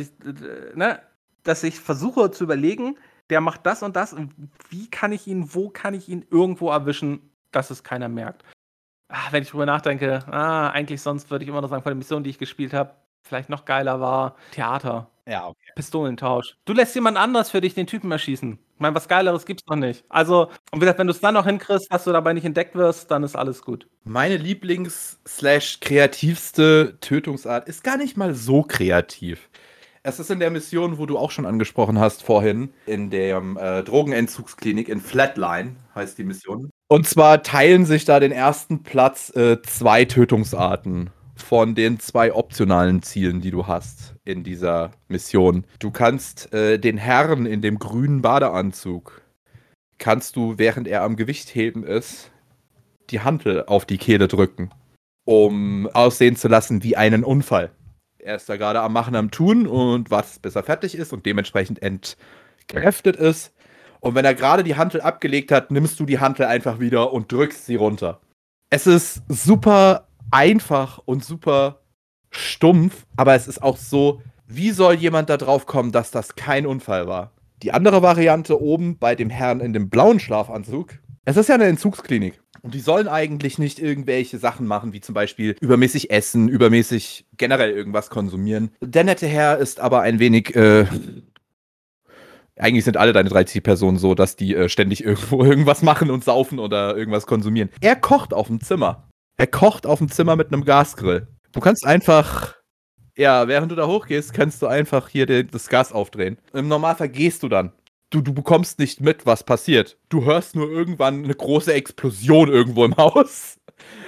ich versuche zu überlegen, der macht das und wie kann ich ihn, wo kann ich ihn irgendwo erwischen, dass es keiner merkt. Wenn ich drüber nachdenke, eigentlich sonst würde ich immer noch sagen, von der Mission, die ich gespielt habe, vielleicht noch geiler war Theater. Ja, okay. Pistolentausch. Du lässt jemand anders für dich den Typen erschießen. Ich meine, was Geileres gibt's noch nicht. Also, und wie gesagt, wenn du es dann noch hinkriegst, dass du dabei nicht entdeckt wirst, dann ist alles gut. Meine Lieblings- / kreativste Tötungsart ist gar nicht mal so kreativ. Es ist in der Mission, wo du auch schon angesprochen hast vorhin, in der Drogenentzugsklinik in Flatline, heißt die Mission. Und zwar teilen sich da den ersten Platz 2 Tötungsarten von den 2 optionalen Zielen, die du hast in dieser Mission. Du kannst den Herrn in dem grünen Badeanzug, kannst du, während er am Gewichtheben ist, die Hantel auf die Kehle drücken, um aussehen zu lassen wie einen Unfall. Er ist da gerade am Machen, am Tun und wartet, bis er fertig ist und dementsprechend entkräftet ist. Und wenn er gerade die Hantel abgelegt hat, nimmst du die Hantel einfach wieder und drückst sie runter. Es ist super einfach und super stumpf, aber es ist auch so, wie soll jemand da drauf kommen, dass das kein Unfall war? Die andere Variante oben bei dem Herrn in dem blauen Schlafanzug, es ist ja eine Entzugsklinik und die sollen eigentlich nicht irgendwelche Sachen machen, wie zum Beispiel übermäßig essen, übermäßig generell irgendwas konsumieren. Der nette Herr ist aber ein wenig, eigentlich sind alle deine 3 Zielpersonen so, dass die ständig irgendwo irgendwas machen und saufen oder irgendwas konsumieren. Er kocht auf dem Zimmer. Er kocht auf dem Zimmer mit einem Gasgrill. Du kannst einfach, während du da hochgehst, kannst du einfach hier das Gas aufdrehen. Im Normalfall gehst du dann. Du bekommst nicht mit, was passiert. Du hörst nur irgendwann eine große Explosion irgendwo im Haus.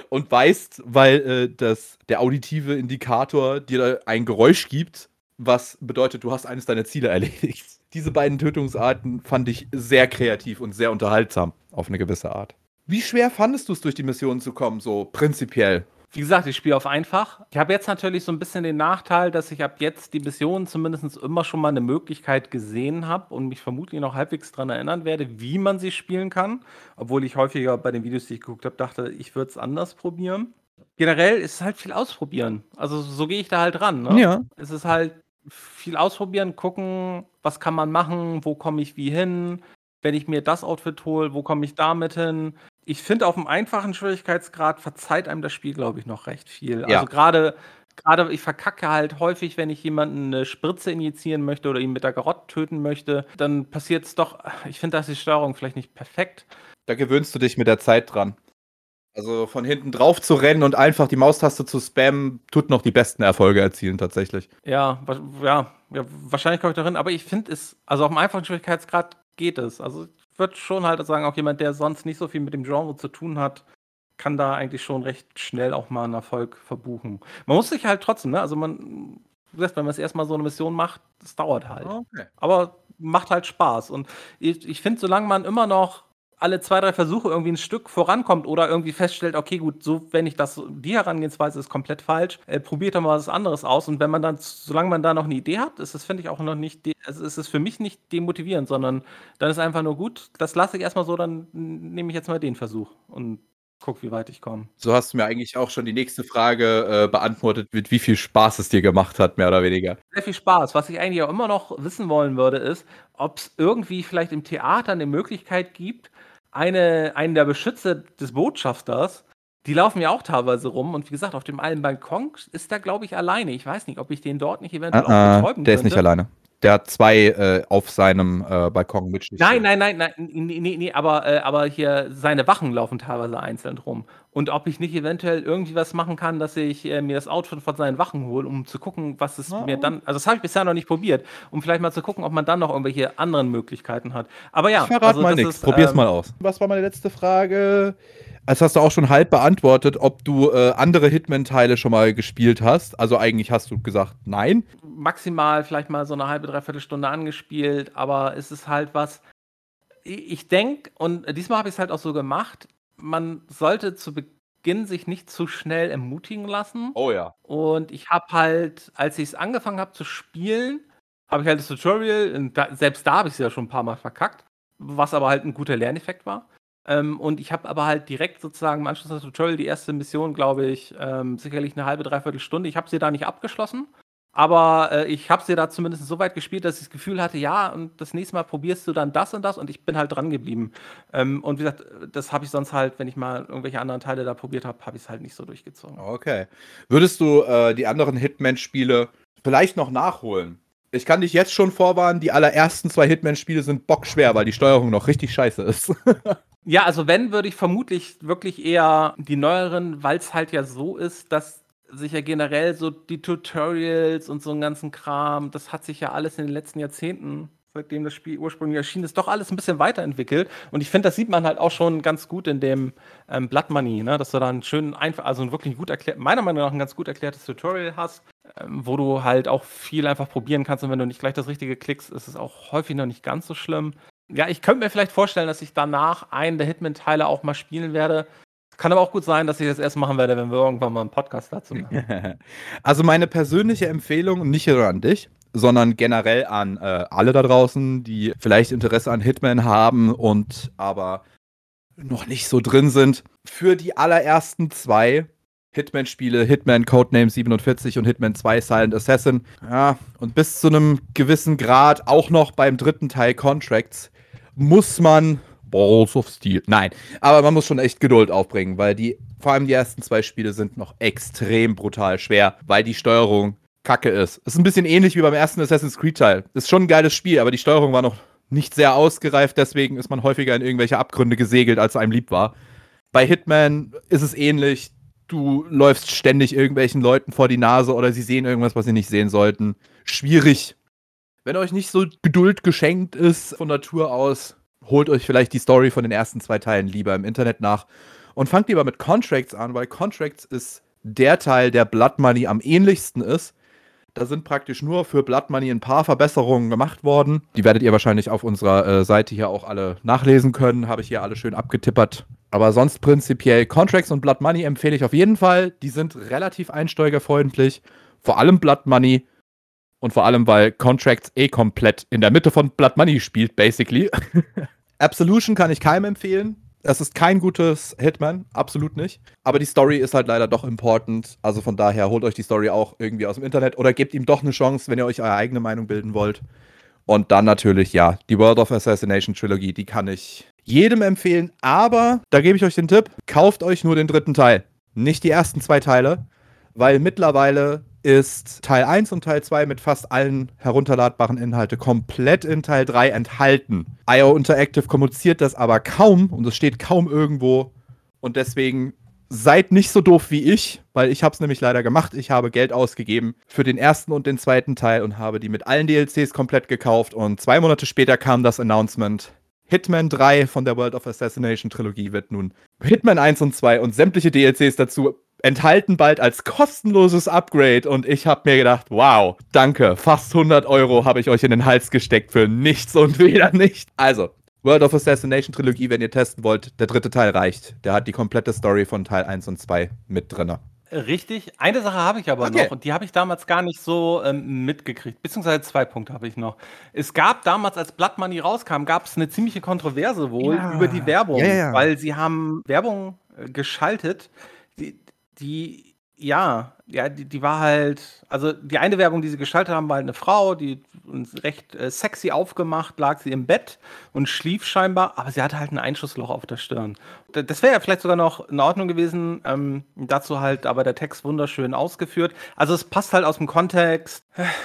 und weißt, weil der auditive Indikator dir ein Geräusch gibt, was bedeutet, du hast eines deiner Ziele erledigt. Diese beiden Tötungsarten fand ich sehr kreativ und sehr unterhaltsam auf eine gewisse Art. Wie schwer fandest du es, durch die Missionen zu kommen, so prinzipiell? Wie gesagt, ich spiele auf einfach. Ich habe jetzt natürlich so ein bisschen den Nachteil, dass ich ab jetzt die Missionen zumindest immer schon mal eine Möglichkeit gesehen habe und mich vermutlich noch halbwegs daran erinnern werde, wie man sie spielen kann. Obwohl ich häufiger bei den Videos, die ich geguckt habe, dachte, ich würde es anders probieren. Generell ist es halt viel ausprobieren. Also so gehe ich da halt ran. Ne? Ja. Es ist halt viel ausprobieren, gucken, was kann man machen, wo komme ich wie hin. Wenn ich mir das Outfit hole, wo komme ich damit hin? Ich finde, auf dem einfachen Schwierigkeitsgrad verzeiht einem das Spiel, glaube ich, noch recht viel. Ja. Also gerade ich verkacke halt häufig, wenn ich jemanden eine Spritze injizieren möchte oder ihn mit der Garotte töten möchte, dann passiert es doch. Ich finde, da ist die Steuerung vielleicht nicht perfekt. Da gewöhnst du dich mit der Zeit dran. Also von hinten drauf zu rennen und einfach die Maustaste zu spammen, tut noch die besten Erfolge erzielen tatsächlich. Ja, wahrscheinlich komme ich darin, aber ich finde es, also auf dem einfachen Schwierigkeitsgrad geht es. Also ich würde schon halt sagen, auch jemand, der sonst nicht so viel mit dem Genre zu tun hat, kann da eigentlich schon recht schnell auch mal einen Erfolg verbuchen. Man muss sich halt trotzdem, ne, also wenn man das erstmal so eine Mission macht, das dauert halt. Okay. Aber macht halt Spaß. Und ich finde, solange man immer noch alle 2, 3 Versuche irgendwie ein Stück vorankommt oder irgendwie feststellt, okay, gut, so, wenn ich die Herangehensweise ist komplett falsch, probiert doch mal was anderes aus. Und wenn man dann, solange man da noch eine Idee hat, ist das, finde ich, auch noch nicht, also ist es für mich nicht demotivierend, sondern dann ist einfach nur gut, das lasse ich erstmal so, dann nehme ich jetzt mal den Versuch und guck, wie weit ich komme. So hast du mir eigentlich auch schon die nächste Frage beantwortet, mit wie viel Spaß es dir gemacht hat, mehr oder weniger. Sehr viel Spaß. Was ich eigentlich auch immer noch wissen wollen würde, ist, ob es irgendwie vielleicht im Theater eine Möglichkeit gibt, einen der Beschützer des Botschafters, die laufen ja auch teilweise rum und wie gesagt, auf dem einen Balkon ist der, glaube ich, alleine. Ich weiß nicht, ob ich den dort nicht eventuell auch betäuben Der ist nicht könnte. alleine. Der hat 2 auf seinem Balkon mitschnitzen. Nein, nee, aber hier seine Wachen laufen teilweise einzeln rum. Und ob ich nicht eventuell irgendwie was machen kann, dass ich mir das Outfit von seinen Wachen hole, um zu gucken, was es mir dann. Also, das habe ich bisher noch nicht probiert, um vielleicht mal zu gucken, ob man dann noch irgendwelche anderen Möglichkeiten hat. Aber Ich ja, verrate also mal das nichts. ist. Probier's mal aus. Was war meine letzte Frage? Das hast du auch schon halb beantwortet, ob du andere Hitman-Teile schon mal gespielt hast. Also eigentlich hast du gesagt, nein. Maximal vielleicht mal so eine halbe, dreiviertel Stunde angespielt, aber es ist halt was. Ich denke, und diesmal habe ich es halt auch so gemacht, man sollte zu Beginn sich nicht zu schnell ermutigen lassen. Oh ja. Und ich habe halt, als ich es angefangen habe zu spielen, habe ich halt das Tutorial, und selbst da habe ich es ja schon ein paar Mal verkackt, was aber halt ein guter Lerneffekt war. Und ich habe aber halt direkt sozusagen im Anschluss an das Tutorial die erste Mission, glaube ich, sicherlich eine halbe, dreiviertel Stunde. Ich habe sie da nicht abgeschlossen, aber ich habe sie da zumindest so weit gespielt, dass ich das Gefühl hatte, ja, und das nächste Mal probierst du dann das und das und ich bin halt dran geblieben. Und wie gesagt, das habe ich sonst halt, wenn ich mal irgendwelche anderen Teile da probiert habe, habe ich es halt nicht so durchgezogen. Okay. Würdest du die anderen Hitman-Spiele vielleicht noch nachholen? Ich kann dich jetzt schon vorwarnen, die allerersten 2 Hitman-Spiele sind bockschwer, weil die Steuerung noch richtig scheiße ist. Ja, also wenn, würde ich vermutlich wirklich eher die neueren, weil es halt ja so ist, dass sich ja generell so die Tutorials und so einen ganzen Kram, das hat sich ja alles in den letzten Jahrzehnten, seitdem das Spiel ursprünglich erschienen ist, doch alles ein bisschen weiterentwickelt. Und ich finde, das sieht man halt auch schon ganz gut in dem Blood Money, ne? Dass du da einen schönen, also ein wirklich gut erklärt, meiner Meinung nach ein ganz gut erklärtes Tutorial hast, wo du halt auch viel einfach probieren kannst. Und wenn du nicht gleich das Richtige klickst, ist es auch häufig noch nicht ganz so schlimm. Ja, ich könnte mir vielleicht vorstellen, dass ich danach einen der Hitman-Teile auch mal spielen werde. Kann aber auch gut sein, dass ich das erst machen werde, wenn wir irgendwann mal einen Podcast dazu machen. Also meine persönliche Empfehlung, nicht nur an dich, sondern generell an alle da draußen, die vielleicht Interesse an Hitman haben und aber noch nicht so drin sind. Für die allerersten 2 Hitman-Spiele, Hitman Codename 47 und Hitman 2 Silent Assassin, ja, und bis zu einem gewissen Grad auch noch beim 3. Teil Contracts, muss man Balls of Steel. Nein, aber man muss schon echt Geduld aufbringen, weil vor allem die ersten 2 Spiele sind noch extrem brutal schwer, weil die Steuerung kacke ist. Ist ein bisschen ähnlich wie beim ersten Assassin's Creed Teil. Ist schon ein geiles Spiel, aber die Steuerung war noch nicht sehr ausgereift, deswegen ist man häufiger in irgendwelche Abgründe gesegelt, als einem lieb war. Bei Hitman ist es ähnlich. Du läufst ständig irgendwelchen Leuten vor die Nase oder sie sehen irgendwas, was sie nicht sehen sollten. Schwierig. Wenn euch nicht so Geduld geschenkt ist von Natur aus, holt euch vielleicht die Story von den ersten 2 Teilen lieber im Internet nach und fangt lieber mit Contracts an, weil Contracts ist der Teil, der Blood Money am ähnlichsten ist. Da sind praktisch nur für Blood Money ein paar Verbesserungen gemacht worden. Die werdet ihr wahrscheinlich auf unserer Seite hier auch alle nachlesen können. Habe ich hier alle schön abgetippert. Aber sonst prinzipiell Contracts und Blood Money empfehle ich auf jeden Fall. Die sind relativ einsteigerfreundlich. Vor allem Blood Money. Und vor allem, weil Contracts komplett in der Mitte von Blood Money spielt, basically. Absolution kann ich keinem empfehlen. Es ist kein gutes Hitman, absolut nicht. Aber die Story ist halt leider doch important. Also von daher holt euch die Story auch irgendwie aus dem Internet oder gebt ihm doch eine Chance, wenn ihr euch eure eigene Meinung bilden wollt. Und dann natürlich, ja, die World of Assassination Trilogy, die kann ich jedem empfehlen. Aber, da gebe ich euch den Tipp, kauft euch nur den 3. Teil. Nicht die ersten 2 Teile, weil mittlerweile ist Teil 1 und Teil 2 mit fast allen herunterladbaren Inhalte komplett in Teil 3 enthalten. IO Interactive kommuniziert das aber kaum und es steht kaum irgendwo. Und deswegen seid nicht so doof wie ich, weil ich habe es nämlich leider gemacht. Ich habe Geld ausgegeben für den 1. und den 2. Teil und habe die mit allen DLCs komplett gekauft. Und 2 Monate später kam das Announcement: Hitman 3 von der World of Assassination Trilogie wird nun Hitman 1 und 2 und sämtliche DLCs dazu enthalten bald als kostenloses Upgrade. Und ich habe mir gedacht, wow, danke, fast 100 € habe ich euch in den Hals gesteckt für nichts und wieder nicht. Also, World of Assassination Trilogie, wenn ihr testen wollt, der 3. Teil reicht. Der hat die komplette Story von Teil 1 und 2 mit drin. Richtig. Eine Sache habe ich aber noch und die habe ich damals gar nicht so mitgekriegt. Beziehungsweise 2 Punkte habe ich noch. Es gab damals, als Blood Money rauskam, gab es eine ziemliche Kontroverse wohl über die Werbung, weil sie haben Werbung geschaltet, die war halt, also die eine Werbung, die sie geschaltet haben, war halt eine Frau, die uns recht sexy aufgemacht, lag sie im Bett und schlief scheinbar, aber sie hatte halt ein Einschussloch auf der Stirn. Das wäre ja vielleicht sogar noch in Ordnung gewesen, dazu halt aber der Text wunderschön ausgeführt. Also es passt halt aus dem Kontext,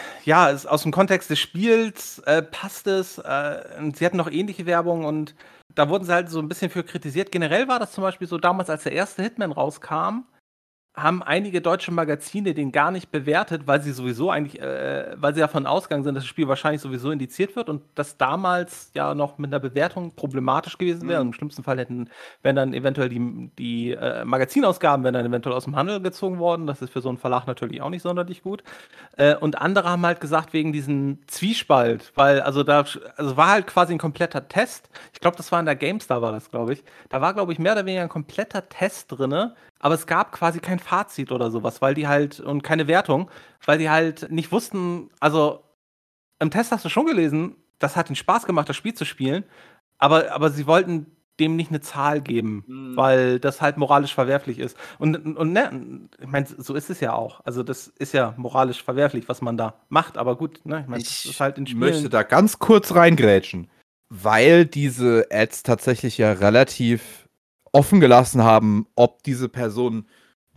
aus dem Kontext des Spiels passt es. Und sie hatten noch ähnliche Werbung und da wurden sie halt so ein bisschen für kritisiert. Generell war das zum Beispiel so damals, als der erste Hitman rauskam, haben einige deutsche Magazine den gar nicht bewertet, weil sie sowieso eigentlich, weil sie davon ausgegangen sind, dass das Spiel wahrscheinlich sowieso indiziert wird und das damals ja noch mit einer Bewertung problematisch gewesen wäre. Im schlimmsten Fall wären dann eventuell die Magazinausgaben wären dann eventuell aus dem Handel gezogen worden. Das ist für so einen Verlag natürlich auch nicht sonderlich gut. Und andere haben halt gesagt, wegen diesem Zwiespalt, weil also war halt quasi ein kompletter Test. Ich glaube, das war in der GameStar, war das, glaube ich. Da war, glaube ich, mehr oder weniger ein kompletter Test drinne. Aber es gab quasi kein Fazit oder sowas, weil die halt, und keine Wertung, weil die halt nicht wussten, also im Test hast du schon gelesen, das hat ihnen Spaß gemacht, das Spiel zu spielen, aber sie wollten dem nicht eine Zahl geben, weil das halt moralisch verwerflich ist. Und ne, ich meine, so ist es ja auch. Also das ist ja moralisch verwerflich, was man da macht, aber gut, ne, ich meine, das ist halt in Spielen. Ich möchte da ganz kurz reingrätschen, weil diese Ads tatsächlich ja relativ offen gelassen haben, ob diese Personen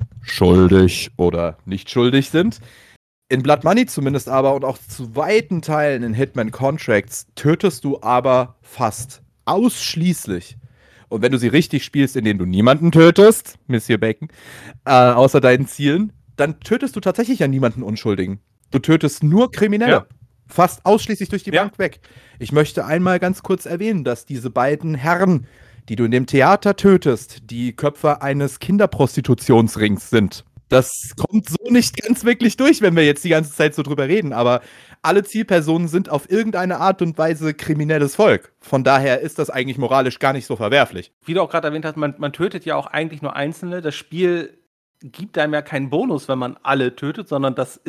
schuldig oder nicht schuldig sind. In Blood Money zumindest aber und auch zu weiten Teilen in Hitman Contracts tötest du aber fast ausschließlich. Und wenn du sie richtig spielst, indem du niemanden tötest, Monsieur Bacon, außer deinen Zielen, dann tötest du tatsächlich ja niemanden Unschuldigen. Du tötest nur Kriminelle. Ja. Fast ausschließlich durch die Bank weg. Ich möchte einmal ganz kurz erwähnen, dass diese beiden Herren, die du in dem Theater tötest, die Köpfe eines Kinderprostitutionsrings sind. Das kommt so nicht ganz wirklich durch, wenn wir jetzt die ganze Zeit so drüber reden, aber alle Zielpersonen sind auf irgendeine Art und Weise kriminelles Volk. Von daher ist das eigentlich moralisch gar nicht so verwerflich. Wie du auch gerade erwähnt hast, man tötet ja auch eigentlich nur Einzelne. Das Spiel gibt einem ja keinen Bonus, wenn man alle tötet, sondern das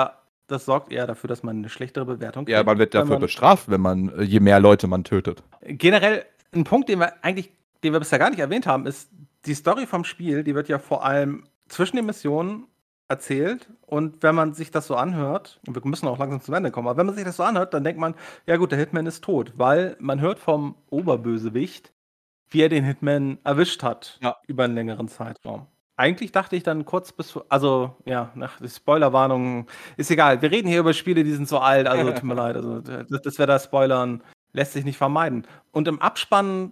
sorgt eher dafür, dass man eine schlechtere Bewertung kriegt. Ja, man wird dafür bestraft, je mehr Leute man tötet. Generell ein Punkt, den wir bisher gar nicht erwähnt haben, ist die Story vom Spiel, die wird ja vor allem zwischen den Missionen erzählt und wenn man sich das so anhört, und wir müssen auch langsam zum Ende kommen, aber wenn man sich das so anhört, dann denkt man, ja gut, der Hitman ist tot, weil man hört vom Oberbösewicht, wie er den Hitman erwischt hat über einen längeren Zeitraum. Eigentlich dachte ich dann kurz die Spoilerwarnung ist egal. Wir reden hier über Spiele, die sind so alt, also tut mir leid, also das wäre da Spoilern, lässt sich nicht vermeiden. Und im Abspann,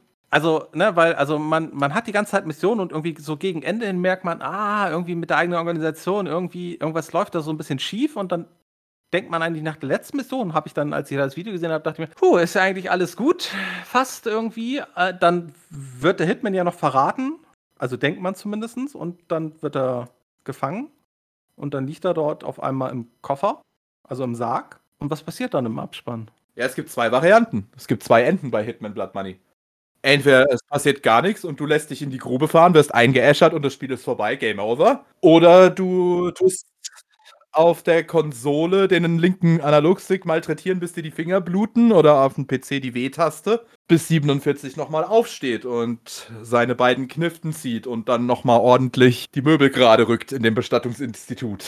man hat die ganze Zeit Missionen und irgendwie so gegen Ende hin merkt man, irgendwie mit der eigenen Organisation, irgendwas läuft da so ein bisschen schief und dann denkt man eigentlich nach der letzten Mission, habe ich dann, als ich das Video gesehen habe, dachte ich mir, ist ja eigentlich alles gut, fast irgendwie. Dann wird der Hitman ja noch verraten Also denkt man zumindest. Und dann wird er gefangen. Und dann liegt er dort auf einmal im Koffer, also im Sarg. Und was passiert dann im Abspann? Ja, es gibt 2 Varianten. Es gibt 2 Enden bei Hitman Blood Money. Entweder es passiert gar nichts und du lässt dich in die Grube fahren, wirst eingeäschert und das Spiel ist vorbei, Game Over. Oder du tust auf der Konsole den linken Analogstick malträtieren, bis dir die Finger bluten, oder auf dem PC die W-Taste, bis 47 nochmal aufsteht und seine beiden Kniften zieht und dann nochmal ordentlich die Möbel gerade rückt in dem Bestattungsinstitut.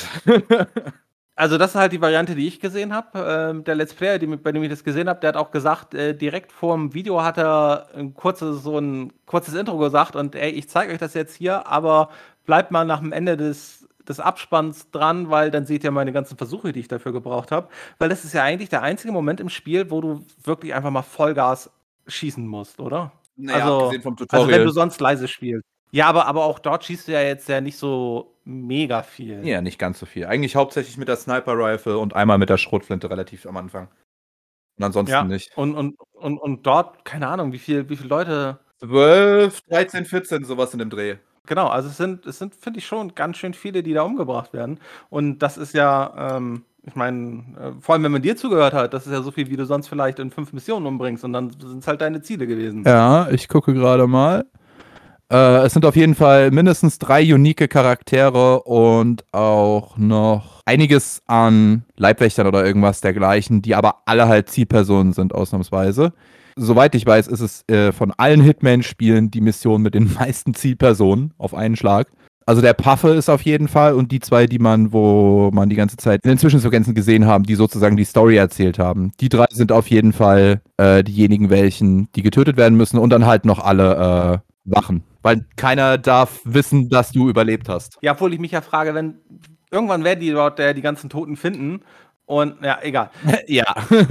Also das ist halt die Variante, die ich gesehen habe. Der Let's Player, bei dem ich das gesehen habe, der hat auch gesagt, direkt vorm Video hat er ein kurzes Intro gesagt und ey, ich zeige euch das jetzt hier, aber bleibt mal nach dem Ende des Abspanns dran, weil dann seht ihr meine ganzen Versuche, die ich dafür gebraucht habe. Weil das ist ja eigentlich der einzige Moment im Spiel, wo du wirklich einfach mal Vollgas schießen musst, oder? Naja, Also, abgesehen vom also Tutorial. wenn du sonst leise spielst. Ja, aber auch dort schießt du ja jetzt ja nicht so mega viel. Ja, nicht ganz so viel. Eigentlich hauptsächlich mit der Sniper Rifle und einmal mit der Schrotflinte relativ am Anfang. Und ansonsten Ja, nicht. und dort, keine Ahnung, wie viele Leute. 12, 13, 14, sowas in dem Dreh. Genau, also es sind, finde ich, schon ganz schön viele, die da umgebracht werden. Und das ist ja, ich meine, vor allem, wenn man dir zugehört hat, das ist ja so viel, wie du sonst vielleicht in 5 Missionen umbringst und dann sind es halt deine Ziele gewesen. Ja, ich gucke gerade mal. Es sind auf jeden Fall mindestens 3 unique Charaktere und auch noch einiges an Leibwächtern oder irgendwas dergleichen, die aber alle halt Zielpersonen sind, ausnahmsweise. Soweit ich weiß, ist es von allen Hitman-Spielen die Mission mit den meisten Zielpersonen auf einen Schlag. Also der Puffe ist auf jeden Fall und die 2, wo man die ganze Zeit in den Zwischensequenzen gesehen haben, die sozusagen die Story erzählt haben. Die 3 sind auf jeden Fall diejenigen, die getötet werden müssen und dann halt noch alle Wachen. Weil keiner darf wissen, dass du überlebt hast. Ja, obwohl ich mich ja frage, wenn irgendwann werden die dort die ganzen Toten finden und ja, egal. Ja.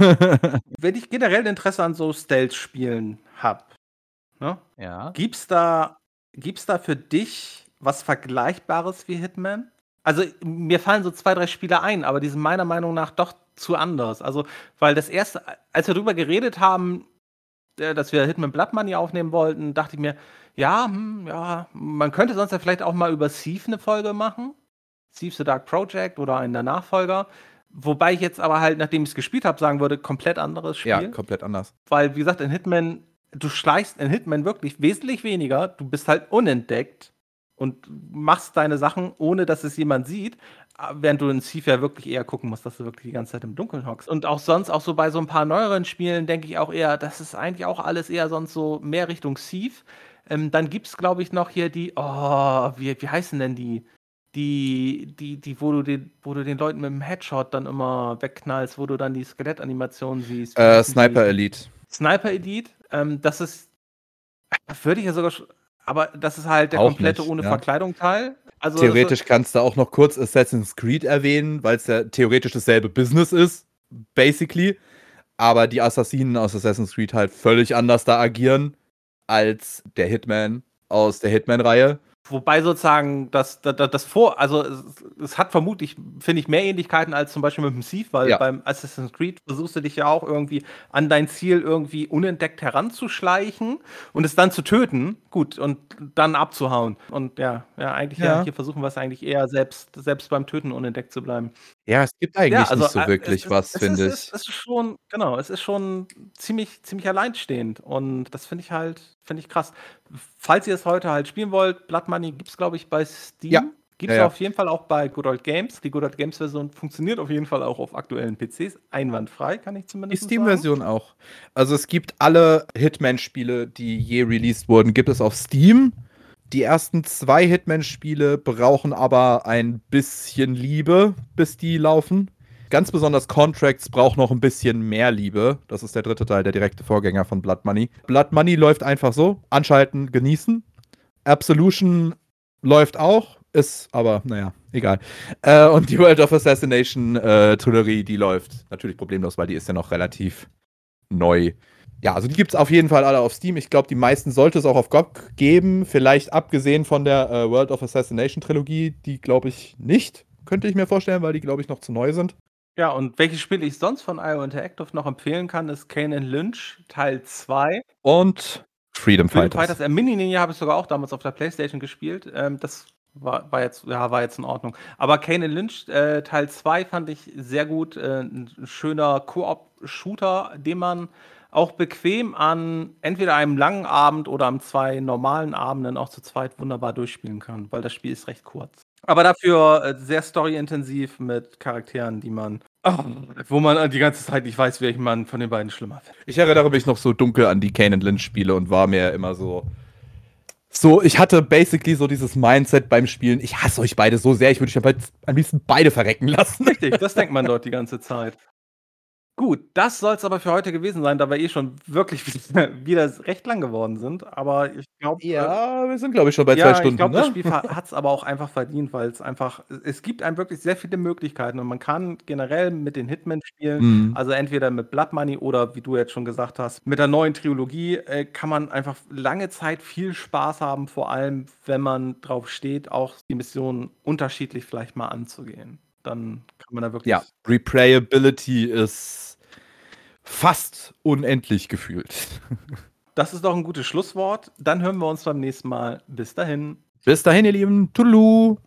Wenn ich generell Interesse an so Stealth-Spielen habe, ne? Ja. Gibt's da für dich was Vergleichbares wie Hitman? Also mir fallen so 2, 3 Spiele ein, aber die sind meiner Meinung nach doch zu anders. Also, weil das erste, als wir darüber geredet haben, dass wir Hitman Blood Money aufnehmen wollten, dachte ich mir, ja, man könnte sonst ja vielleicht auch mal über Thief eine Folge machen. Thief the Dark Project oder einen der Nachfolger. Wobei ich jetzt aber halt, nachdem ich es gespielt habe, sagen würde, komplett anderes Spiel. Ja, komplett anders. Weil, wie gesagt, du schleichst in Hitman wirklich wesentlich weniger. Du bist halt unentdeckt und machst deine Sachen, ohne dass es jemand sieht. Während du in Thief ja wirklich eher gucken musst, dass du wirklich die ganze Zeit im Dunkeln hockst. Und auch sonst, auch so bei so ein paar neueren Spielen, denke ich auch eher, das ist eigentlich auch alles eher sonst so mehr Richtung Thief. Dann gibt es, glaube ich, noch hier wie heißen denn die? Wo du den Leuten mit dem Headshot dann immer wegknallst, wo du dann die Skelettanimation siehst. Sniper Elite. Sniper Elite, das ist, würde ich ja sogar, aber das ist halt der Auch komplette nicht, ohne ja. Verkleidung Teil. Also Theoretisch kannst du auch noch kurz Assassin's Creed erwähnen, weil es ja theoretisch dasselbe Business ist, basically. Aber die Assassinen aus Assassin's Creed halt völlig anders da agieren als der Hitman aus der Hitman-Reihe. Wobei sozusagen also es hat vermutlich, finde ich, mehr Ähnlichkeiten als zum Beispiel mit dem Thief, weil Ja. beim Assassin's Creed versuchst du dich ja auch irgendwie an dein Ziel irgendwie unentdeckt heranzuschleichen und es dann zu töten, gut, und dann abzuhauen. Und eigentlich hier versuchen wir es eigentlich eher selbst beim Töten unentdeckt zu bleiben. Ja, es gibt eigentlich nicht so wirklich was, finde ich. Es ist schon, genau, es ist schon ziemlich alleinstehend und das finde ich krass. Falls ihr es heute halt spielen wollt, Blood Money gibt es, glaube ich, bei Steam. Ja. Gibt es Ja. auf jeden Fall auch bei Good Old Games. Die Good Old Games Version funktioniert auf jeden Fall auch auf aktuellen PCs. Einwandfrei, kann ich Die zumindest sagen. Steam-Version auch. Also es gibt alle Hitman-Spiele, die je released wurden, gibt es auf Steam. Die ersten 2 Hitman-Spiele brauchen aber ein bisschen Liebe, bis die laufen. Ganz besonders Contracts braucht noch ein bisschen mehr Liebe. Das ist der 3. Teil, der direkte Vorgänger von Blood Money. Blood Money läuft einfach so. Anschalten, genießen. Absolution läuft auch. Ist aber, naja, egal. Und die World of Assassination Trilogie, die läuft natürlich problemlos, weil die ist ja noch relativ neu. Ja, also die gibt es auf jeden Fall alle auf Steam. Ich glaube, die meisten sollte es auch auf GOG geben. Vielleicht abgesehen von der World of Assassination Trilogie, die glaube ich nicht. Könnte ich mir vorstellen, weil die glaube ich noch zu neu sind. Ja, und welches Spiel ich sonst von IO Interactive noch empfehlen kann, ist Kane and Lynch Teil 2. Und Freedom Fighters. Mini Ninja habe ich sogar auch damals auf der PlayStation gespielt. Das war jetzt in Ordnung. Aber Kane Lynch Teil 2 fand ich sehr gut. Ein schöner Koop-Shooter, den man auch bequem an entweder einem langen Abend oder an 2 normalen Abenden auch zu zweit wunderbar durchspielen kann, weil das Spiel ist recht kurz. Aber dafür sehr storyintensiv mit Charakteren, wo man die ganze Zeit nicht weiß, welchen man von den beiden schlimmer findet. Ich erinnere mich noch so dunkel an die Kane Lynch-Spiele und war mir immer so, ich hatte basically so dieses Mindset beim Spielen, ich hasse euch beide so sehr, ich würde euch am liebsten beide verrecken lassen. Richtig, das denkt man dort die ganze Zeit. Gut, das soll es aber für heute gewesen sein, da wir schon wirklich wieder recht lang geworden sind. Aber ich glaube, ja, wir sind, glaube ich, schon bei 2 Stunden. Ich glaube, das Spiel hat es aber auch einfach verdient, weil es gibt einem wirklich sehr viele Möglichkeiten und man kann generell mit den Hitman spielen, also entweder mit Blood Money oder, wie du jetzt schon gesagt hast, mit der neuen Trilogie kann man einfach lange Zeit viel Spaß haben, vor allem, wenn man drauf steht, auch die Missionen unterschiedlich vielleicht mal anzugehen. Dann kann man da wirklich... Ja, Replayability ist fast unendlich gefühlt. Das ist doch ein gutes Schlusswort. Dann hören wir uns beim nächsten Mal. Bis dahin. Bis dahin, ihr Lieben. Tudelu.